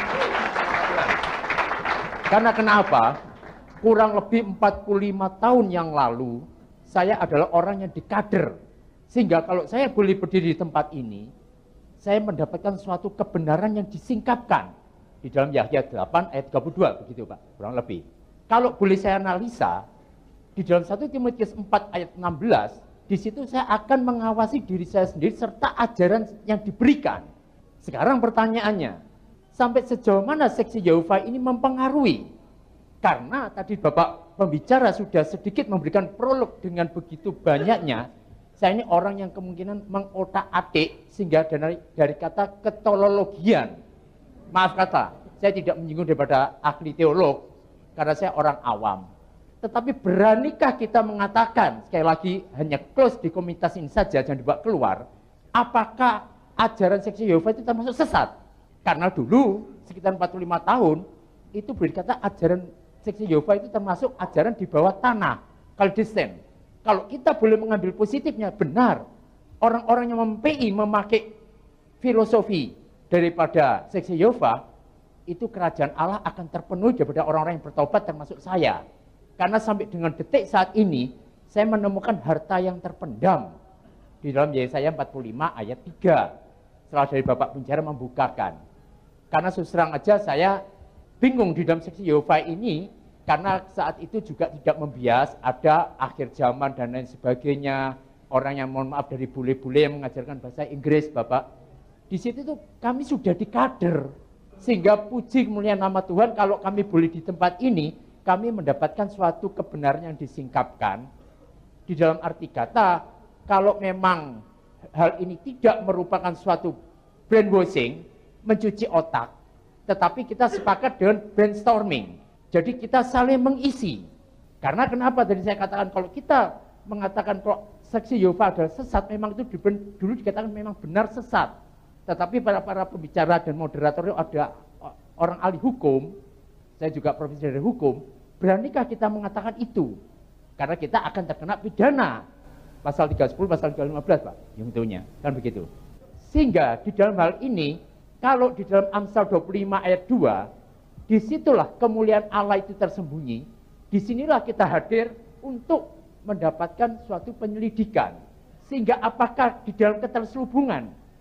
Karena kenapa? Kurang lebih 45 tahun yang lalu, saya adalah orang yang dikader. Sehingga kalau saya boleh berdiri di tempat ini, saya mendapatkan suatu kebenaran yang disingkapkan. Di dalam Yahya 8 ayat 32, begitu Pak, kurang lebih. Kalau boleh saya analisa, di dalam 1 Timotius 4 ayat 16, di situ saya akan mengawasi diri saya sendiri serta ajaran yang diberikan. Sekarang pertanyaannya, sampai sejauh mana seksi Yehova ini mempengaruhi? Karena tadi Bapak Pembicara sudah sedikit memberikan prolog dengan begitu banyaknya, saya ini orang yang kemungkinan mengotak-atik sehingga dari kata ketolologian. Maaf kata, saya tidak menyinggung daripada ahli teolog, karena saya orang awam. Tetapi beranikah kita mengatakan, sekali lagi hanya close di komunitas ini saja, jangan dibawa keluar, apakah ajaran seksi Yehova itu termasuk sesat? Karena dulu, sekitar 45 tahun, itu berkata ajaran seksi Yehova itu termasuk ajaran di bawah tanah, kaldesen. Kalau kita boleh mengambil positifnya, benar. Orang-orang yang memakai filosofi daripada seksi Yehova, itu kerajaan Allah akan terpenuhi daripada orang-orang yang bertobat termasuk saya. Karena sampai dengan detik saat ini, saya menemukan harta yang terpendam. Di dalam Yesaya 45 ayat 3. Setelah dari Bapak Penjara membukakan. Karena terang aja saya bingung di dalam seksi Yehova ini, karena saat itu juga tidak membias, ada akhir zaman dan lain sebagainya, orang yang mohon maaf dari bule-bule yang mengajarkan bahasa Inggris, Bapak. Di situ tuh kami sudah dikader, sehingga puji kemuliaan nama Tuhan kalau kami boleh di tempat ini, kami mendapatkan suatu kebenaran yang disingkapkan. Di dalam arti kata, kalau memang hal ini tidak merupakan suatu brainwashing, mencuci otak, tetapi kita sepakat dengan brainstorming. Jadi kita saling mengisi. Karena kenapa tadi saya katakan kalau kita mengatakan kalau seksi Yehova adalah sesat, memang itu dulu dikatakan memang benar sesat. Tetapi para pembicara dan moderator itu ada orang ahli hukum, saya juga profesor dari hukum, beranikah kita mengatakan itu? Karena kita akan terkena pidana. Pasal 310, pasal 315 Pak, yang tentunya. Kan begitu. Sehingga di dalam hal ini, kalau di dalam Amsal 25 ayat 2, disitulah kemuliaan Allah itu tersembunyi. Disinilah kita hadir untuk mendapatkan suatu penyelidikan. Sehingga apakah di dalam keterselubungan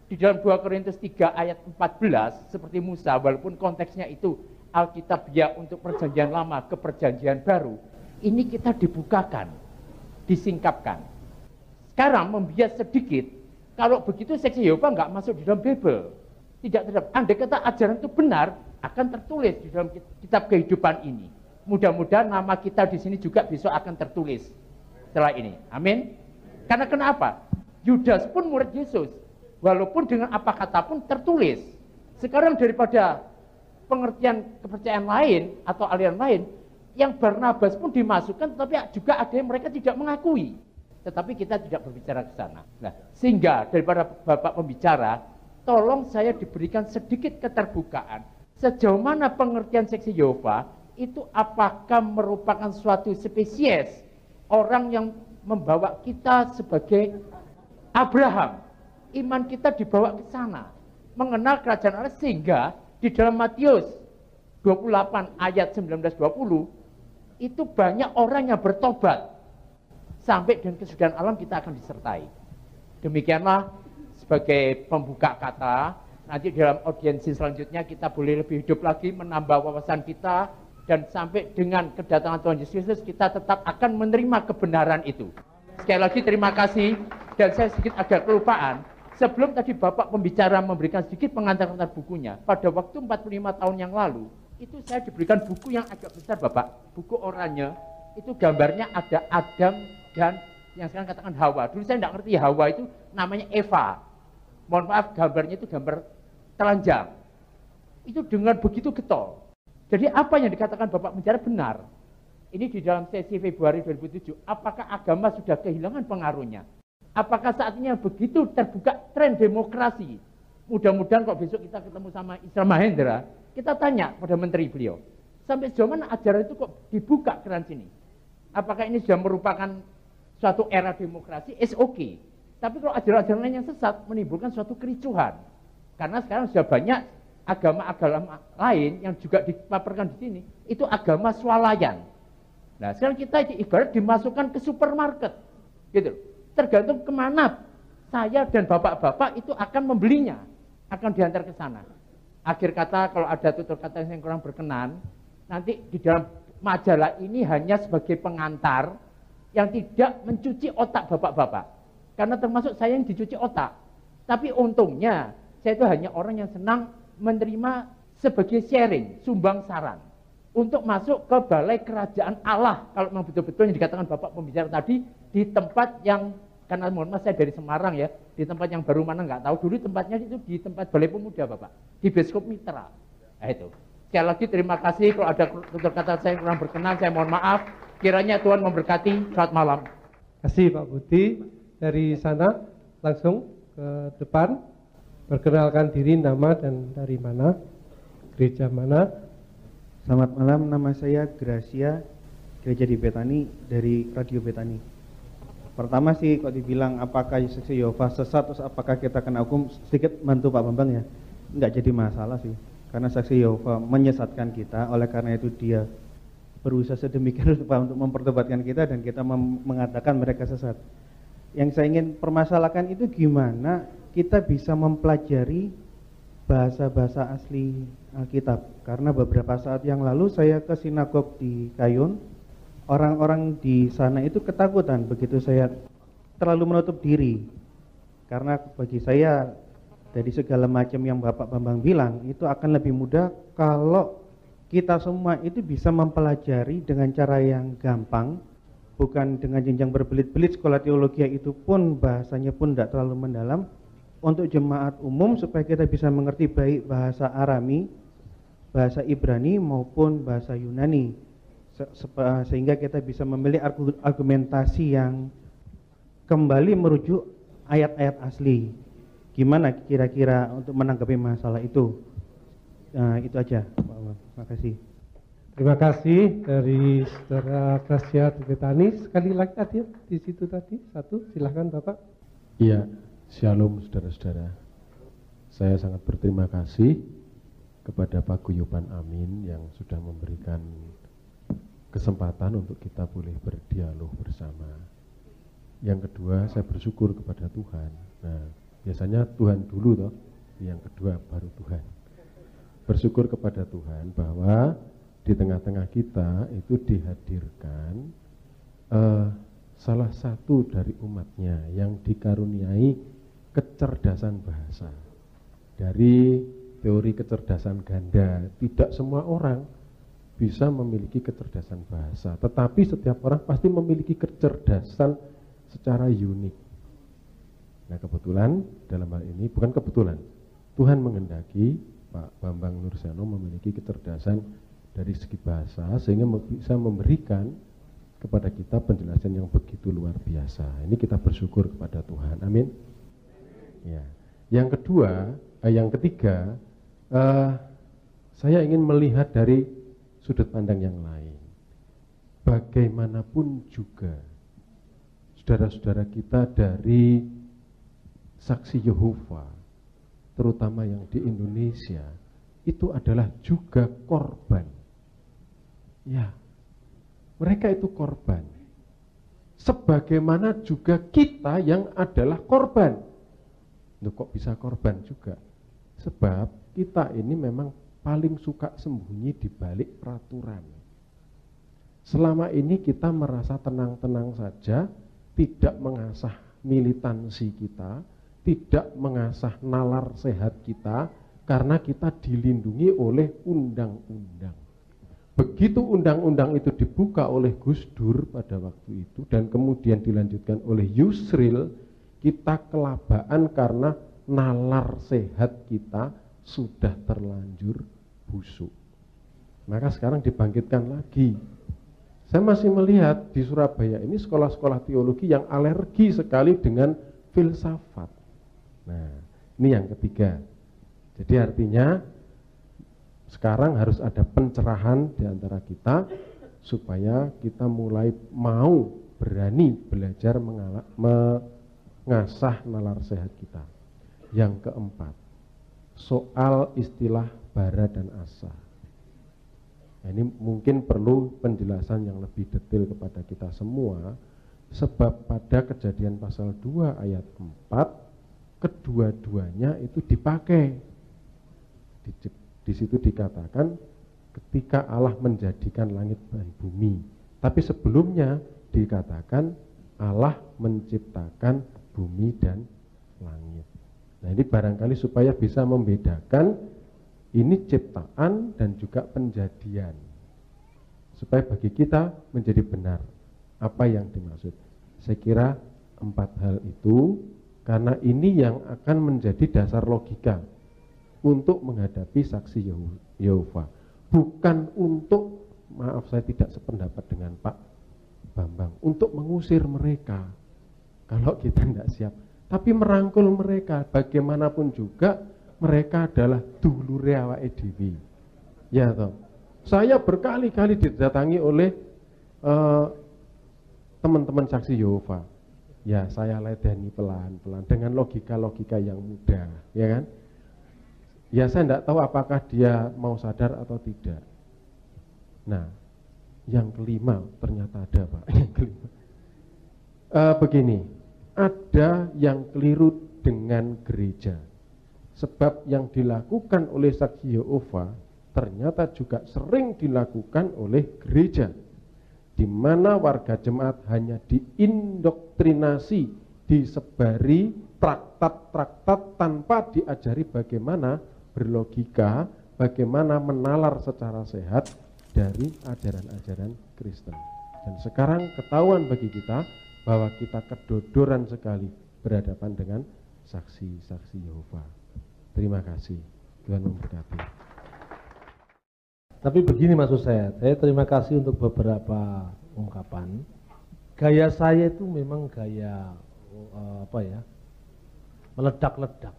di dalam 2 Korintus 3 ayat 14 seperti Musa, walaupun konteksnya itu Alkitabiah untuk perjanjian lama ke perjanjian baru, ini kita dibukakan, disingkapkan. Sekarang membias sedikit, kalau begitu saksi Yehova nggak masuk di dalam Bible, tidak terdapat. Andai kata ajaran itu benar, akan tertulis di dalam kitab kehidupan ini. Mudah-mudahan nama kita di sini juga besok akan tertulis setelah ini. Amin. Karena kenapa? Yudas pun murid Yesus, walaupun dengan apa kata pun tertulis. Sekarang daripada pengertian kepercayaan lain atau aliran lain, yang Barnabas pun dimasukkan, tetapi juga ada yang mereka tidak mengakui. Tetapi kita tidak berbicara ke sana. Nah, sehingga daripada Bapak pembicara, tolong saya diberikan sedikit keterbukaan. Sejauh mana pengertian saksi Yehova itu apakah merupakan suatu spesies orang yang membawa kita sebagai Abraham. Iman kita dibawa ke sana, mengenal kerajaan Allah, sehingga di dalam Matius 28 ayat 19-20 itu banyak orang yang bertobat sampai dengan kesudahan alam kita akan disertai. Demikianlah sebagai pembuka kata. Nanti dalam audiensi selanjutnya kita boleh lebih hidup lagi, menambah wawasan kita, dan sampai dengan kedatangan Tuhan Yesus Kristus kita tetap akan menerima kebenaran itu. Sekali lagi terima kasih, dan saya sedikit agak kelupaan. Sebelum tadi Bapak pembicara memberikan sedikit pengantar-pengantar bukunya, pada waktu 45 tahun yang lalu, itu saya diberikan buku yang agak besar Bapak, buku oranye, itu gambarnya ada Adam dan yang sekarang katakan Hawa. Dulu saya tidak ngerti Hawa itu namanya Eva. Mohon maaf, gambarnya itu gambar telanjang. Itu dengan begitu getol. Jadi apa yang dikatakan Bapak pembicara benar. Ini di dalam sesi Februari 2007. Apakah agama sudah kehilangan pengaruhnya? Apakah saat ini begitu terbuka tren demokrasi? Mudah-mudahan kalau besok kita ketemu sama Isra Mahendra, kita tanya pada menteri beliau, sampai sejauh mana ajaran itu kok dibuka keran sini? Apakah ini sudah merupakan suatu era demokrasi? It's okay. Tapi kalau ajaran-ajaran lain yang sesat menimbulkan suatu kericuhan. Karena sekarang sudah banyak agama-agama lain yang juga dipaparkan di sini, itu agama swalayan. Nah, sekarang kita ibarat dimasukkan ke supermarket, gitu. Tergantung kemana saya dan bapak-bapak itu akan membelinya, akan diantar ke sana. Akhir kata, kalau ada tutur kata yang kurang berkenan, nanti di dalam majalah ini hanya sebagai pengantar yang tidak mencuci otak bapak-bapak. Karena termasuk saya yang dicuci otak. Tapi untungnya, saya itu hanya orang yang senang menerima sebagai sharing, sumbang saran. Untuk masuk ke balai kerajaan Allah. Kalau memang betul-betul yang dikatakan Bapak pembicara tadi, di tempat yang, karena mohon maaf saya dari Semarang ya, di tempat yang baru mana nggak tahu, dulu tempatnya itu di tempat Balai Pemuda Bapak, di Biskop Mitra. Nah itu. Sekali lagi terima kasih, kalau ada tutur kata saya kurang berkenan, saya mohon maaf. Kiranya Tuhan memberkati, selamat malam. Terima kasih Pak Budi. Dari sana langsung ke depan. Perkenalkan diri, nama dan dari mana, gereja mana. Selamat malam, nama saya Gracia, gereja di Betani, dari Radio Betani. Pertama sih kok dibilang apakah saksi Yehova sesat, terus apakah kita kena hukum, sedikit bantu Pak Bambang ya. Enggak jadi masalah sih, karena saksi Yehova menyesatkan kita, oleh karena itu dia berusaha sedemikian rupa untuk mempertobatkan kita, dan kita mengatakan mereka sesat. Yang saya ingin permasalahkan itu gimana kita bisa mempelajari bahasa-bahasa asli Alkitab. Karena beberapa saat yang lalu saya ke sinagog di Kayun, orang-orang di sana itu ketakutan begitu saya terlalu menutup diri. Karena bagi saya dari segala macam yang Bapak Bambang bilang, itu akan lebih mudah kalau kita semua itu bisa mempelajari dengan cara yang gampang, bukan dengan jenjang berbelit-belit. Sekolah teologi itu pun bahasanya pun tidak terlalu mendalam, untuk jemaat umum supaya kita bisa mengerti baik bahasa Arami, bahasa Ibrani maupun bahasa Yunani, sehingga kita bisa memilih argumentasi yang kembali merujuk ayat-ayat asli. Gimana kira-kira untuk menanggapi masalah itu? Nah, itu aja Pak. Terima kasih. Terima kasih dari Saudara Gracia di Betani. Sekali lagi tadi di situ tadi satu, silahkan Bapak. Iya, shalom saudara-saudara. Saya sangat berterima kasih kepada Paguyuban Amin yang sudah memberikan kesempatan untuk kita boleh berdialog bersama. Yang kedua, saya bersyukur kepada Tuhan. Nah, Biasanya Tuhan dulu toh, yang kedua baru Tuhan. Bersyukur kepada Tuhan bahwa di tengah-tengah kita itu dihadirkan salah satu dari umatnya yang dikaruniai kecerdasan bahasa. Dari teori kecerdasan ganda, tidak semua orang bisa memiliki kecerdasan bahasa, tetapi setiap orang pasti memiliki kecerdasan secara unik. Nah, kebetulan dalam hal ini, bukan kebetulan, Tuhan menghendaki Pak Bambang Nurseno memiliki kecerdasan dari segi bahasa sehingga bisa memberikan kepada kita penjelasan yang begitu luar biasa. Ini kita bersyukur kepada Tuhan. Amin. Ya. Yang ketiga, saya ingin melihat dari sudut pandang yang lain. Bagaimanapun juga saudara-saudara kita dari Saksi Yehova, terutama yang di Indonesia, itu adalah juga korban. Ya, mereka itu korban. Sebagaimana juga kita yang adalah korban. Loh, kok bisa korban juga? Sebab kita ini memang paling suka sembunyi di balik peraturan. Selama ini kita merasa tenang-tenang saja, tidak mengasah militansi kita, tidak mengasah nalar sehat kita, karena kita dilindungi oleh undang-undang. Begitu undang-undang itu dibuka oleh Gus Dur pada waktu itu, dan kemudian dilanjutkan oleh Yusril, kita kelabaan karena nalar sehat kita sudah terlanjur busuk. Maka sekarang dibangkitkan lagi. Saya masih melihat di Surabaya ini sekolah-sekolah teologi yang alergi sekali dengan filsafat. Nah, ini yang ketiga. Jadi artinya sekarang harus ada pencerahan di antara kita supaya kita mulai mau berani belajar mengasah nalar sehat kita. Yang keempat, soal istilah bara dan asa. Nah, ini mungkin perlu penjelasan yang lebih detail kepada kita semua, sebab pada Kejadian pasal 2 ayat 4 kedua-duanya itu dipakai. Di situ dikatakan ketika Allah menjadikan langit dan bumi. Tapi sebelumnya dikatakan Allah menciptakan bumi dan langit. Nah, ini barangkali supaya bisa membedakan ini ciptaan dan juga penjadian. Supaya bagi kita menjadi benar apa yang dimaksud. Saya kira 4 hal itu, karena ini yang akan menjadi dasar logika untuk menghadapi saksi Yehova. Bukan untuk, maaf saya tidak sependapat dengan Pak Bambang, untuk mengusir mereka kalau kita tidak siap, tapi merangkul mereka. Bagaimanapun juga mereka adalah dulure awake dhewe. Ya toh. Saya berkali-kali didatangi oleh teman-teman saksi Yehova. Ya, saya ledeni pelan-pelan dengan logika-logika yang mudah, ya kan? Ya, saya tidak tahu apakah dia mau sadar atau tidak. Nah, yang kelima ternyata ada, Pak. Yang kelima. Begini, ada yang keliru dengan gereja. Sebab yang dilakukan oleh saksi Yehova ternyata juga sering dilakukan oleh gereja, di mana warga jemaat hanya diindoktrinasi, disebari traktat-traktat tanpa diajari bagaimana berlogika, bagaimana menalar secara sehat dari ajaran-ajaran Kristen. Dan sekarang ketahuan bagi kita bahwa kita kedodoran sekali berhadapan dengan saksi-saksi Yehova. Terima kasih, Tuhan memberkati. Tapi begini maksud saya terima kasih untuk beberapa ungkapan. Gaya saya itu memang gaya meledak-ledak.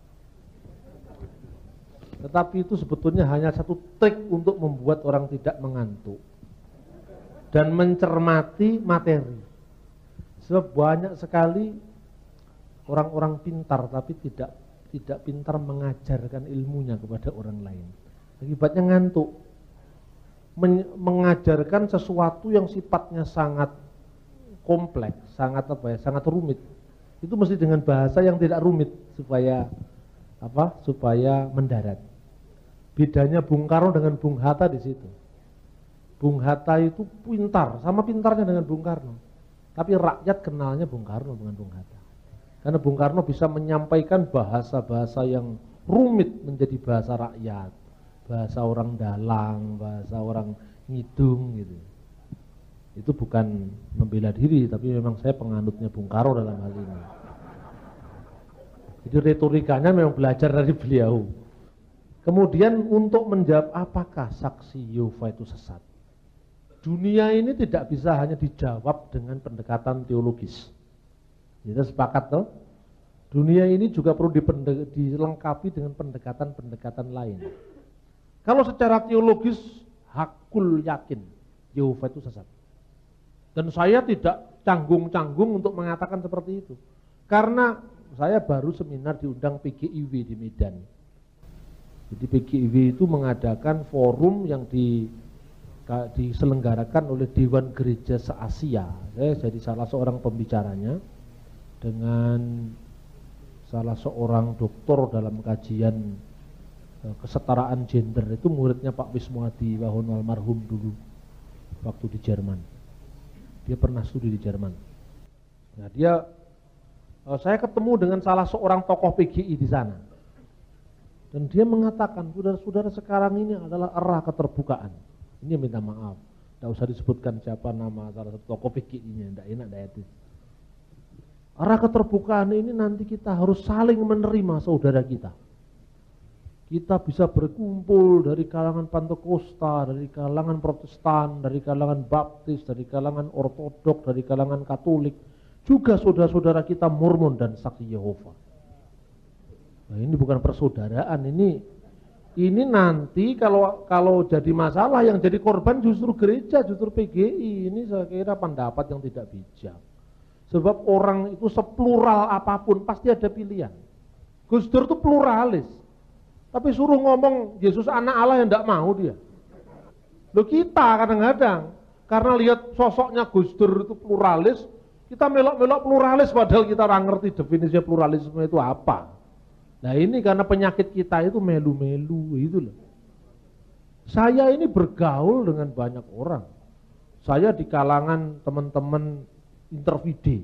Tetapi itu sebetulnya hanya satu trik untuk membuat orang tidak mengantuk dan mencermati materi. Sebab banyak sekali orang-orang pintar tapi tidak pintar mengajarkan ilmunya kepada orang lain. Akibatnya ngantuk. Mengajarkan sesuatu yang sifatnya sangat kompleks, sangat rumit. Itu mesti dengan bahasa yang tidak rumit supaya apa? Supaya mendarat. Bedanya Bung Karno dengan Bung Hatta di situ. Bung Hatta itu pintar, sama pintarnya dengan Bung Karno. Tapi rakyat kenalnya Bung Karno dengan Bung Hatta. Karena Bung Karno bisa menyampaikan bahasa-bahasa yang rumit menjadi bahasa rakyat, bahasa orang dalang, bahasa orang ngidung gitu. Itu bukan membela diri, tapi memang saya penganutnya Bung Karno dalam hal ini. Jadi retorikanya memang belajar dari beliau. Kemudian untuk menjawab apakah saksi Yehova itu sesat, dunia ini tidak bisa hanya dijawab dengan pendekatan teologis. Kita sepakat toh? Dunia ini juga perlu dilengkapi dengan pendekatan-pendekatan lain. Kalau secara teologis, hakul yakin Yehova itu sesat. Dan saya tidak canggung-canggung untuk mengatakan seperti itu. Karena saya baru seminar diundang PGIW di Medan. Jadi PGIW itu mengadakan forum yang diselenggarakan oleh Dewan Gereja se-Asia. Saya jadi salah seorang pembicaranya dengan salah seorang doktor dalam kajian kesetaraan gender, itu muridnya Pak Wismuadi Wahon almarhum dulu waktu di Jerman. Dia pernah studi di Jerman. Nah, saya ketemu dengan salah seorang tokoh PGI di sana. Dan dia mengatakan, saudara-saudara sekarang ini adalah era keterbukaan. Ini minta maaf, tidak usah disebutkan siapa nama salah satu tokoh PGI-nya, tidak enak itu. Era keterbukaan ini nanti kita harus saling menerima saudara kita. Kita bisa berkumpul dari kalangan Pantekosta, dari kalangan Protestan, dari kalangan Baptis, dari kalangan Ortodok, dari kalangan Katolik, juga saudara-saudara kita Mormon dan Saksi Yehova. Nah, ini bukan persaudaraan, ini nanti kalau jadi masalah yang jadi korban justru gereja, justru PGI. Ini saya kira pendapat yang tidak bijak. Sebab orang itu seplural apapun pasti ada pilihan. Gus Dur itu pluralis. Tapi suruh ngomong Yesus anak Allah yang tidak mau dia. Loh, kita kadang-kadang karena lihat sosoknya Gus Dur itu pluralis, kita melok-melok pluralis padahal kita orang ngerti definisi pluralisme itu apa. Nah, ini karena penyakit kita itu melu-melu itu loh. Saya ini bergaul dengan banyak orang. Saya di kalangan teman-teman Intervide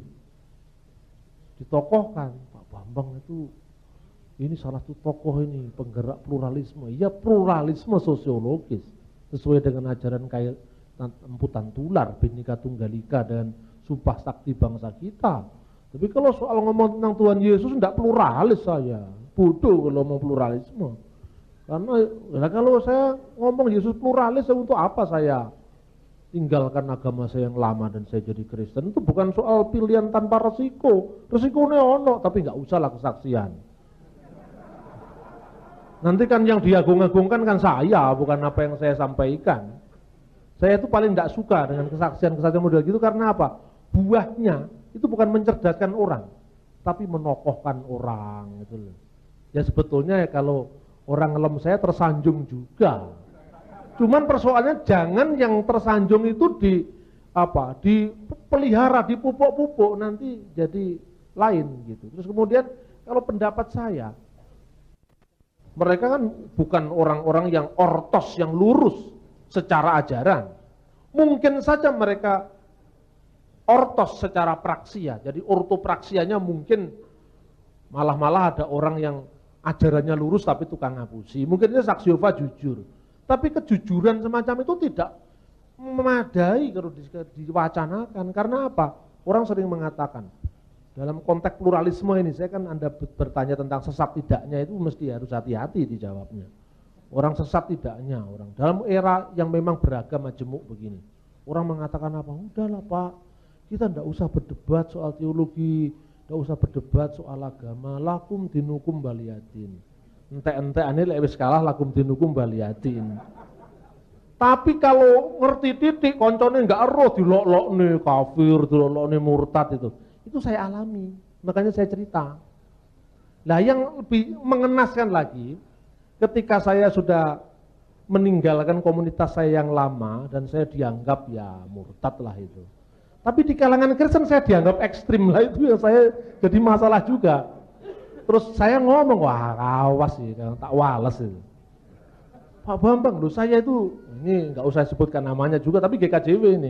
ditokohkan, Pak Bambang itu ini salah satu tokoh ini penggerak pluralisme. Ya, pluralisme sosiologis sesuai dengan ajaran kayak Empu Tantular, Bhinneka Tunggal Ika dan Sumpah Sakti bangsa kita. Tapi kalau soal ngomong tentang Tuhan Yesus tidak pluralis saya, bodoh kalau ngomong pluralisme. Karena kalau saya ngomong Yesus pluralis, untuk apa saya tinggalkan agama saya yang lama dan saya jadi Kristen? Itu bukan soal pilihan tanpa resiko. Resikonya ono, tapi nggak usahlah kesaksian. Nanti kan yang diagung-agungkan kan saya, bukan apa yang saya sampaikan. Saya itu paling tidak suka dengan kesaksian-kesaksian model gitu. Karena apa? Buahnya itu bukan mencerdaskan orang, tapi menokohkan orang gitu loh. Ya sebetulnya ya kalau orang ngelem saya tersanjung juga. Cuman persoalannya jangan yang tersanjung itu dipelihara, dipupuk-pupuk, nanti jadi lain gitu. Terus kemudian kalau pendapat saya, mereka kan bukan orang-orang yang ortos, yang lurus secara ajaran. Mungkin saja mereka ortos secara praksia, jadi ortopraksianya mungkin malah ada orang yang ajarannya lurus tapi tukang ngapusi. Mungkin dia Saksi Yehova jujur. Tapi kejujuran semacam itu tidak memadai kalau diwacanakan. Karena apa? Orang sering mengatakan, dalam konteks pluralisme ini, saya kan Anda bertanya tentang sesat tidaknya itu mesti harus hati-hati dijawabnya. Orang sesat tidaknya, orang dalam era yang memang beragam majemuk begini. Orang mengatakan apa? Udahlah Pak, kita tidak usah berdebat soal teologi, tidak usah berdebat soal agama, lakum dinukum baliyatin. Ente-ente ane lek wis kalah lakum dinukum baliyatin. Tapi kalau ngerti titik koncone enggak eruh dilok-lokne kafir, dilok-lokne murtad itu saya alami. Makanya saya cerita. Nah, yang lebih mengenaskan lagi ketika saya sudah meninggalkan komunitas saya yang lama dan saya dianggap ya murtad lah itu. Tapi di kalangan Kristen saya dianggap ekstrim lah, itu yang saya jadi masalah juga. Terus saya ngomong, wah awas sih, tak wales itu. Pak Bambang, loh saya itu, ini nggak usah sebutkan namanya juga, tapi GKJW ini.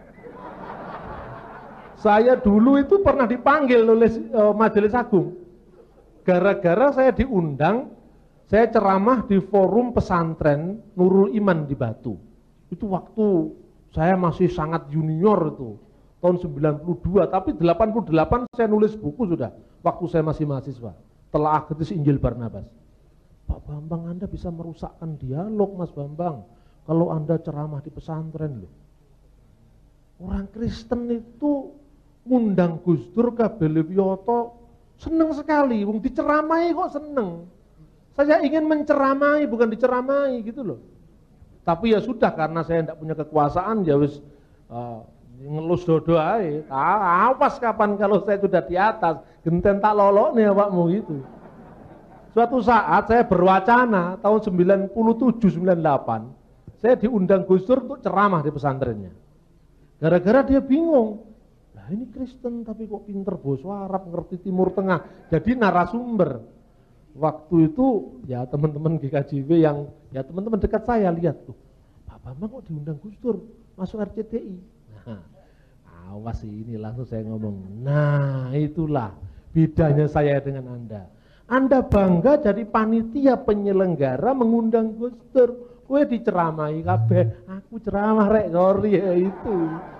Saya dulu itu pernah dipanggil oleh Majelis Agung. Gara-gara saya diundang, saya ceramah di forum pesantren Nurul Iman di Batu. Itu waktu saya masih sangat junior itu, tahun 92, tapi 88 saya nulis buku sudah, waktu saya masih mahasiswa, Telaah Kritis Injil Barnabas. Pak Bambang, Anda bisa merusakkan dialog, Mas Bambang, kalau Anda ceramah di pesantren loh. Orang Kristen itu ngundang Gus Dur ke Belewiyoto, seneng sekali, wong diceramai kok seneng. Saya ingin menceramai, bukan diceramai gitu loh. Tapi ya sudah, karena saya tidak punya kekuasaan, ya wis ngelus dodo aja. Awas kapan kalau saya sudah di atas, genten tak lolok nih awakmu gitu. Suatu saat saya berwacana tahun 97-98, saya diundang Gus Dur untuk ceramah di pesantrennya. Gara-gara dia bingung, nah ini Kristen tapi kok pinter bahasa Arab, ngerti Timur Tengah, jadi narasumber. Waktu itu ya teman-teman GKJW yang ya teman-teman dekat saya lihat tuh, Pak Bambang kok diundang Gus Dur masuk RCTI. Nah, awas sih, ini langsung saya ngomong, nah itulah bedanya saya dengan Anda. Anda bangga jadi panitia penyelenggara mengundang Gus Dur, kowe diceramai kabeh, aku ceramah rek sorry ya itu.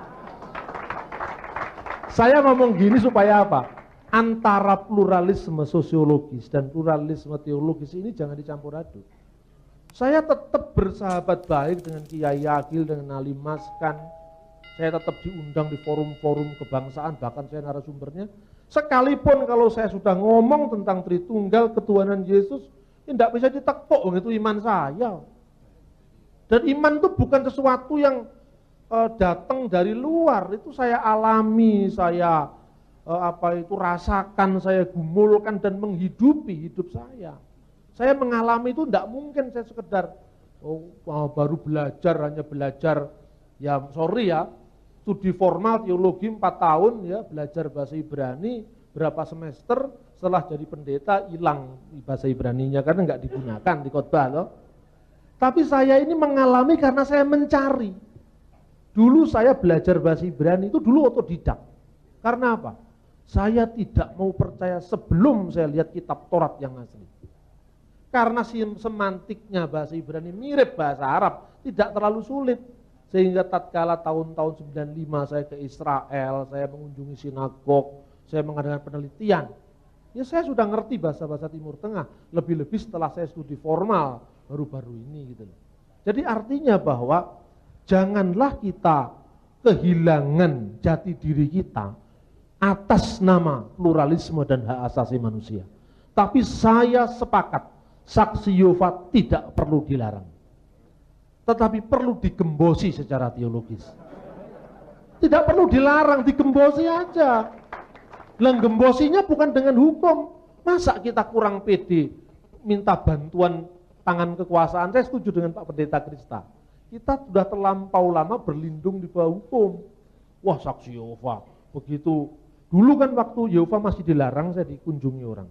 Saya ngomong gini supaya apa? Antara pluralisme sosiologis dan pluralisme teologis ini jangan dicampur aduk. Saya tetap bersahabat baik dengan Kiai Agil, dengan Ali Maskan. Saya tetap diundang di forum-forum kebangsaan, bahkan saya narasumbernya. Sekalipun kalau saya sudah ngomong tentang Tritunggal, ketuhanan Yesus, ya tidak bisa ditekuk, itu iman saya. Dan iman itu bukan sesuatu yang datang dari luar, itu saya alami, saya rasakan, saya gumulkan dan menghidupi hidup saya. Saya mengalami itu tidak mungkin saya sekedar baru belajar, hanya belajar, ya sorry ya, studi formal teologi 4 tahun ya, belajar bahasa Ibrani berapa semester, setelah jadi pendeta hilang bahasa Ibraninya karena nggak digunakan di khotbah loh. Tapi saya ini mengalami karena saya mencari. Dulu saya belajar bahasa Ibrani itu dulu otodidak. Karena apa? Saya tidak mau percaya sebelum saya lihat kitab Taurat yang asli. Karena semantiknya bahasa Ibrani mirip bahasa Arab, tidak terlalu sulit. Sehingga tatkala tahun-tahun 95 saya ke Israel, saya mengunjungi sinagog, saya mengadakan penelitian. Ya saya sudah ngerti bahasa-bahasa Timur Tengah, lebih-lebih setelah saya studi formal baru-baru ini gitu. Jadi artinya bahwa janganlah kita kehilangan jati diri kita atas nama pluralisme dan hak asasi manusia. Tapi saya sepakat, saksi Yehova tidak perlu dilarang. Tetapi perlu digembosi secara teologis. Tidak perlu dilarang, digembosi aja. Lenggembosinya bukan dengan hukum. Masa kita kurang pede minta bantuan tangan kekuasaan? Saya setuju dengan Pak Pendeta Krista. Kita sudah terlampau lama berlindung di bawah hukum. Wah saksi Yehova, begitu. Dulu kan waktu Yehova masih dilarang, saya dikunjungi orang.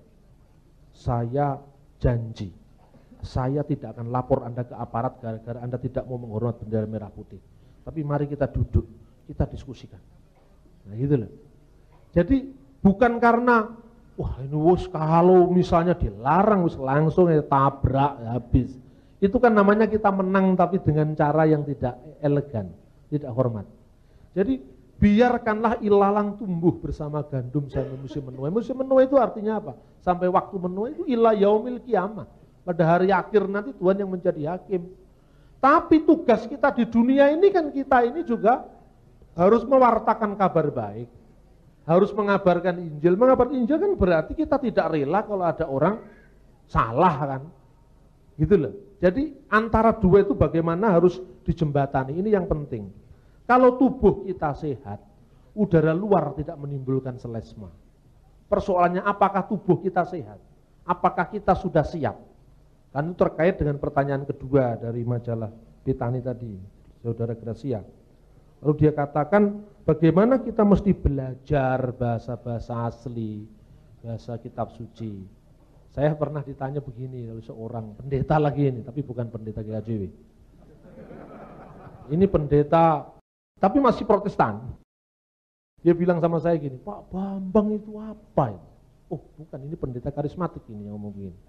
Saya janji, saya tidak akan lapor Anda ke aparat gara-gara Anda tidak mau menghormat bendera merah putih. Tapi mari kita duduk, kita diskusikan. Nah gitu loh. Jadi bukan karena, wah ini kalau misalnya dilarang, langsung ya tabrak, habis. Itu kan namanya kita menang tapi dengan cara yang tidak elegan, tidak hormat. Jadi biarkanlah ilalang tumbuh bersama gandum sampai musim menuai. Musim menuai itu artinya apa? Sampai waktu menuai itu ila yaumil kiamah. Pada hari akhir nanti Tuhan yang menjadi hakim. Tapi tugas kita di dunia ini kan kita ini juga harus mewartakan kabar baik. Harus mengabarkan Injil. Mengabarkan Injil kan berarti kita tidak rela kalau ada orang salah kan. Gitu loh. Jadi antara dua itu bagaimana harus dijembatani. Ini yang penting. Kalau tubuh kita sehat, udara luar tidak menimbulkan selesma. Persoalannya apakah tubuh kita sehat? Apakah kita sudah siap? Kan itu terkait dengan pertanyaan kedua dari majalah Betani tadi, Saudara Gracia. Lalu dia katakan bagaimana kita mesti belajar bahasa-bahasa asli, bahasa kitab suci. Saya pernah ditanya begini oleh seorang pendeta lagi ini, tapi bukan pendeta GKJW. Ini pendeta, tapi masih Protestan. Dia bilang sama saya gini, Pak Bambang itu apa? Oh bukan, ini pendeta karismatik ini yang ngomong begini.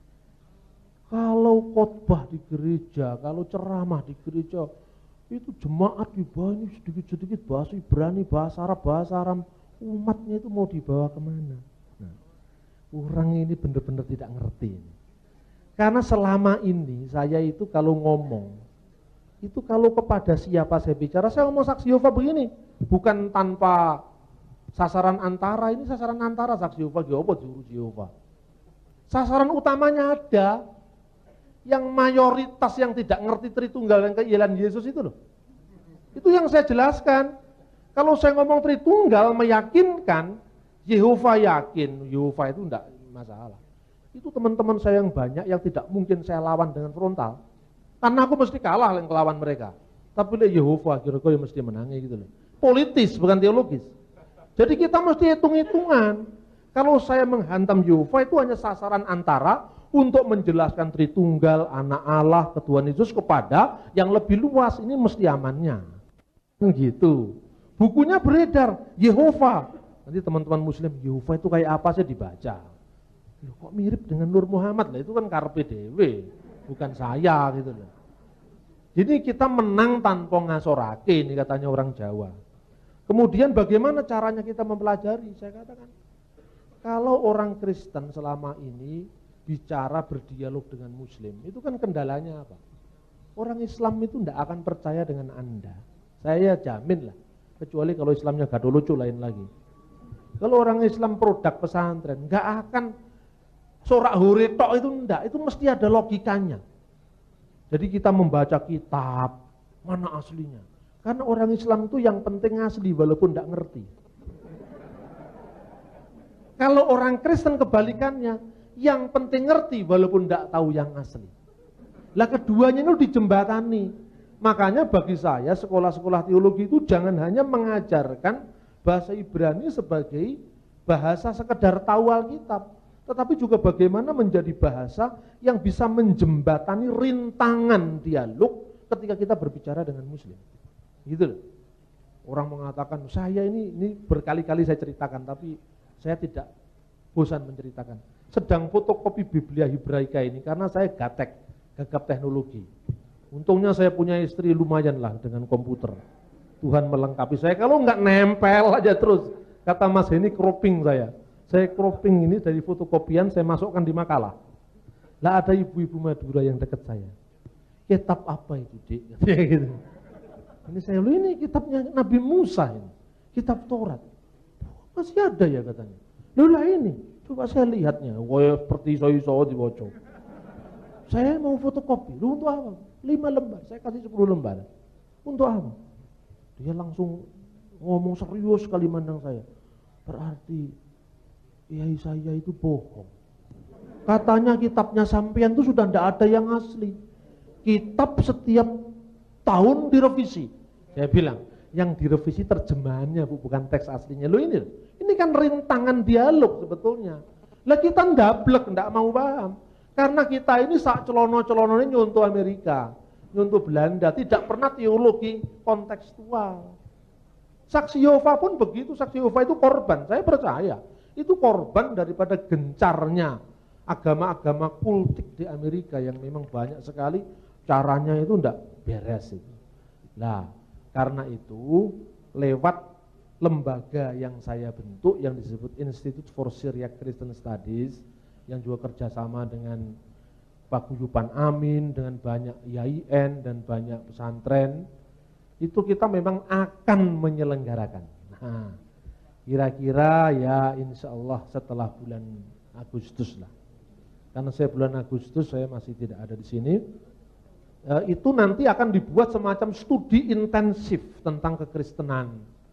Kalau khotbah di gereja, kalau ceramah di gereja, itu jemaat di bawah ini sedikit-sedikit bahasa Ibrani, bahasa Arab, umatnya itu mau dibawa kemana? Nah, orang ini benar-benar tidak ngerti ini. Karena selama ini saya itu kalau ngomong, itu kalau kepada siapa saya bicara, saya ngomong saksi Yehova begini, bukan tanpa sasaran antara, ini sasaran antara saksi Yehova, juru Yehova. Sasaran utamanya ada, yang mayoritas yang tidak ngerti Tritunggal dan keilahian Yesus itu loh. Itu yang saya jelaskan. Kalau saya ngomong Tritunggal meyakinkan, Yehova yakin, Yehova itu enggak masalah. Itu teman-teman saya yang banyak yang tidak mungkin saya lawan dengan frontal. Karena aku mesti kalah yang lawan mereka. Tapi Yehova kira-kira mesti menangi gitu loh. Politis bukan teologis. Jadi kita mesti hitung-hitungan. Kalau saya menghantam Yehova itu hanya sasaran antara untuk menjelaskan Tritunggal, anak Allah, Tuhan Yesus kepada yang lebih luas, ini mesti amannya. Gitu. Bukunya beredar, Yehova. Nanti teman-teman muslim, Yehova itu kayak apa sih dibaca. Loh, kok mirip dengan Nur Muhammad? Lah itu kan karepe dhewe, bukan saya gitu loh. Jadi kita menang tanpa ngasorake, ini katanya orang Jawa. Kemudian bagaimana caranya kita mempelajari? Saya katakan, kalau orang Kristen selama ini bicara berdialog dengan muslim, itu kan kendalanya apa? Orang Islam itu tidak akan percaya dengan Anda. Saya jamin lah, kecuali kalau Islamnya gado lucu lain lagi. Kalau orang Islam produk pesantren, nggak akan sorak hore tok itu enggak, itu mesti ada logikanya. Jadi kita membaca kitab, mana aslinya? Karena orang Islam itu yang penting asli walaupun enggak ngerti. Kalau orang Kristen kebalikannya, yang penting ngerti walaupun tidak tahu yang asli. Lah keduanya itu dijembatani. Makanya bagi saya sekolah-sekolah teologi itu jangan hanya mengajarkan bahasa Ibrani sebagai bahasa sekedar tahu Alkitab, tetapi juga bagaimana menjadi bahasa yang bisa menjembatani rintangan dialog ketika kita berbicara dengan muslim. Gitu loh. Orang mengatakan, saya ini berkali-kali saya ceritakan, tapi saya tidak bosan menceritakan. Sedang fotokopi Biblia Hebraika ini karena saya gagap teknologi. Untungnya saya punya istri lumayan lah dengan komputer. Tuhan melengkapi saya, kalau nggak nempel aja terus. Kata Mas ini cropping saya cropping ini dari fotokopian saya masukkan di makalah. Lah ada ibu-ibu Madura yang dekat saya. Kitab apa itu, Dik? Gitu. Ini saya lihat, ini kitabnya Nabi Musa ini. Kitab Taurat. Masih ada ya katanya. Lah ini, coba saya lihatnya. Wah, seperti iso-iso dibaca. Saya mau fotokopi. Lu untuk apa? 5 lembar. Saya kasih 10 lembar. Untuk apa? Dia langsung ngomong serius sekali mandang saya. Berarti kiai saya itu bohong. Katanya kitabnya sampean itu sudah tidak ada yang asli. Kitab setiap tahun direvisi. Saya bilang, yang direvisi terjemahannya bukan teks aslinya. Loh ini kan rintangan dialog sebetulnya. Lah kita ndablek, ndak mau paham. Karena kita ini sak celono-celonone nyontoh Amerika, nyontoh Belanda, tidak pernah teologi kontekstual. Saksi Yehova pun begitu, saksi Yehova itu korban, saya percaya. Itu korban daripada gencarnya agama-agama kultik di Amerika yang memang banyak sekali caranya itu ndak beres itu. Nah, karena itu lewat lembaga yang saya bentuk yang disebut Institute for Syriac Christian Studies yang juga kerjasama dengan Paguyuban Amin, dengan banyak IAIN dan banyak pesantren, itu kita memang akan menyelenggarakan. Nah, kira-kira ya insya Allah setelah bulan Agustus lah. Karena saya bulan Agustus saya masih tidak ada di sini. Itu nanti akan dibuat semacam studi intensif tentang kekristenan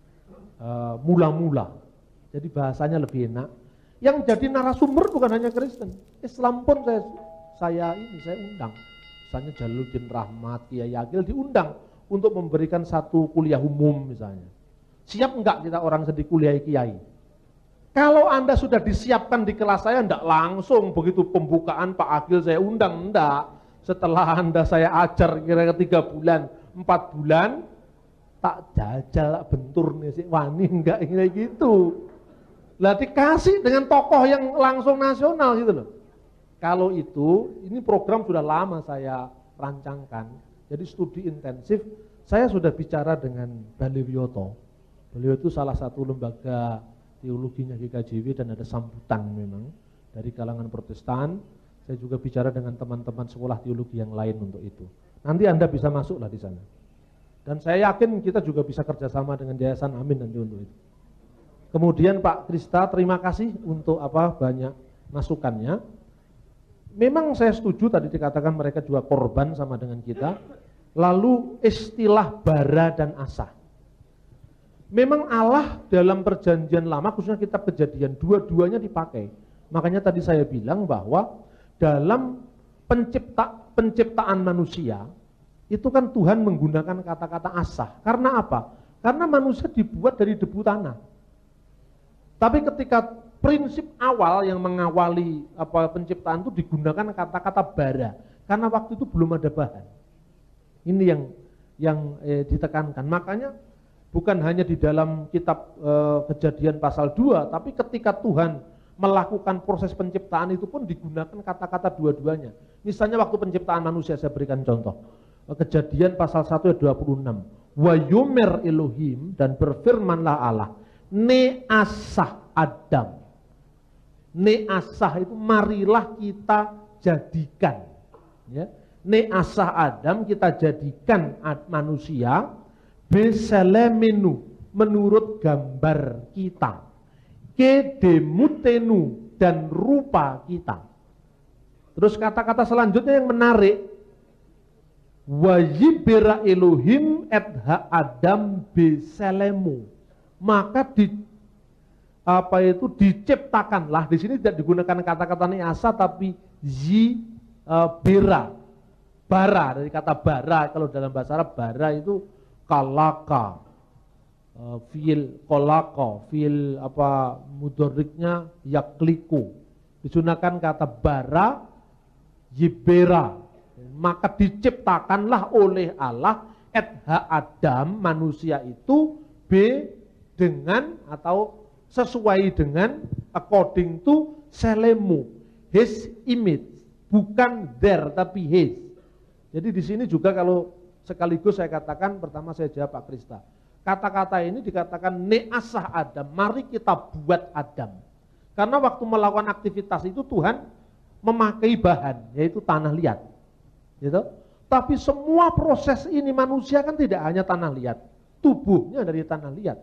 mula-mula. Jadi bahasanya lebih enak. Yang jadi narasumber bukan hanya Kristen, Islam pun saya undang. Misalnya Jalaluddin Rahmat, Kiai Agil diundang untuk memberikan satu kuliah umum misalnya. Siap enggak kita orang sedih kuliah kiai? Kalau Anda sudah disiapkan di kelas saya, enggak langsung begitu pembukaan Pak Agil saya undang, enggak. Setelah Anda saya ajar kira-kira 3 bulan, 4 bulan, tak jajal bentur nih sih, wani enggak kayak gitu. Lah dikasih dengan tokoh yang langsung nasional gitu loh. Kalau itu, ini program sudah lama saya rancangkan. Jadi studi intensif, saya sudah bicara dengan Balewioto. Beliau itu salah satu lembaga teologinya GKJW dan ada sambutan memang dari kalangan Protestan. Saya juga bicara dengan teman-teman sekolah teologi yang lain untuk itu. Nanti Anda bisa masuklah di sana. Dan saya yakin kita juga bisa kerjasama dengan Yayasan Amin nanti untuk itu. Kemudian Pak Krista, terima kasih untuk banyak masukannya. Memang saya setuju tadi dikatakan mereka juga korban sama dengan kita. Lalu istilah bara dan asah. Memang Allah dalam perjanjian lama, khususnya kitab Kejadian, dua-duanya dipakai. Makanya tadi saya bilang bahwa dalam penciptaan manusia, itu kan Tuhan menggunakan kata-kata asah. Karena apa? Karena manusia dibuat dari debu tanah. Tapi ketika prinsip awal yang mengawali penciptaan itu digunakan kata-kata bara, karena waktu itu belum ada bahan. Ini yang ditekankan. Makanya bukan hanya di dalam kitab Kejadian pasal 2, tapi ketika Tuhan melakukan proses penciptaan itu pun digunakan kata-kata dua-duanya. Misalnya waktu penciptaan manusia, saya berikan contoh. Kejadian pasal 1 ayat 26. Wa yumer Elohim, dan berfirmanlah Allah, ne'asah Adam. Ne'asah itu marilah kita jadikan. Ya. Ne'asah Adam, kita jadikan manusia beselemenu, menurut gambar kita, kedemutenu, dan rupa kita. Terus kata-kata selanjutnya yang menarik, wajibera Elohim etha Adam beselemu, maka diciptakanlah. Di sini tidak digunakan kata-kata neasa tapi bera, bara, dari kata bara. Kalau dalam bahasa Arab bara itu kalaka, fiil kolako, fiil mudoriknya yakliku. Digunakan kata bara, yibera. Maka diciptakanlah oleh Allah etha Adam, manusia itu dengan atau sesuai dengan, according to selemu, his image, bukan their tapi his. Jadi di sini juga kalau sekaligus saya katakan, pertama saya jawab Pak Krista. Kata-kata ini dikatakan ne'asah Adam, mari kita buat Adam. Karena waktu melakukan aktivitas itu Tuhan memakai bahan, yaitu tanah liat. Gitu? Tapi semua proses ini manusia kan tidak hanya tanah liat, tubuhnya dari tanah liat.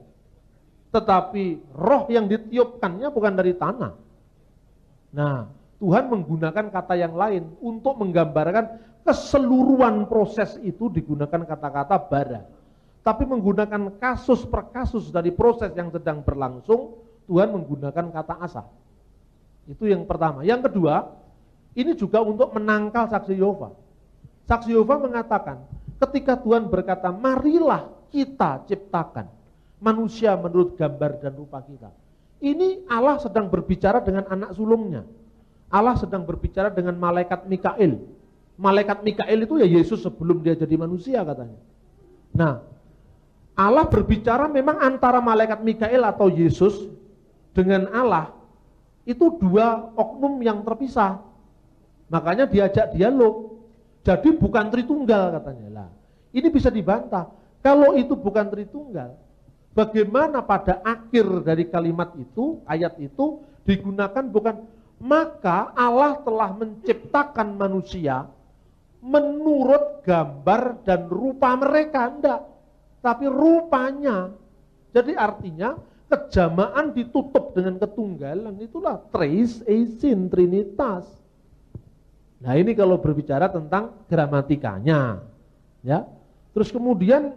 Tetapi roh yang ditiupkannya bukan dari tanah. Nah, Tuhan menggunakan kata yang lain untuk menggambarkan keseluruhan proses itu digunakan kata-kata bara. Tapi menggunakan kasus per kasus dari proses yang sedang berlangsung, Tuhan menggunakan kata asah. Itu yang pertama. Yang kedua, ini juga untuk menangkal saksi Yehova. Saksi Yehova mengatakan, ketika Tuhan berkata, marilah kita ciptakan manusia menurut gambar dan rupa kita. Ini Allah sedang berbicara dengan anak sulungnya. Allah sedang berbicara dengan malaikat Mikail. Malaikat Mikail itu ya Yesus sebelum dia jadi manusia katanya. Nah, Allah berbicara memang antara malaikat Mikail atau Yesus dengan Allah, itu dua oknum yang terpisah. Makanya diajak dialog. Jadi bukan Tritunggal katanya. Lah, ini bisa dibantah. Kalau itu bukan Tritunggal, bagaimana pada akhir dari kalimat itu, ayat itu digunakan bukan, maka Allah telah menciptakan manusia menurut gambar dan rupa mereka, enggak, tapi rupanya. Jadi artinya kejamaan ditutup dengan ketunggalan, itulah Tres Eisin Trinitas. Nah ini kalau berbicara tentang gramatikanya, ya. Terus kemudian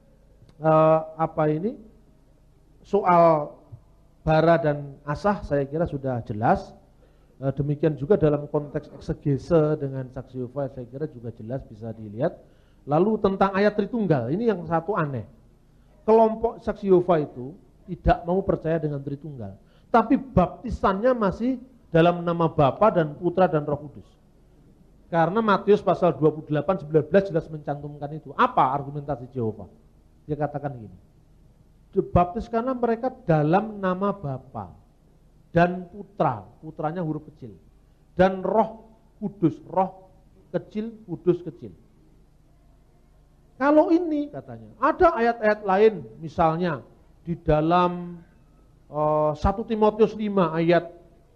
soal bara dan asah saya kira sudah jelas. Demikian juga dalam konteks eksegese dengan saksi Yehova saya kira juga jelas bisa dilihat. Lalu tentang ayat Tritunggal, ini yang satu aneh. Kelompok saksi Yehova itu tidak mau percaya dengan Tritunggal. Tapi baptisannya masih dalam nama Bapa dan Putra dan Roh Kudus. Karena Matius pasal 28:19 jelas mencantumkan itu. Apa argumentasi Yehova? Dia katakan gini. Dibaptis karena mereka dalam nama Bapa dan Putra, putranya huruf kecil. Dan Roh Kudus, roh kecil, kudus kecil. Kalau ini katanya, ada ayat-ayat lain misalnya di dalam 1 Timotius 5 ayat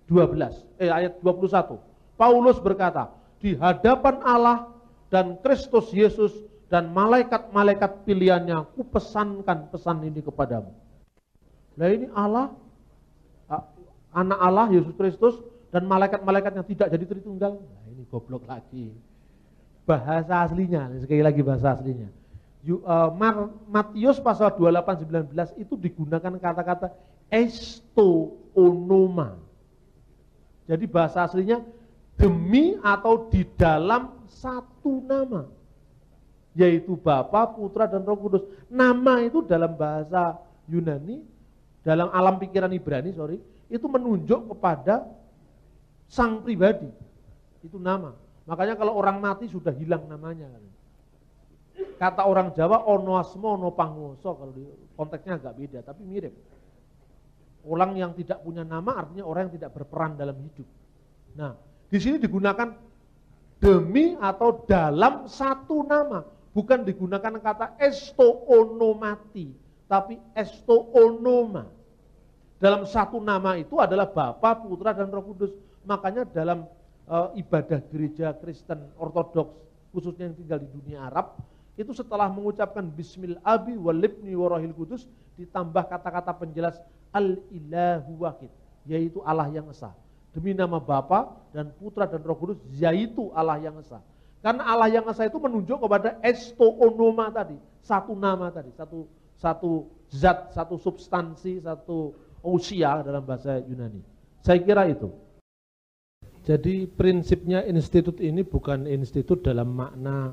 21. Paulus berkata, di hadapan Allah dan Kristus Yesus dan malaikat-malaikat pilihannya, kupesankan pesan ini kepadamu. Nah ini Allah, anak Allah Yesus Kristus dan malaikat-malaikat yang tidak jadi Tritunggal. Nah ini goblok lagi. Bahasa aslinya, sekali lagi bahasa aslinya. Matius pasal 28:19 itu digunakan kata-kata esto onoma. Jadi bahasa aslinya demi atau di dalam satu nama, yaitu Bapa, Putra dan Roh Kudus. Nama itu dalam bahasa Yunani, dalam alam pikiran Ibrani, itu menunjuk kepada sang pribadi. Itu nama. Makanya kalau orang mati sudah hilang namanya. Kata orang Jawa ono asmo ono pangoso, kalau konteksnya agak beda tapi mirip. Orang yang tidak punya nama artinya orang yang tidak berperan dalam hidup. Nah, di sini digunakan demi atau dalam satu nama, bukan digunakan kata esto onomati, tapi esto onoma. Dalam satu nama itu adalah Bapa, Putra dan Roh Kudus. Makanya dalam ibadah gereja Kristen Ortodoks, khususnya yang tinggal di dunia Arab, itu setelah mengucapkan Bismil Abi wal Ibni wa Rohil Kudus, ditambah kata-kata penjelas Al-Ilahu Wahid, yaitu Allah yang esa. Demi nama Bapa dan Putra dan Roh Kudus, yaitu Allah yang esa. Karena Allah yang esa itu menunjuk kepada esto onoma tadi, satu nama tadi, satu zat, satu substansi, satu ousia dalam bahasa Yunani. Saya kira itu. Jadi prinsipnya institut ini bukan institut dalam makna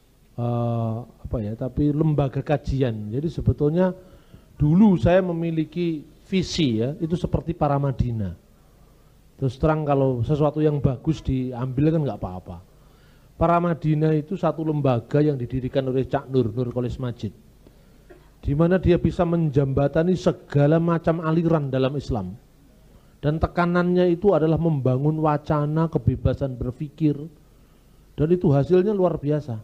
tapi lembaga kajian. Jadi sebetulnya dulu saya memiliki visi ya, itu seperti Paramadina. Terus terang kalau sesuatu yang bagus diambil kan nggak apa-apa. Paramadina itu satu lembaga yang didirikan oleh Cak Nur Kholis Majid, di mana dia bisa menjembatani segala macam aliran dalam Islam. Dan tekanannya itu adalah membangun wacana kebebasan berpikir, dan itu hasilnya luar biasa.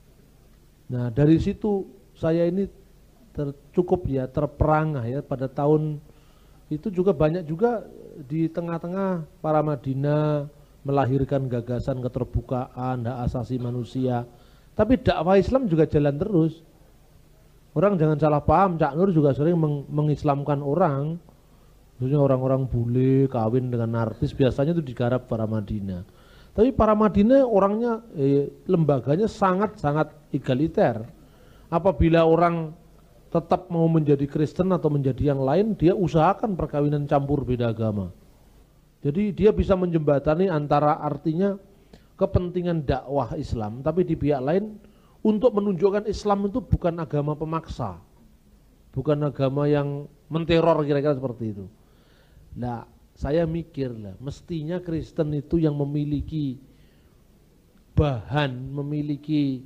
Nah dari situ saya ini cukup ya terperangah ya, pada tahun itu juga banyak juga di tengah-tengah Paramadina melahirkan gagasan keterbukaan, hak asasi manusia. Tapi dakwah Islam juga jalan terus. Orang jangan salah paham, Cak Nur juga sering mengislamkan orang. Maksudnya orang-orang bule kawin dengan artis, biasanya itu digarap Paramadina. Tapi Paramadina orangnya, lembaganya sangat-sangat egaliter. Apabila orang tetap mau menjadi Kristen atau menjadi yang lain, dia usahakan perkawinan campur beda agama. Jadi dia bisa menjembatani antara artinya kepentingan dakwah Islam, tapi di pihak lain untuk menunjukkan Islam itu bukan agama pemaksa, bukan agama yang menteror, kira-kira seperti itu. Nah, saya mikir lah, mestinya Kristen itu yang memiliki bahan, memiliki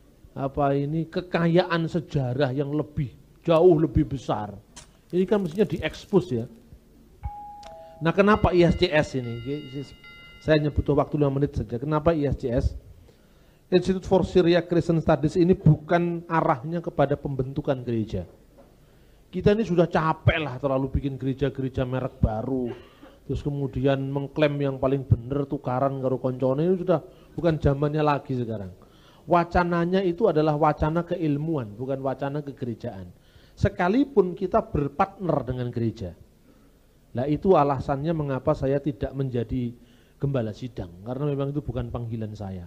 kekayaan sejarah yang jauh lebih besar. Ini kan mestinya diekspos ya. Nah, kenapa ISCS ini? Saya hanya butuh waktu 5 menit saja. Kenapa ISCS? Institute for Syriac Christian Studies ini bukan arahnya kepada pembentukan gereja. Kita ini sudah capek lah terlalu bikin gereja-gereja merek baru, terus kemudian mengklaim yang paling benar tukaran karo koncone, ini sudah bukan zamannya lagi sekarang. Wacananya itu adalah wacana keilmuan, bukan wacana kegerejaan. Sekalipun kita berpartner dengan gereja. Nah itu alasannya mengapa saya tidak menjadi gembala sidang, karena memang itu bukan panggilan saya.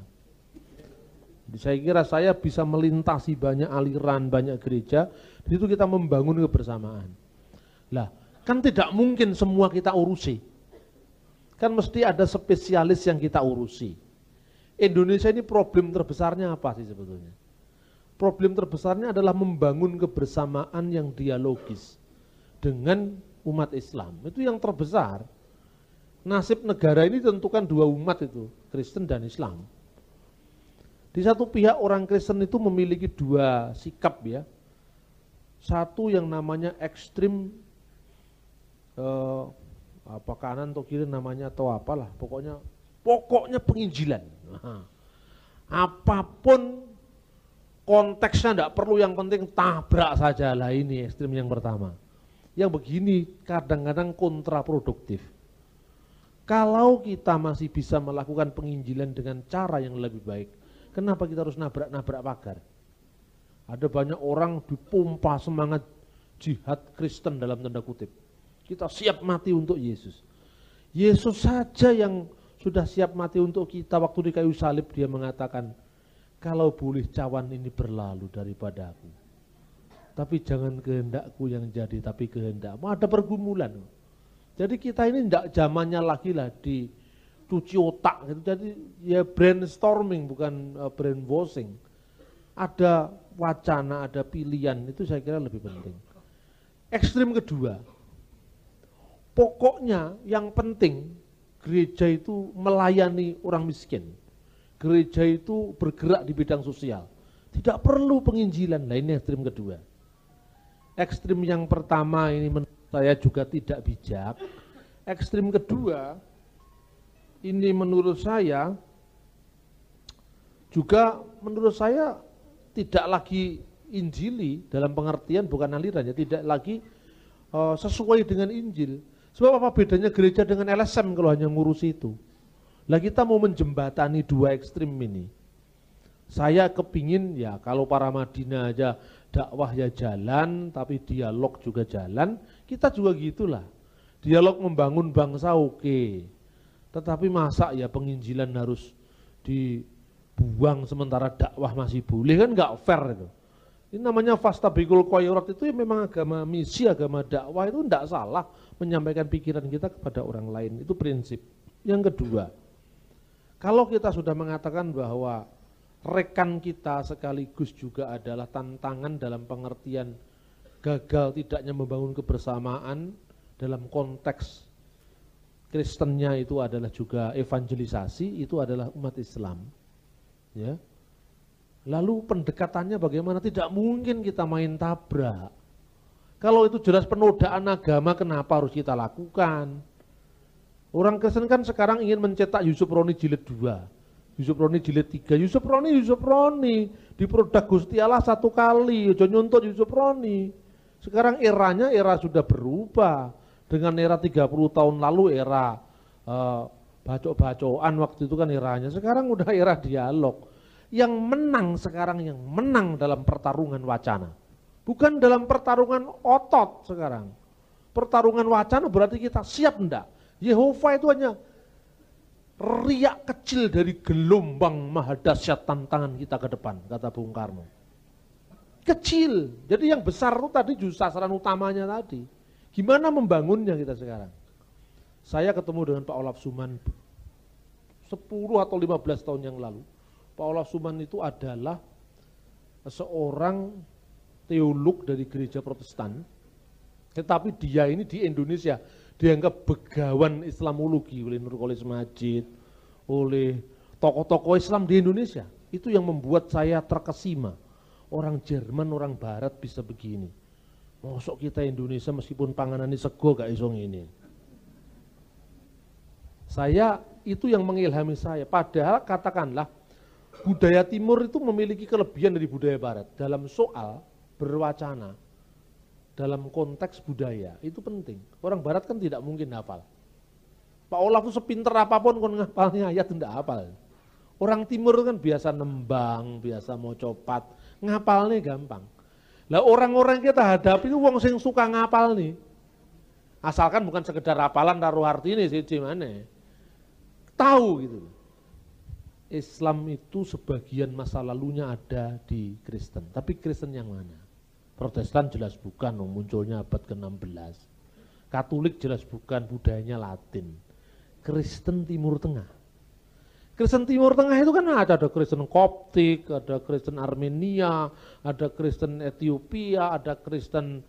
Saya kira saya bisa melintasi banyak aliran, banyak gereja, di situ kita membangun kebersamaan. Lah, kan tidak mungkin semua kita urusi. Kan mesti ada spesialis yang kita urusi. Indonesia ini problem terbesarnya apa sih sebetulnya? Problem terbesarnya adalah membangun kebersamaan yang dialogis dengan umat Islam. Itu yang terbesar. Nasib negara ini ditentukan dua umat itu, Kristen dan Islam. Di satu pihak orang Kristen itu memiliki dua sikap ya. Satu yang namanya ekstrim, apa kanan atau kiri namanya atau apalah, pokoknya penginjilan. Nah, apapun konteksnya tidak perlu, yang penting tabrak saja lah, ini ekstrim yang pertama. Yang begini kadang-kadang kontraproduktif. Kalau kita masih bisa melakukan penginjilan dengan cara yang lebih baik, kenapa kita harus nabrak-nabrak pagar? Ada banyak orang dipompa semangat jihad Kristen dalam tanda kutip. Kita siap mati untuk Yesus. Yesus saja yang sudah siap mati untuk kita. Waktu di kayu salib dia mengatakan, kalau boleh cawan ini berlalu daripada aku, tapi jangan kehendakku yang jadi, tapi kehendakmu. Ada pergumulan. Jadi kita ini tidak zamannya lagi lah dicuci otak gitu. Jadi ya brainstorming bukan brainwashing. Ada wacana, ada pilihan, itu saya kira lebih penting. Ekstrim kedua, pokoknya yang penting gereja itu melayani orang miskin. Gereja itu bergerak di bidang sosial. Tidak perlu penginjilan. Nah, ini ekstrim kedua. Ekstrim yang pertama ini menurut saya juga tidak bijak. Ekstrim kedua ini menurut saya juga tidak lagi injili, dalam pengertian bukan aliran ya, tidak lagi sesuai dengan Injil. Sebab apa bedanya gereja dengan LSM kalau hanya ngurus itu? Lah kita mau menjembatani dua ekstrim ini. Saya kepingin ya kalau para Madinah aja dakwah ya jalan, tapi dialog juga jalan, kita juga gitulah. Dialog membangun bangsa oke. Tetapi masa ya penginjilan harus dibuang sementara dakwah masih boleh, kan nggak fair itu. Ini namanya fastabikul khairat, itu ya memang agama misi, agama dakwah, itu tidak salah menyampaikan pikiran kita kepada orang lain, itu prinsip. Yang kedua, kalau kita sudah mengatakan bahwa rekan kita sekaligus juga adalah tantangan dalam pengertian gagal tidaknya membangun kebersamaan dalam konteks Kristennya, itu adalah juga evangelisasi, itu adalah umat Islam. Ya. Lalu pendekatannya bagaimana? Tidak mungkin kita main tabrak. Kalau itu jelas penodaan agama, kenapa harus kita lakukan? Orang Kristen kan sekarang ingin mencetak Yusuf Roni jilid 2, Yusuf Roni jilid 3, Yusuf Roni, di produk Gusti Allah satu kali, ojo nyontot Yusuf Roni. Sekarang eranya sudah berubah. Dengan era 30 tahun lalu era bacok-bacokan waktu itu kan eranya, sekarang udah era dialog. Yang menang sekarang, yang menang dalam pertarungan wacana. Bukan dalam pertarungan otot sekarang. Pertarungan wacana berarti kita siap enggak? Yehova itu hanya riak kecil dari gelombang maha dahsyat tantangan kita ke depan, kata Bung Karno. Kecil, jadi yang besar itu tadi justru sasaran utamanya tadi. Gimana membangunnya kita sekarang? Saya ketemu dengan Pak Olaf Suman 10 atau 15 tahun yang lalu. Pak Olaf Suman itu adalah seorang teolog dari gereja Protestan, tetapi dia ini di Indonesia dianggap begawan Islamologi oleh Nurkolis Majid, oleh tokoh-tokoh Islam di Indonesia. Itu yang membuat saya terkesima. Orang Jerman, orang Barat bisa begini. Mosok kita Indonesia meskipun panganannya sego gak iso ngene. Saya itu yang mengilhami saya. Padahal katakanlah budaya Timur itu memiliki kelebihan dari budaya Barat dalam soal berwacana, dalam konteks budaya itu penting. Orang Barat kan tidak mungkin hafal. Pak Olaf itu sepinter apapun kon ngapalnya ayat tidak hafal. Orang Timur kan biasa nembang, biasa mau copat, ngapalnya gampang. Lah orang-orang kita hadapi itu wong sing suka ngapal nih. Asalkan bukan sekedar hafalan taruh artinya sih gimana. Tahu gitu. Islam itu sebagian masa lalunya ada di Kristen. Tapi Kristen yang mana? Protestan jelas bukan, munculnya abad ke-16. Katolik jelas bukan, budayanya Latin. Kristen Timur Tengah. Kristen Timur Tengah itu kan ada Kristen Koptik, ada Kristen Armenia, ada Kristen Ethiopia, ada Kristen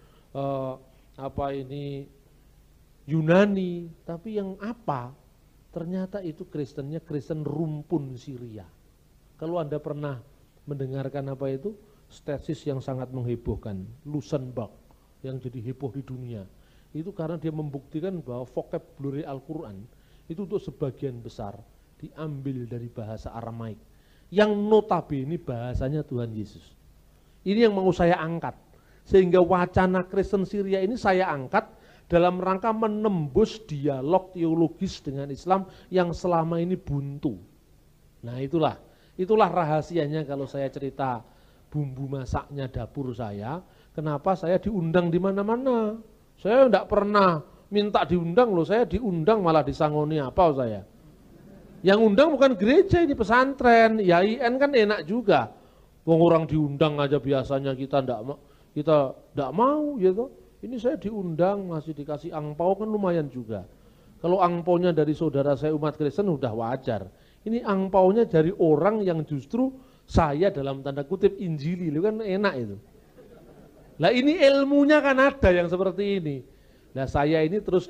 Yunani. Tapi yang apa? Ternyata itu Kristennya Kristen rumpun Syria. Kalau Anda pernah mendengarkan apa itu? Tesis yang sangat menghebohkan, Lusenbach, yang jadi heboh di dunia. Itu karena dia membuktikan bahwa vocabulary Al-Quran itu untuk sebagian besar diambil dari bahasa Aramaik. Yang notabene bahasanya Tuhan Yesus. Ini yang mau saya angkat. Sehingga wacana Kristen Syria ini saya angkat dalam rangka menembus dialog teologis dengan Islam yang selama ini buntu. Nah itulah rahasianya kalau saya cerita bumbu masaknya dapur saya, kenapa saya diundang di mana-mana. Saya enggak pernah minta diundang loh, saya diundang malah disangoni apa saya. Yang undang bukan gereja, ini pesantren, IAIN kan enak juga. Wong orang diundang aja biasanya kita enggak mau gitu. Ini saya diundang, masih dikasih angpau kan lumayan juga. Kalau angpaunya dari saudara saya umat Kristen udah wajar. Ini angpaunya dari orang yang justru saya dalam tanda kutip injili, itu kan enak itu. Lah ini ilmunya kan ada yang seperti ini. Nah saya ini terus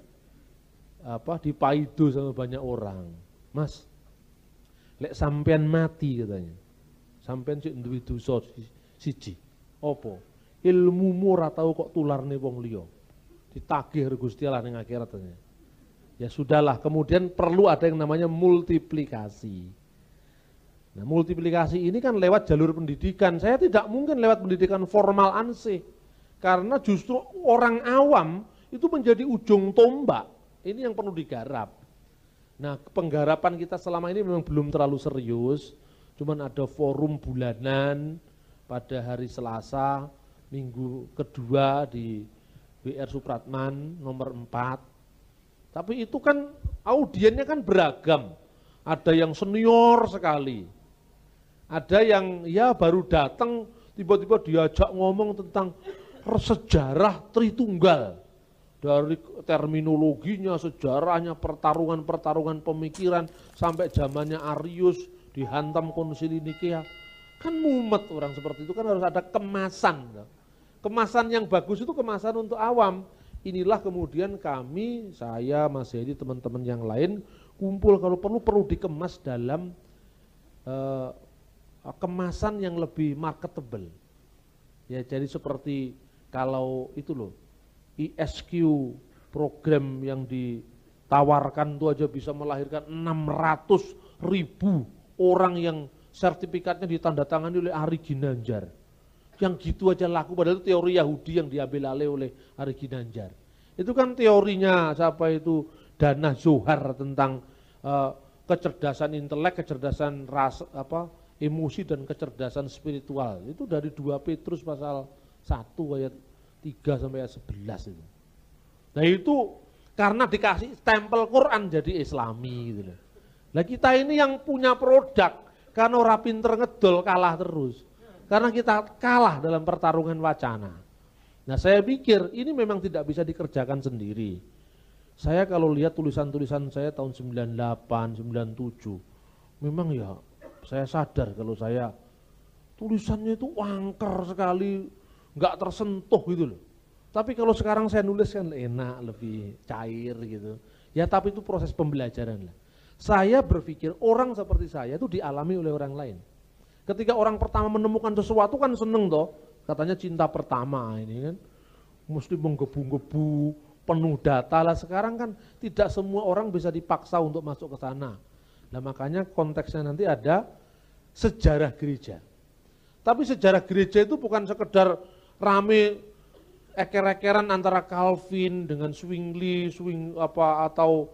dipaido sama banyak orang. Mas, lek sampean mati katanya. Sampean sik duwe dosa siji. Apa? Ilmumu ora tau kok tularne wong liya. Ditagih Gusti Allah ning akhirat katanya. Ya sudahlah, kemudian perlu ada yang namanya multiplikasi. Nah, multiplikasi ini kan lewat jalur pendidikan. Saya tidak mungkin lewat pendidikan formal ansih. Karena justru orang awam itu menjadi ujung tombak. Ini yang perlu digarap. Nah, penggarapan kita selama ini memang belum terlalu serius. Cuman ada forum bulanan pada hari Selasa, minggu kedua di WR Supratman nomor 4. Tapi itu kan audiennya kan beragam. Ada yang senior sekali. Ada yang ya baru datang tiba-tiba diajak ngomong tentang sejarah Tritunggal. Dari terminologinya, sejarahnya, pertarungan-pertarungan pemikiran sampai zamannya Arius dihantam Konsili Nikea. Kan mumet orang seperti itu, kan harus ada kemasan. Kemasan yang bagus itu kemasan untuk awam. Inilah kemudian kami, saya, Mas Hedi, teman-teman yang lain kumpul kalau perlu dikemas dalam kemasan yang lebih marketable. Ya jadi seperti kalau itu loh, ISQ program yang ditawarkan itu aja bisa melahirkan 600.000 orang yang sertifikatnya ditandatangani oleh Ari Ginanjar. Yang gitu aja laku, padahal itu teori Yahudi yang diambil alih oleh Ari Ginanjar. Itu kan teorinya siapa itu Dana Zohar tentang kecerdasan intelek, kecerdasan emosi dan kecerdasan spiritual. Itu dari 2 Petrus pasal 1 ayat 3 sampai ayat 11 itu. Nah itu karena dikasih stempel Quran jadi Islami gitu loh. Nah kita ini yang punya produk, karena orang pinter ngedol kalah terus. Karena kita kalah dalam pertarungan wacana. Nah saya pikir ini memang tidak bisa dikerjakan sendiri. Saya kalau lihat tulisan-tulisan saya tahun 98, 97, memang ya saya sadar kalau saya tulisannya itu angker sekali, nggak tersentuh gitu loh. Tapi kalau sekarang saya nulis kan enak, lebih cair gitu. Ya tapi itu proses pembelajaran lah. Saya berpikir orang seperti saya itu dialami oleh orang lain. Ketika orang pertama menemukan sesuatu kan seneng toh, katanya cinta pertama ini kan, mesti menggebu-gebu, penuh data lah. Sekarang kan tidak semua orang bisa dipaksa untuk masuk ke sana. Nah makanya konteksnya nanti ada sejarah gereja. Tapi sejarah gereja itu bukan sekedar rame eker-ekeran antara Calvin dengan Zwingli, atau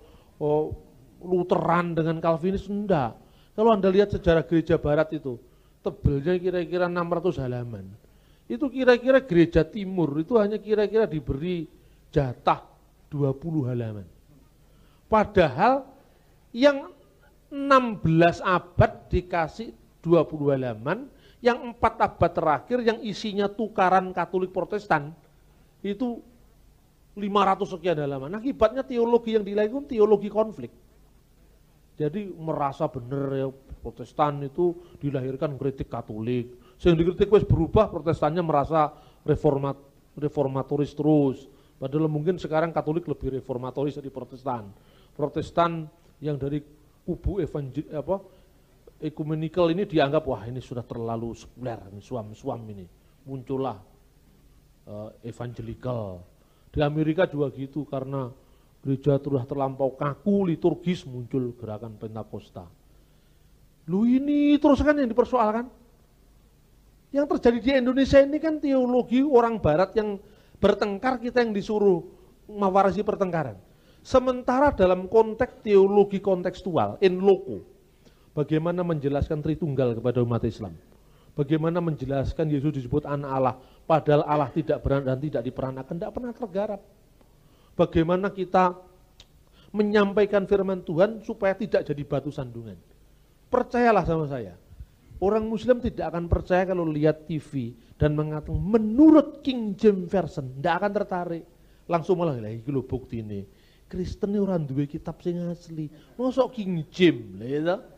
Lutheran dengan Calvinis, enggak. Kalau Anda lihat sejarah gereja barat itu, tebelnya kira-kira 600 halaman. Itu kira-kira gereja timur itu hanya kira-kira diberi jatah 20 halaman. Padahal yang 16 abad dikasih 20 halaman, yang 4 abad terakhir yang isinya tukaran Katolik Protestan itu 500 sekian halaman. Akibatnya teologi yang dilakukan teologi konflik. Jadi merasa bener ya Protestan itu dilahirkan kritik Katolik. Sing dikritik wis berubah, Protestannya merasa reformatoris terus. Padahal mungkin sekarang Katolik lebih reformatoris dari Protestan. Protestan yang dari kubu ekumenikal ini dianggap wah ini sudah terlalu sekuler, ini suam-suam ini. Muncullah evangelical. Di Amerika juga gitu, karena gereja sudah terlampau kaku liturgis, muncul gerakan Pentakosta. Lu ini terus kan yang dipersoalkan. Yang terjadi di Indonesia ini kan teologi orang barat yang bertengkar, kita yang disuruh mewarisi pertengkaran. Sementara dalam konteks teologi kontekstual, in loco, bagaimana menjelaskan Tritunggal kepada umat Islam. Bagaimana menjelaskan Yesus disebut anak Allah, padahal Allah tidak beran dan tidak diperanakan, tidak pernah tergarap. Bagaimana kita menyampaikan firman Tuhan supaya tidak jadi batu sandungan. Percayalah sama saya, orang Muslim tidak akan percaya kalau lihat TV dan mengatakan menurut King James Version, tidak akan tertarik. Langsung malah, iki lho bukti ini. Kristen ini orang duwe kitab sing asli. Mosok King James, lha